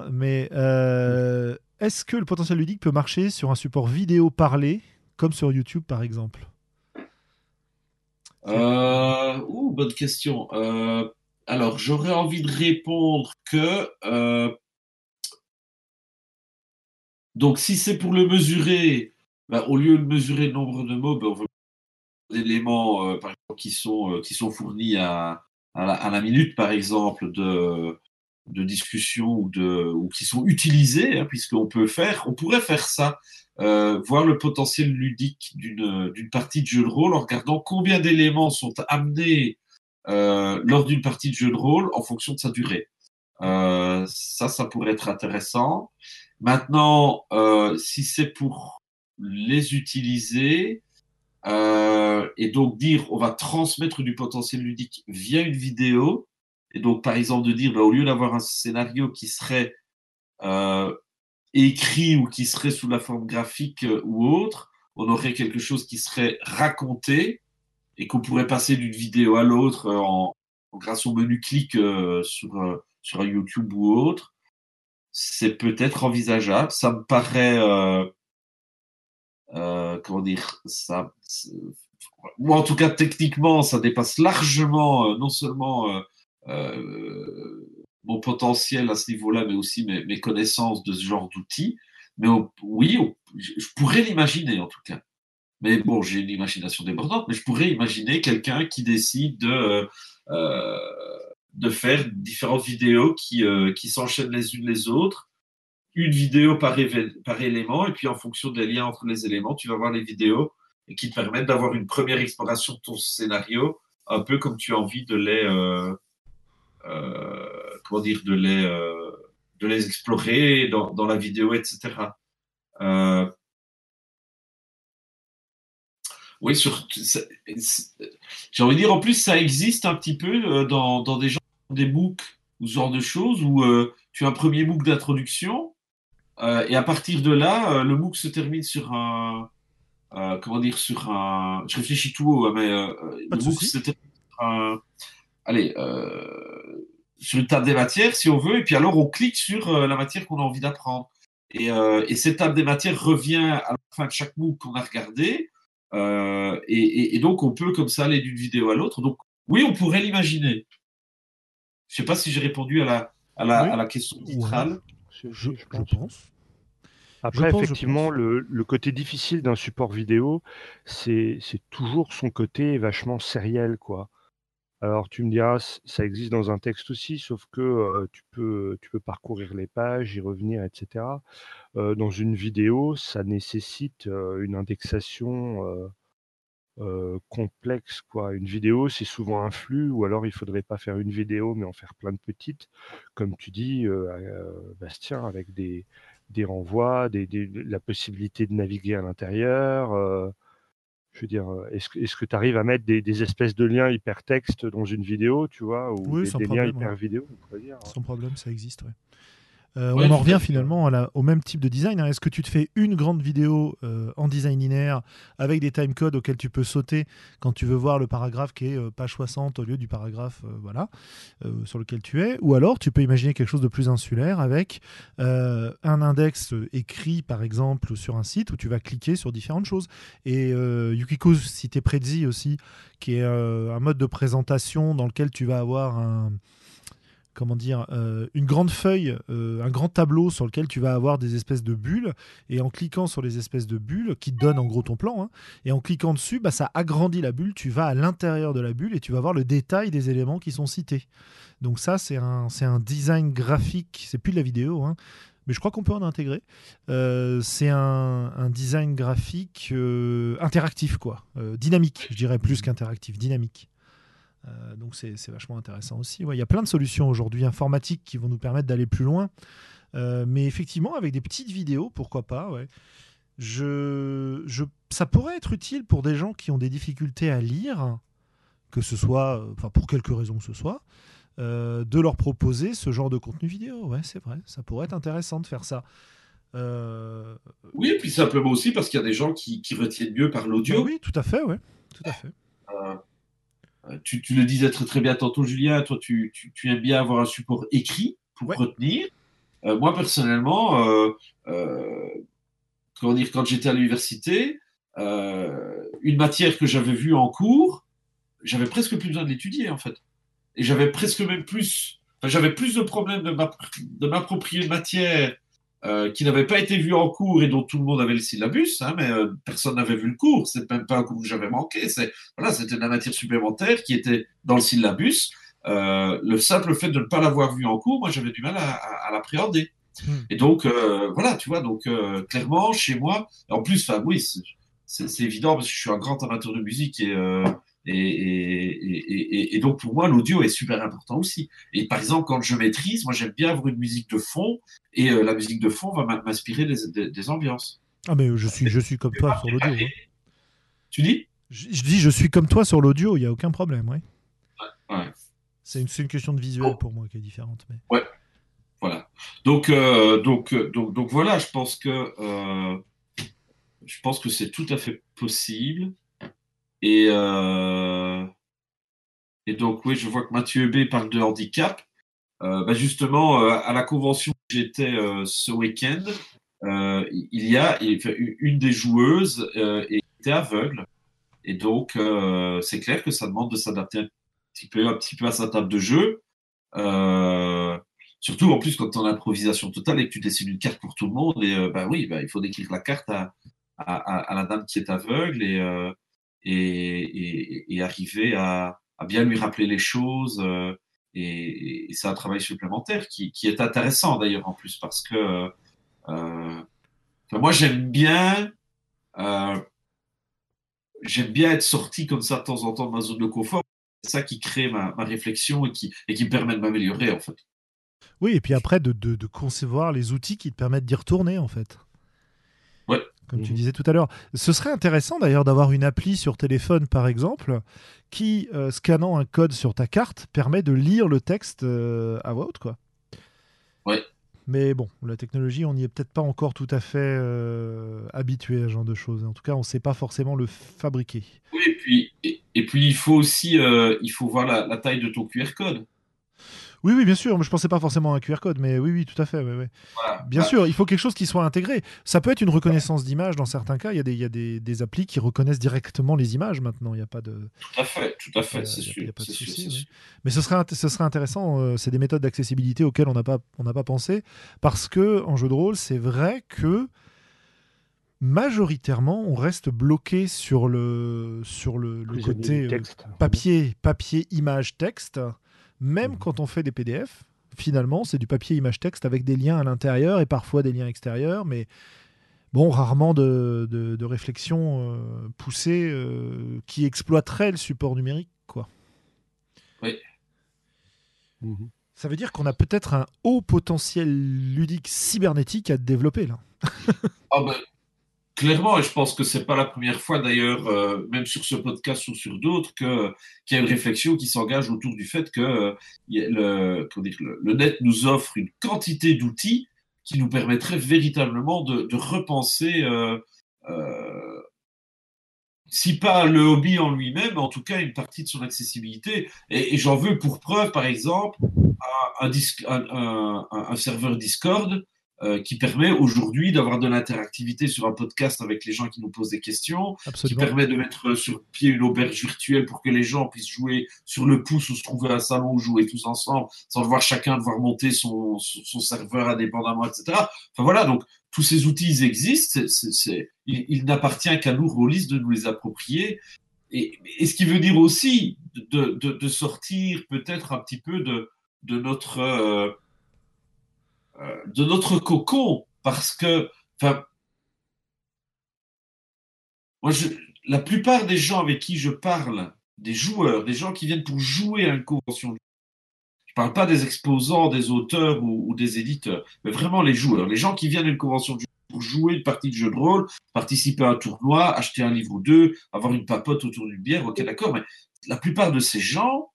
est-ce que le potentiel ludique peut marcher sur un support vidéo parlé, comme sur YouTube par exemple? Bonne question. Alors, j'aurais envie de répondre que donc si c'est pour le mesurer, au lieu de mesurer le nombre de mots, on veut des éléments par exemple, qui sont fournis à la minute, par exemple, de discussion ou qui sont utilisés, hein, on pourrait faire ça, voir le potentiel ludique d'une partie de jeu de rôle en regardant combien d'éléments sont amenés lors d'une partie de jeu de rôle en fonction de sa durée. Ça pourrait être intéressant. Maintenant, si c'est pour les utiliser, et donc dire on va transmettre du potentiel ludique via une vidéo, et donc par exemple de dire au lieu d'avoir un scénario qui serait euh, écrit ou qui serait sous la forme graphique ou autre, on aurait quelque chose qui serait raconté et qu'on pourrait passer d'une vidéo à l'autre grâce au menu clic sur un YouTube ou autre. C'est peut-être envisageable. Ça me paraît, comment dire, ou en tout cas techniquement, ça dépasse largement non seulement mon potentiel à ce niveau-là, mais aussi mes connaissances de ce genre d'outils. Mais je pourrais l'imaginer en tout cas. Mais bon, j'ai une imagination débordante, mais je pourrais imaginer quelqu'un qui décide euh, de faire différentes vidéos qui s'enchaînent les unes les autres, une vidéo par élément, et puis en fonction des liens entre les éléments, tu vas voir les vidéos et qui te permettent d'avoir une première exploration de ton scénario, un peu comme tu as envie comment dire, de les explorer dans la vidéo, etc. Euh, oui, j'ai envie de dire, en plus, ça existe un petit peu dans des MOOC ou ce genre de choses où tu as un premier MOOC d'introduction et à partir de là, le MOOC se termine sur comment dire, je réfléchis tout haut, hein, mais Pas le de MOOC souci. se termine allez, sur une table des matières, si on veut, et puis alors on clique sur la matière qu'on a envie d'apprendre. Et cette table des matières revient à la fin de chaque MOOC qu'on a regardé. Et donc, on peut comme ça aller d'une vidéo à l'autre. Donc, oui, on pourrait l'imaginer. Je ne sais pas si j'ai répondu à Oui. la question Ouais. vitrale. Je Je pense. pense. Après, Je effectivement, pense. le côté difficile d'un support vidéo, c'est toujours son côté vachement sériel, quoi. Alors tu me diras, ça existe dans un texte aussi, sauf que tu peux parcourir les pages, y revenir, etc. Dans une vidéo, ça nécessite une indexation complexe, quoi. Une vidéo, c'est souvent un flux, ou alors il faudrait pas faire une vidéo, mais en faire plein de petites, comme tu dis, Bastien, avec des renvois, la possibilité de naviguer à l'intérieur. Je veux dire, est-ce que tu arrives à mettre des espèces de liens hypertextes dans une vidéo, tu vois, ou Oui, sans des liens problème, ouais. hyper vidéo, on pourrait dire, hein. Sans problème, ça existe, ouais. Oui, On en tout à revient fait. finalement au même type de design, hein. Est-ce que tu te fais une grande vidéo en design linéaire avec des timecodes auxquels tu peux sauter quand tu veux voir le paragraphe qui est page 60 au lieu du paragraphe sur lequel tu es? Ou alors tu peux imaginer quelque chose de plus insulaire avec un index écrit par exemple sur un site où tu vas cliquer sur différentes choses. Et Yukiko citait Prezi aussi, qui est un mode de présentation dans lequel tu vas avoir comment dire, une grande feuille, un grand tableau sur lequel tu vas avoir des espèces de bulles, et en cliquant sur les espèces de bulles, qui te donnent en gros ton plan, hein, et en cliquant dessus, bah, ça agrandit la bulle, tu vas à l'intérieur de la bulle et tu vas voir le détail des éléments qui sont cités. Donc ça, c'est un design graphique, c'est plus de la vidéo, hein, mais je crois qu'on peut en intégrer. C'est un design graphique interactif, quoi, dynamique, je dirais plus qu'interactif, dynamique. Donc c'est vachement intéressant aussi. Ouais, il y a plein de solutions aujourd'hui informatiques qui vont nous permettre d'aller plus loin. Mais effectivement, avec des petites vidéos, pourquoi pas. Ouais. Ça pourrait être utile pour des gens qui ont des difficultés à lire, que ce soit, pour quelque raison que ce soit, de leur proposer ce genre de contenu vidéo. Ouais, c'est vrai. Ça pourrait être intéressant de faire ça. Oui, et puis simplement aussi parce qu'il y a des gens qui retiennent mieux par l'audio. Oui, tout à fait, ouais. Tout à fait. Tu le disais très très bien tantôt, Julien, toi tu aimes bien avoir un support écrit pour retenir. Moi personnellement, comment dire, quand j'étais à l'université, une matière que j'avais vue en cours, j'avais presque plus besoin de l'étudier en fait. Et j'avais presque même plus, j'avais plus de problèmes de m'approprier une matière qui n'avait pas été vue en cours et dont tout le monde avait le syllabus, hein, mais personne n'avait vu le cours. C'est même pas un cours que j'avais manqué. C'était de la matière supplémentaire qui était dans le syllabus. Le simple fait de ne pas l'avoir vue en cours, moi j'avais du mal à l'appréhender. Et donc voilà, tu vois, donc clairement chez moi, en plus, oui, c'est évident parce que je suis un grand amateur de musique et donc pour moi l'audio est super important aussi. Et par exemple quand je maîtrise, moi j'aime bien avoir une musique de fond et la musique de fond va m'inspirer des ambiances. Ah mais je suis comme toi sur l'audio. Hein. Tu dis? Je dis je suis comme toi sur l'audio, il y a aucun problème, ouais. Ouais. C'est une question de visuel pour moi qui est différente. Mais... Ouais. Voilà. Donc voilà, je pense que c'est tout à fait possible. Et donc oui, je vois que Mathieu B parle de handicap. Justement, à la convention où j'étais ce week-end, il y a une des joueuses était aveugle. Et donc, c'est clair que ça demande de s'adapter un petit peu à sa table de jeu. Surtout en plus quand tu es en improvisation totale et que tu dessines une carte pour tout le monde. Et oui, il faut décrire la carte à la dame qui est aveugle et arriver à bien lui rappeler les choses. Et c'est un travail supplémentaire qui est intéressant d'ailleurs en plus parce que moi euh, j'aime bien être sorti comme ça de temps en temps de ma zone de confort. C'est ça qui crée ma réflexion et qui me permet de m'améliorer en fait. Oui, et puis après de concevoir les outils qui te permettent d'y retourner en fait. Ouais. Comme tu disais tout à l'heure. Ce serait intéressant d'ailleurs d'avoir une appli sur téléphone par exemple qui, scannant un code sur ta carte, permet de lire le texte à voix haute, quoi. Ouais. Mais bon, la technologie, on n'y est peut-être pas encore tout à fait habitué à ce genre de choses. En tout cas, on ne sait pas forcément le fabriquer. Oui, et puis il faut aussi il faut voir la taille de ton QR code. Oui, bien sûr. Je pensais pas forcément à un QR code, mais oui, tout à fait. Ouais. Voilà. Bien sûr, il faut quelque chose qui soit intégré. Ça peut être une reconnaissance d'image dans certains cas. Il y a des applis qui reconnaissent directement les images maintenant. Il n'y a pas de. Tout à fait, c'est sûr. Il n'y a pas de souci. Ouais. Mais ce serait intéressant. C'est des méthodes d'accessibilité auxquelles on n'a pas pensé. Parce que en jeu de rôle, c'est vrai que majoritairement, on reste bloqué sur le côté papier, image, texte. Même quand on fait des PDF, finalement, c'est du papier, image, texte avec des liens à l'intérieur et parfois des liens extérieurs, mais bon, rarement de réflexion poussée qui exploiterait le support numérique, quoi. Oui. Ça veut dire qu'on a peut-être un haut potentiel ludique cybernétique à développer, là. Clairement, et je pense que c'est pas la première fois d'ailleurs, même sur ce podcast ou sur d'autres, qu'il y a une réflexion qui s'engage autour du fait que le net nous offre une quantité d'outils qui nous permettraient véritablement de repenser, si pas le hobby en lui-même, en tout cas une partie de son accessibilité. Et j'en veux pour preuve, par exemple, un serveur Discord qui permet aujourd'hui d'avoir de l'interactivité sur un podcast avec les gens qui nous posent des questions, qui Absolument. permet de mettre sur pied une auberge virtuelle pour que les gens puissent jouer sur le pouce ou se trouver un salon ou jouer tous ensemble, sans devoir chacun devoir monter son serveur indépendamment, etc. Enfin voilà, donc tous ces outils ils existent. Il n'appartient qu'à nous, rôlistes, de nous les approprier. Et ce qui veut dire aussi de sortir peut-être un petit peu de notre de notre cocon, parce que, enfin, moi, la plupart des gens avec qui je parle, des joueurs, des gens qui viennent pour jouer à une convention, je parle pas des exposants, des auteurs ou des éditeurs, mais vraiment les joueurs, les gens qui viennent à une convention de jeu pour jouer une partie de jeu de rôle, participer à un tournoi, acheter un livre ou deux, avoir une papote autour d'une bière, ok, d'accord, mais la plupart de ces gens,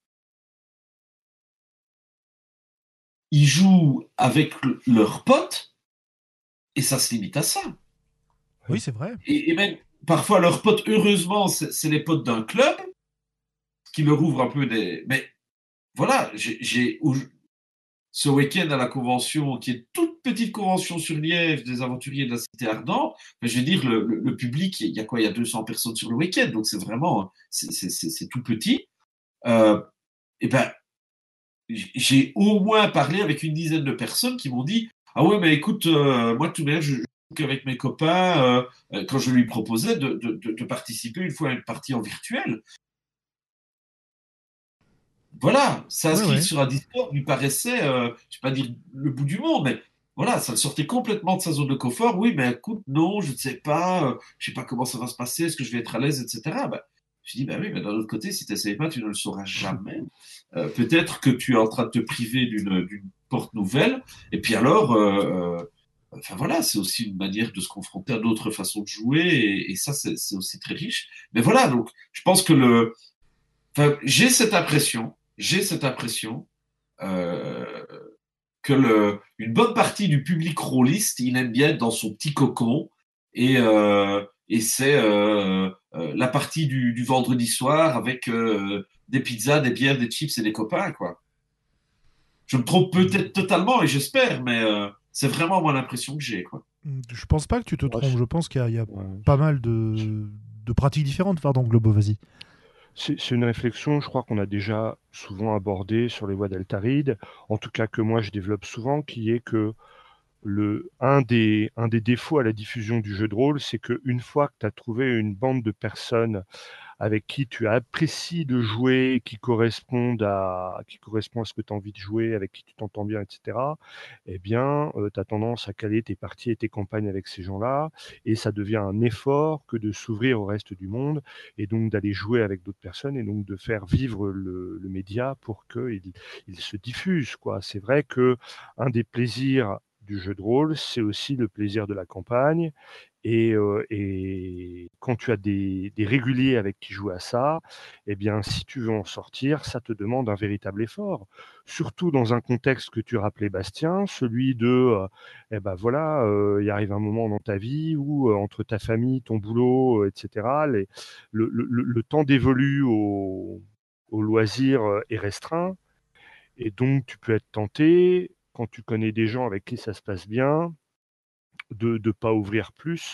ils jouent avec leurs potes et ça se limite à ça. Oui, c'est vrai. Et même parfois leurs potes, heureusement, c'est les potes d'un club qui leur ouvre un peu des. Mais voilà, ce week-end à la convention, qui est toute petite convention sur Liège des aventuriers de la Cité Ardente, mais je veux dire, le public, il y a quoi? Il y a 200 personnes sur le week-end, donc c'est vraiment, c'est tout petit. Et ben, j'ai au moins parlé avec une dizaine de personnes qui m'ont dit, ah ouais, mais écoute, moi tout de même, je joue qu'avec mes copains, quand je lui proposais de participer une fois à une partie en virtuel. Voilà, Ouais, s'inscrire ouais. sur un Discord lui paraissait, je ne vais pas dire le bout du monde, mais voilà, ça le sortait complètement de sa zone de confort. Oui, mais écoute, non, je ne sais pas, je ne sais pas comment ça va se passer, est-ce que je vais être à l'aise, etc. Ben, je dis, ben oui, mais d'un autre côté, si tu n'essayes pas, tu ne le sauras jamais. Peut-être que tu es en train de te priver d'une porte nouvelle, et puis alors, enfin voilà, c'est aussi une manière de se confronter à d'autres façons de jouer, et ça, c'est aussi très riche. Mais voilà, donc, je pense que enfin, j'ai cette impression euh, que une bonne partie du public rôliste, il aime bien être dans son petit cocon et c'est la partie du vendredi soir avec des pizzas, des bières, des chips et des copains, quoi. Je me trompe peut-être totalement et j'espère, mais c'est vraiment moi l'impression que j'ai, quoi. Je pense pas que tu te Ouais, trompes. Je pense qu'il y a ouais. pas mal de pratiques différentes. Pardon, Globo, vas-y. C'est une réflexion, je crois qu'on a déjà souvent abordée sur les voies d'Altaride, en tout cas que moi je développe souvent, qui est que un des défauts à la diffusion du jeu de rôle, c'est qu'une fois que tu as trouvé une bande de personnes avec qui tu apprécies de jouer, qui correspond à ce que tu as envie de jouer, avec qui tu t'entends bien, etc., eh bien, tu as tendance à caler tes parties et tes campagnes avec ces gens-là, et ça devient un effort que de s'ouvrir au reste du monde, et donc d'aller jouer avec d'autres personnes, et donc de faire vivre le média pour qu'il se diffuse, quoi. C'est vrai que un des plaisirs du jeu de rôle, c'est aussi le plaisir de la campagne, et quand tu as des réguliers avec qui jouent à ça, eh bien, si tu veux en sortir, ça te demande un véritable effort. Surtout dans un contexte que tu rappelais, Bastien, celui de, eh ben voilà, il arrive un moment dans ta vie où, entre ta famille, ton boulot, etc., le temps dévolu au loisir est restreint, et donc tu peux être tenté, quand tu connais des gens avec qui ça se passe bien, de ne pas ouvrir plus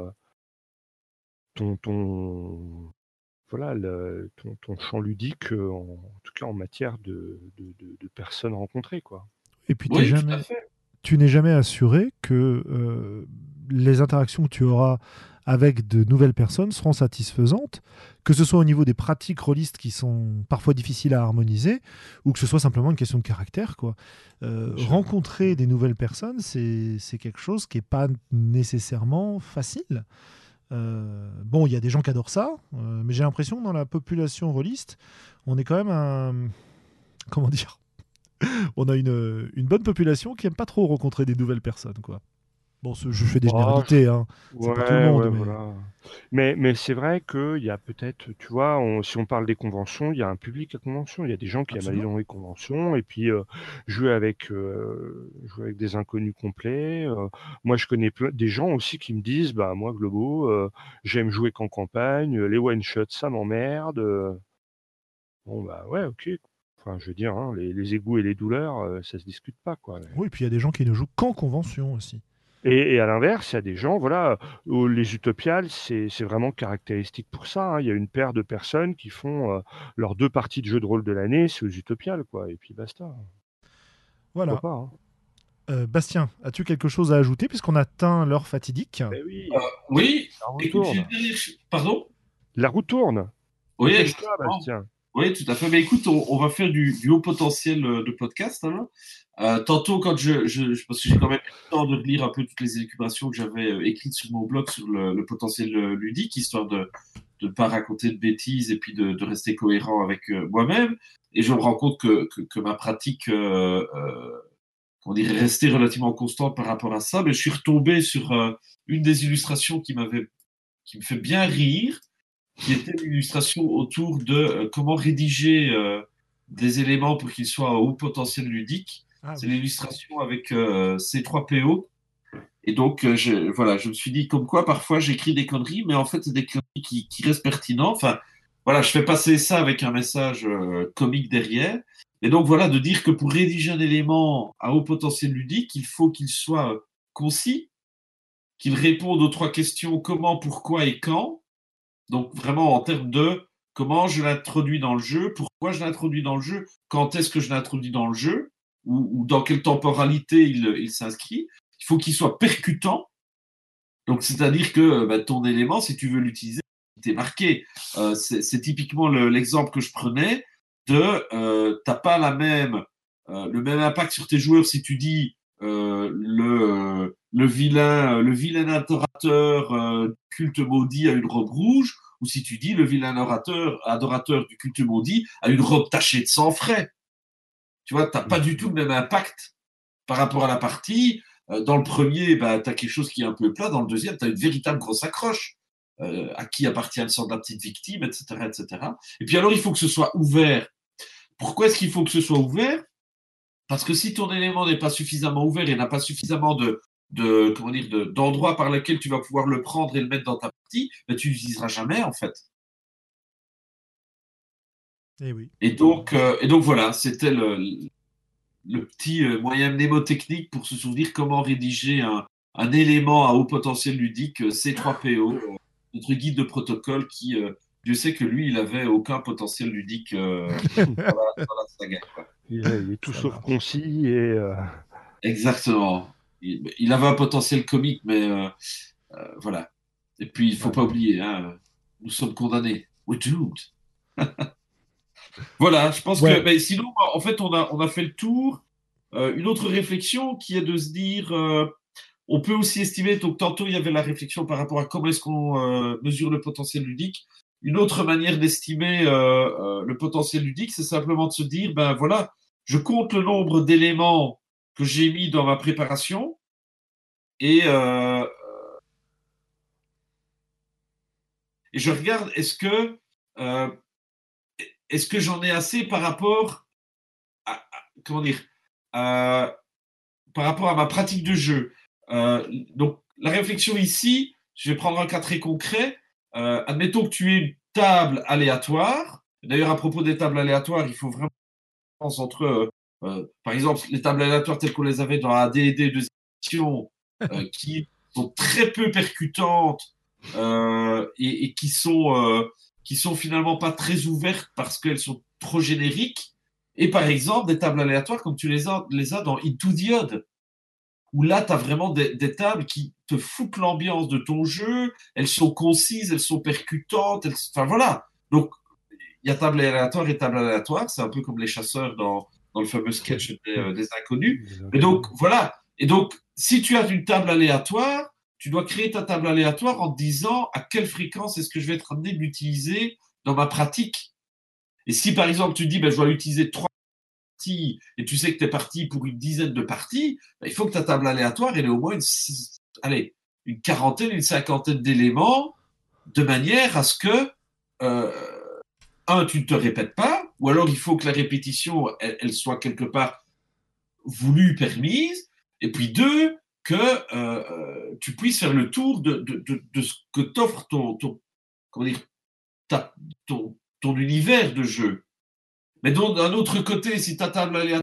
ton voilà, ton champ ludique, en tout cas en matière de personnes rencontrées, quoi. Et puis, Oui, tout à fait. tu n'es jamais assuré que les interactions que tu auras avec de nouvelles personnes seront satisfaisantes, que ce soit au niveau des pratiques rôlistes qui sont parfois difficiles à harmoniser, ou que ce soit simplement une question de caractère, quoi. Bien sûr. Rencontrer des nouvelles personnes, c'est quelque chose qui n'est pas nécessairement facile. Bon, il y a des gens qui adorent ça, mais j'ai l'impression que dans la population rôliste, on est quand même un... Comment dire? On a une bonne population qui aime pas trop rencontrer des nouvelles personnes, quoi. Bon, je fais des Ah, généralités, hein. C'est pas tout le ouais, monde, ouais, mais voilà. Mais c'est vrai qu'il y a peut-être, tu vois, si on parle des conventions, il y a un public à convention. Il y a des gens qui aiment aller absolument. dans les conventions et puis jouer avec des inconnus complets. Moi, je connais des gens aussi qui me disent, bah moi, Globo, j'aime jouer qu'en campagne. Les one shots, ça m'emmerde. Bon bah ouais, ok. Enfin, je veux dire, hein, les égouts et les douleurs, ça se discute pas, quoi. Oui, puis il y a des gens qui ne jouent qu'en convention aussi. Et à l'inverse, il y a des gens, voilà, où les utopiales, c'est vraiment caractéristique pour ça, hein. Il y a une paire de personnes qui font leurs 2 parties de jeux de rôle de l'année, c'est aux utopiales, quoi. Et puis basta. Pourquoi Voilà. pas, hein. Bastien, as-tu quelque chose à ajouter puisqu'on atteint l'heure fatidique? Ben oui, Oui, la roue écoute, j'ai une tourne. dernière pardon? La roue tourne. Oui, Dépêche-toi, exactement. Bastien. Oui, tout à fait. Mais écoute, on va faire du haut potentiel de podcast. Hein. Tantôt, quand parce que j'ai quand même eu le temps de relire un peu toutes les élucubrations que j'avais écrites sur mon blog sur le potentiel ludique, histoire de ne pas raconter de bêtises et puis de rester cohérent avec moi-même. Et je me rends compte que ma pratique, on dirait, rester relativement constante par rapport à ça. Mais je suis retombé sur une des illustrations qui me fait bien rire, qui était une illustration autour de comment rédiger des éléments pour qu'ils soient à haut potentiel ludique. Ah C'est oui. l'illustration avec C3PO. Et donc, voilà, je me suis dit, comme quoi, parfois, j'écris des conneries, mais en fait, c'est des conneries qui restent pertinentes. Enfin, voilà, je fais passer ça avec un message comique derrière. Et donc, voilà, de dire que pour rédiger un élément à haut potentiel ludique, il faut qu'il soit concis, qu'il réponde aux 3 questions: comment, pourquoi et quand. Donc vraiment en termes de comment je l'introduis dans le jeu, pourquoi je l'introduis dans le jeu, quand est-ce que je l'introduis dans le jeu, ou dans quelle temporalité il s'inscrit. Il faut qu'il soit percutant. Donc c'est-à-dire que ton élément, si tu veux l'utiliser, il est marqué. C'est typiquement l'exemple que je prenais de t'as pas le même impact sur tes joueurs si tu dis le vilain adorateur culte maudit a une robe rouge, ou si tu dis le vilain adorateur du culte maudit a une robe tachée de sang frais. Tu vois, t'as pas du tout le même impact par rapport à la partie. Dans le premier, tu as quelque chose qui est un peu plat. Dans le deuxième, tu as une véritable grosse accroche. À qui appartient le sang de la petite victime, etc., etc. Et puis alors, il faut que ce soit ouvert. Pourquoi est-ce qu'il faut que ce soit ouvert? Parce que si ton élément n'est pas suffisamment ouvert et n'a pas suffisamment d'endroits par lesquels tu vas pouvoir le prendre et le mettre dans ta partie, ben, tu l'utiliseras jamais, en fait. Eh oui. Et donc voilà, c'était le petit moyen mnémotechnique pour se souvenir comment rédiger un élément à haut potentiel ludique, C3PO, notre guide de protocole qui, je sais que lui, il avait aucun potentiel ludique dans la saga, quoi. Il est tout Ça sauf marche. concis et Exactement. Il avait un potentiel comique, mais voilà. Et puis, il faut Ouais. pas oublier, hein, nous sommes condamnés. We're doomed. Voilà, je pense que. Ouais. Mais sinon, en fait, on a fait le tour. Une autre réflexion qui est de se dire, on peut aussi estimer, donc tantôt il y avait la réflexion par rapport à comment est-ce qu'on mesure le potentiel ludique. Une autre manière d'estimer le potentiel ludique, c'est simplement de se dire, ben voilà, je compte le nombre d'éléments que j'ai mis dans ma préparation et, euh, et je regarde euh, est-ce que j'en ai assez par rapport comment dire, à- par rapport à ma pratique de jeu. Donc, la réflexion ici, je vais prendre un cas très concret. Admettons que tu aies une table aléatoire. D'ailleurs, à propos des tables aléatoires, il faut vraiment entre, par exemple, les tables aléatoires telles qu'on les avait dans la D&D de édition, qui sont très peu percutantes et qui sont finalement pas très ouvertes parce qu'elles sont trop génériques. Et par exemple, des tables aléatoires comme tu les as dans Into the Odd, où là, tu as vraiment des tables qui te foutent l'ambiance de ton jeu, elles sont concises, elles sont percutantes, enfin voilà. Donc, il y a table aléatoire et table aléatoire, c'est un peu comme les chasseurs dans le fameux sketch des inconnus. des Mais donc, inconnus. voilà. Et donc, si tu as une table aléatoire, tu dois créer ta table aléatoire en te disant à quelle fréquence est-ce que je vais être amené de l'utiliser dans ma pratique. Et si par exemple tu dis, ben, je dois l'utiliser 3 parties et tu sais que tu es parti pour une dizaine de parties, ben, il faut que ta table aléatoire elle ait au moins une quarantaine, une cinquantaine d'éléments de manière à ce que euh, tu ne te répètes pas, ou alors il faut que la répétition, elle soit quelque part voulue, permise, et puis deux, que tu puisses faire le tour de ce que t'offre comment dire, ton univers de jeu. Mais donc, d'un autre côté, si ta table aléatoire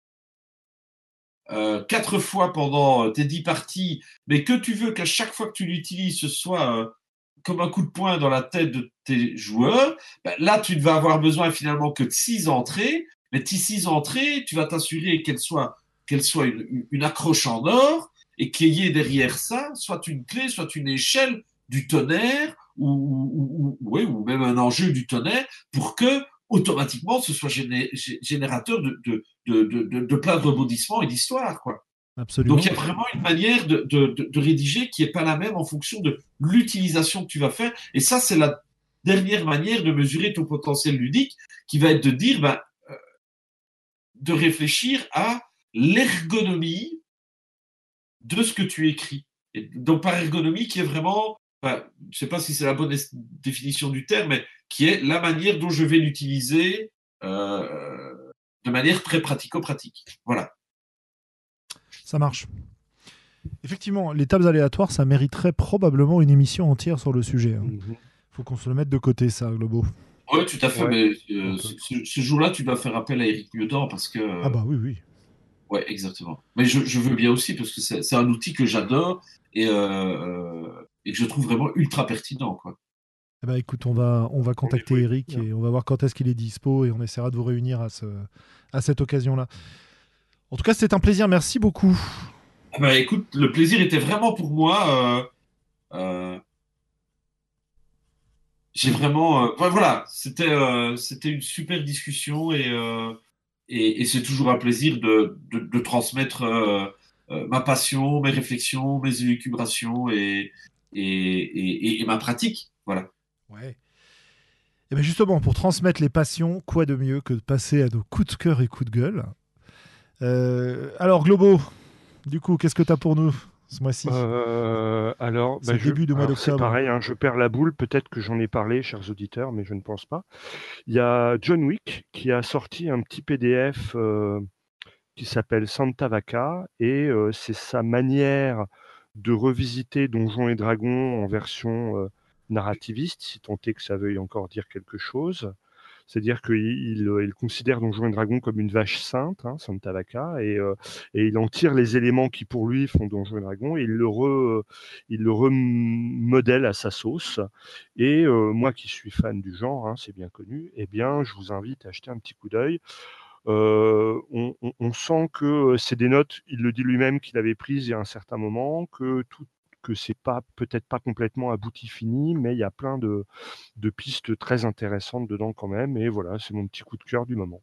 4 fois pendant tes 10 parties, mais que tu veux qu'à chaque fois que tu l'utilises, ce soit comme un coup de poing dans la tête de tes joueurs, ben là, tu ne vas avoir besoin finalement que de 6 entrées. Mais tes 6 entrées, tu vas t'assurer qu'elles soient une accroche en or et qu'il y ait derrière ça soit une clé, soit une échelle du tonnerre ouais, ou même un enjeu du tonnerre pour que automatiquement ce soit générateur de plein de rebondissements et d'histoires, quoi. Donc, Absolument. il y a vraiment une manière de rédiger qui n'est pas la même en fonction de l'utilisation que tu vas faire. Et ça, c'est la dernière manière de mesurer ton potentiel ludique, qui va être de dire, ben, de réfléchir à l'ergonomie de ce que tu écris. Et donc, par ergonomie, qui est vraiment, ben, je ne sais pas si c'est la bonne définition du terme, mais qui est la manière dont je vais l'utiliser de manière très pratico-pratique. Voilà. Ça marche. Effectivement, les tables aléatoires, ça mériterait probablement une émission entière sur le sujet. Mhm. Faut qu'on se le mette de côté, ça, Globo. Oui, tout à fait. Ouais, Mais un peu. ce jour-là, tu dois faire appel à Eric Miodan parce que. Ah bah oui, oui. Ouais, exactement. Mais je veux bien aussi parce que c'est un outil que j'adore et que je trouve vraiment ultra pertinent, quoi. Eh ben, écoute, on va On est contacter Eric positif, hein. et on va voir quand est-ce qu'il est dispo et on essaiera de vous réunir à cette occasion-là. En tout cas, c'était un plaisir. Merci beaucoup. Ah bah, écoute, le plaisir était vraiment pour moi. J'ai vraiment. Ouais, voilà, c'était une super discussion et c'est toujours un plaisir de transmettre ma passion, mes réflexions, mes élucubrations et ma pratique. Voilà. Ouais. Et bien justement, pour transmettre les passions, quoi de mieux que de passer à nos coups de cœur et coups de gueule. Alors, Globo, du coup, qu'est-ce que tu as pour nous ce mois-ci? Alors, Ce début de mois alors c'est d'octobre. pareil, hein, je perds la boule. Peut-être que j'en ai parlé, chers auditeurs, mais je ne pense pas. Il y a John Wick qui a sorti un petit PDF qui s'appelle Santa Vaca et c'est sa manière de revisiter Donjons et Dragons en version narrativiste, si tant est que ça veuille encore dire quelque chose. C'est-à-dire qu'il considère Donjons et Dragons comme une vache sainte, hein, Santa Vaca, et il en tire les éléments qui pour lui font Donjons et Dragons et il le remodèle à sa sauce. Et moi qui suis fan du genre, hein, c'est bien connu, eh bien je vous invite à jeter un petit coup d'œil. On sent que c'est des notes, il le dit lui-même, qu'il avait prises il y a un certain moment, que c'est pas peut-être pas complètement abouti fini, mais il y a plein de pistes très intéressantes dedans quand même. Et voilà, c'est mon petit coup de cœur du moment.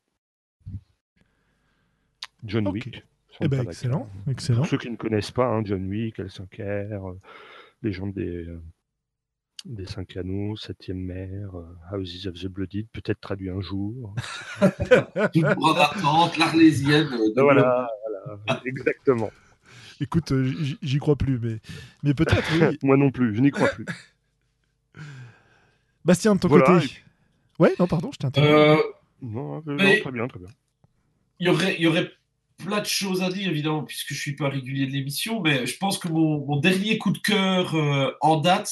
John Ok. Wick, Eh ben Santa Vaca. excellent, Pour excellent. ceux qui ne connaissent pas, hein, John Wick, L5R, Légende des Cinq Anneaux, Septième Mer, Houses of the Blooded, peut-être traduit un jour. Toujours en attente, l'Arlésienne de Globe. Voilà, exactement. Écoute, j'y crois plus, mais peut-être, oui. Moi non plus, je n'y crois plus. Bastien, de ton Voilà. côté. Ouais, non, pardon, je t'ai interrompu. Euh, Non, mais très bien, très bien. il y aurait plein de choses à dire, évidemment, puisque je suis pas régulier de l'émission, mais je pense que mon dernier coup de cœur en date,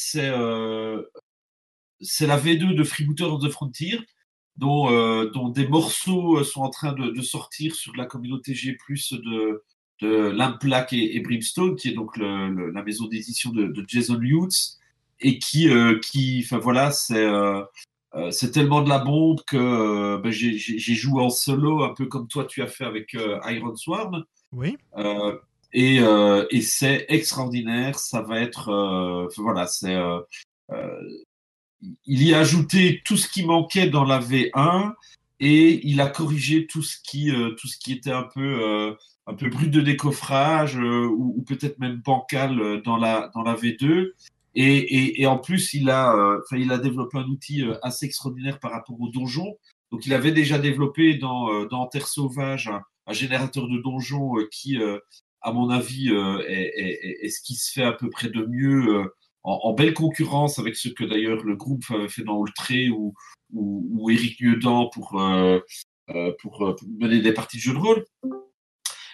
c'est la V2 de Freebooter of the Frontier, dont des morceaux sont en train de sortir sur la communauté G+, de Lamplack et Brimstone, qui est donc la maison d'édition de Jason Lutz, et enfin voilà, c'est tellement de la bombe que ben, j'ai joué en solo, un peu comme toi tu as fait avec Iron Swarm. Oui. Euh, et c'est extraordinaire. Ça va être, enfin, voilà, euh, il y a ajouté tout ce qui manquait dans la V1 et il a corrigé tout ce qui était un peu brut de décoffrage ou peut-être même bancal dans la V2. Et en plus, enfin, il a développé un outil assez extraordinaire par rapport au donjon. Donc, il avait déjà développé dans Terre Sauvage un générateur de donjons qui, à mon avis, est ce qui se fait à peu près de mieux en belle concurrence avec ce que d'ailleurs le groupe avait fait dans Ultré ou Éric Mieudant pour mener des parties de jeux de rôle.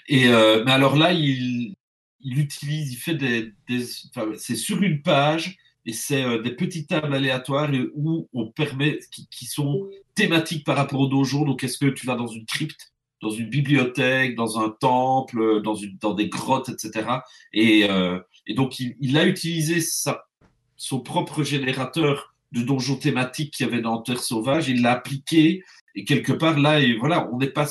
Mais alors là, il fait enfin, c'est sur une page, et c'est des petites tables aléatoires où on permet, qui sont thématiques par rapport au donjon. Donc, est-ce que tu vas dans une crypte, dans une bibliothèque, dans un temple, dans des grottes, etc. Et donc, il a utilisé son propre générateur de donjons thématiques qu'il y avait dans Terre Sauvage, il l'a appliqué, et quelque part, là, et voilà,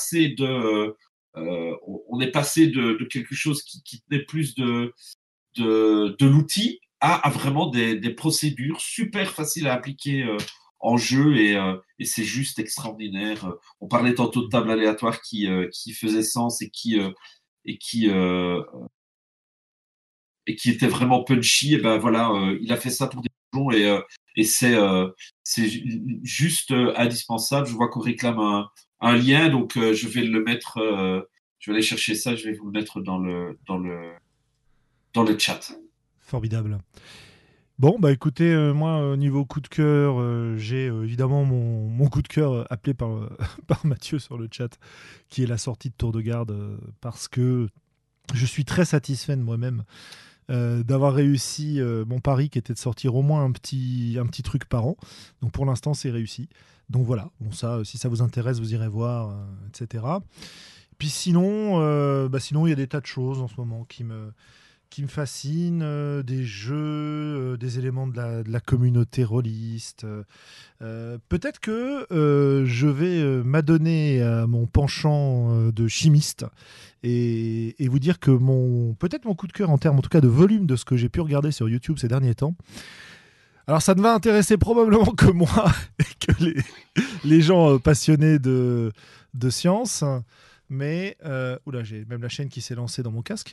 on est passé de quelque chose qui tenait plus de l'outil à vraiment des procédures super faciles à appliquer en jeu, et c'est juste extraordinaire. On parlait tantôt de table aléatoire qui faisait sens et qui, euh, et qui était vraiment punchy. Et ben voilà, il a fait ça pour des donjons, et c'est juste indispensable. Je vois qu'on réclame un lien, donc je vais le mettre, je vais aller chercher ça, je vais vous le mettre dans le chat. Formidable. Bon, bah écoutez, moi, au niveau coup de cœur, j'ai évidemment mon coup de cœur appelé par, par Mathieu sur le chat, qui est la sortie de Tour de Garde, parce que je suis très satisfait de moi-même d'avoir réussi mon pari qui était de sortir au moins un petit truc par an. Donc pour l'instant, c'est réussi. Donc voilà, bon ça, si ça vous intéresse, vous irez voir, etc. Puis sinon, il y a des tas de choses en ce moment qui me fascinent, des jeux, des éléments de la communauté rôliste. Peut-être que je vais m'adonner à mon penchant de chimiste et vous dire que peut-être mon coup de cœur en termes en tout cas de volume de ce que j'ai pu regarder sur YouTube ces derniers temps. Alors ça ne va intéresser probablement que moi et que les gens passionnés de science. Mais, oula, j'ai même la chaîne qui s'est lancée dans mon casque.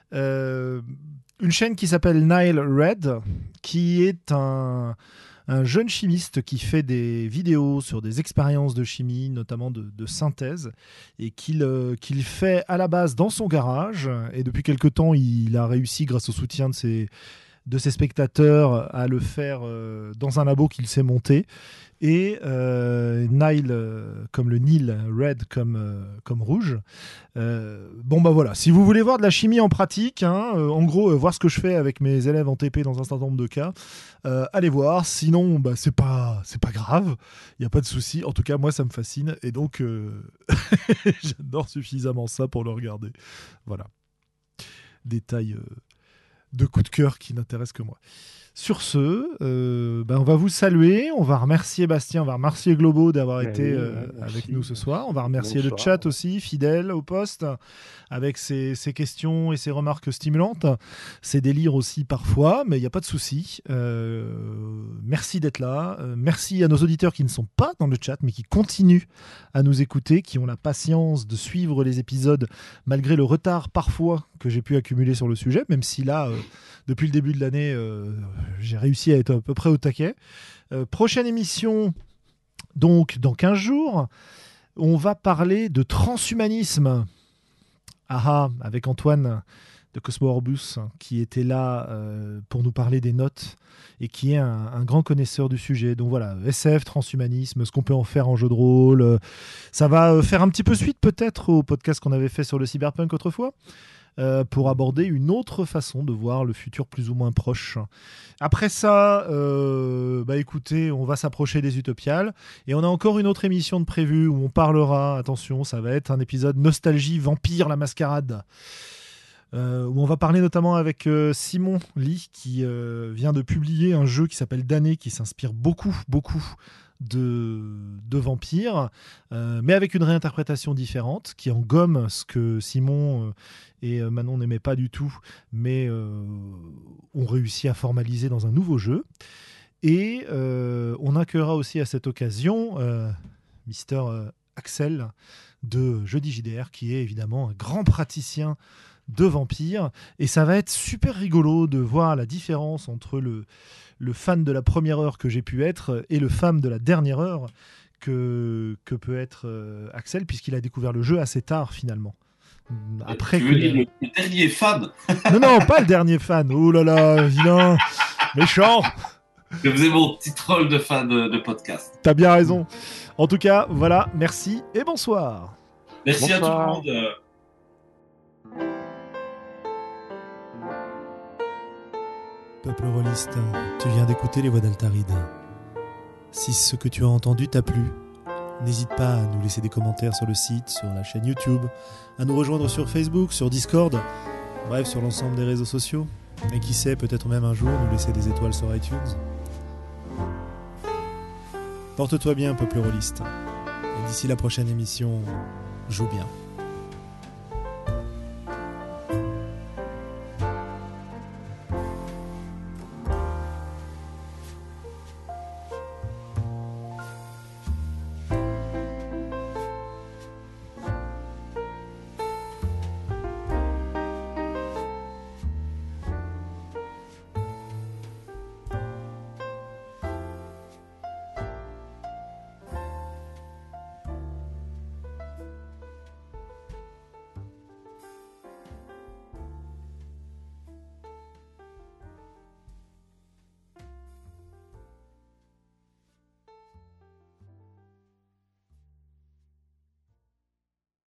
Une chaîne qui s'appelle Nile Red, qui est un jeune chimiste qui fait des vidéos sur des expériences de chimie, notamment de synthèse, et qu'il fait à la base dans son garage. Et depuis quelque temps, il a réussi, grâce au soutien de ses spectateurs, à le faire dans un labo qu'il s'est monté. Et Nile comme le Nil, Red comme rouge. Bon bah voilà, si vous voulez voir de la chimie en pratique, hein, en gros voir ce que je fais avec mes élèves en TP dans un certain nombre de cas, allez voir. Sinon bah, c'est pas grave, il n'y a pas de souci. En tout cas moi ça me fascine et donc j'adore suffisamment ça pour le regarder. Voilà, détail de coup de cœur qui n'intéresse que moi. Sur ce, on va vous saluer, on va remercier Bastien, on va remercier Globo d'avoir été avec nous ce soir, on va remercier le chat aussi, fidèle au poste, avec ses questions et ses remarques stimulantes, ses délires aussi parfois, mais il n'y a pas de souci. Merci d'être là, merci à nos auditeurs qui ne sont pas dans le chat, mais qui continuent à nous écouter, qui ont la patience de suivre les épisodes, malgré le retard parfois que j'ai pu accumuler sur le sujet, même si là, depuis le début de l'année, j'ai réussi à être à peu près au taquet. Prochaine émission, donc dans 15 jours, on va parler de transhumanisme. Avec Antoine de Cosmo Orbus, qui était là pour nous parler des notes et qui est un grand connaisseur du sujet. Donc voilà, SF, transhumanisme, ce qu'on peut en faire en jeu de rôle. Ça va faire un petit peu suite peut-être au podcast qu'on avait fait sur le cyberpunk autrefois. Pour aborder une autre façon de voir le futur plus ou moins proche. Après ça, écoutez, on va s'approcher des Utopiales et on a encore une autre émission de prévue où on parlera, attention, ça va être un épisode Nostalgie, Vampire, la Mascarade, où on va parler notamment avec Simon Lee qui vient de publier un jeu qui s'appelle Damné, qui s'inspire beaucoup de Vampire, mais avec une réinterprétation différente qui engomme ce que Simon et Manon n'aimaient pas du tout, mais ont réussi à formaliser dans un nouveau jeu. Et on accueillera aussi à cette occasion Mister Axel de Jeudi JDR, qui est évidemment un grand praticien de Vampire. Et ça va être super rigolo de voir la différence entre le fan de la première heure que j'ai pu être et le fan de la dernière heure que peut être Axel, puisqu'il a découvert le jeu assez tard finalement. Après tu veux dire le dernier fan? Non, pas le dernier fan. Oh là là, vilain, méchant. Je faisais mon petit troll de fan de podcast. T'as bien raison. En tout cas, voilà, merci et bonsoir. Merci à tout le monde. Peuple rôliste, tu viens d'écouter les voix d'Altaride. Si ce que tu as entendu t'a plu, n'hésite pas à nous laisser des commentaires sur le site, sur la chaîne YouTube, à nous rejoindre sur Facebook, sur Discord, bref, sur l'ensemble des réseaux sociaux. Et qui sait, peut-être même un jour nous laisser des étoiles sur iTunes. Porte-toi bien, peuple rôliste. Et d'ici la prochaine émission, joue bien.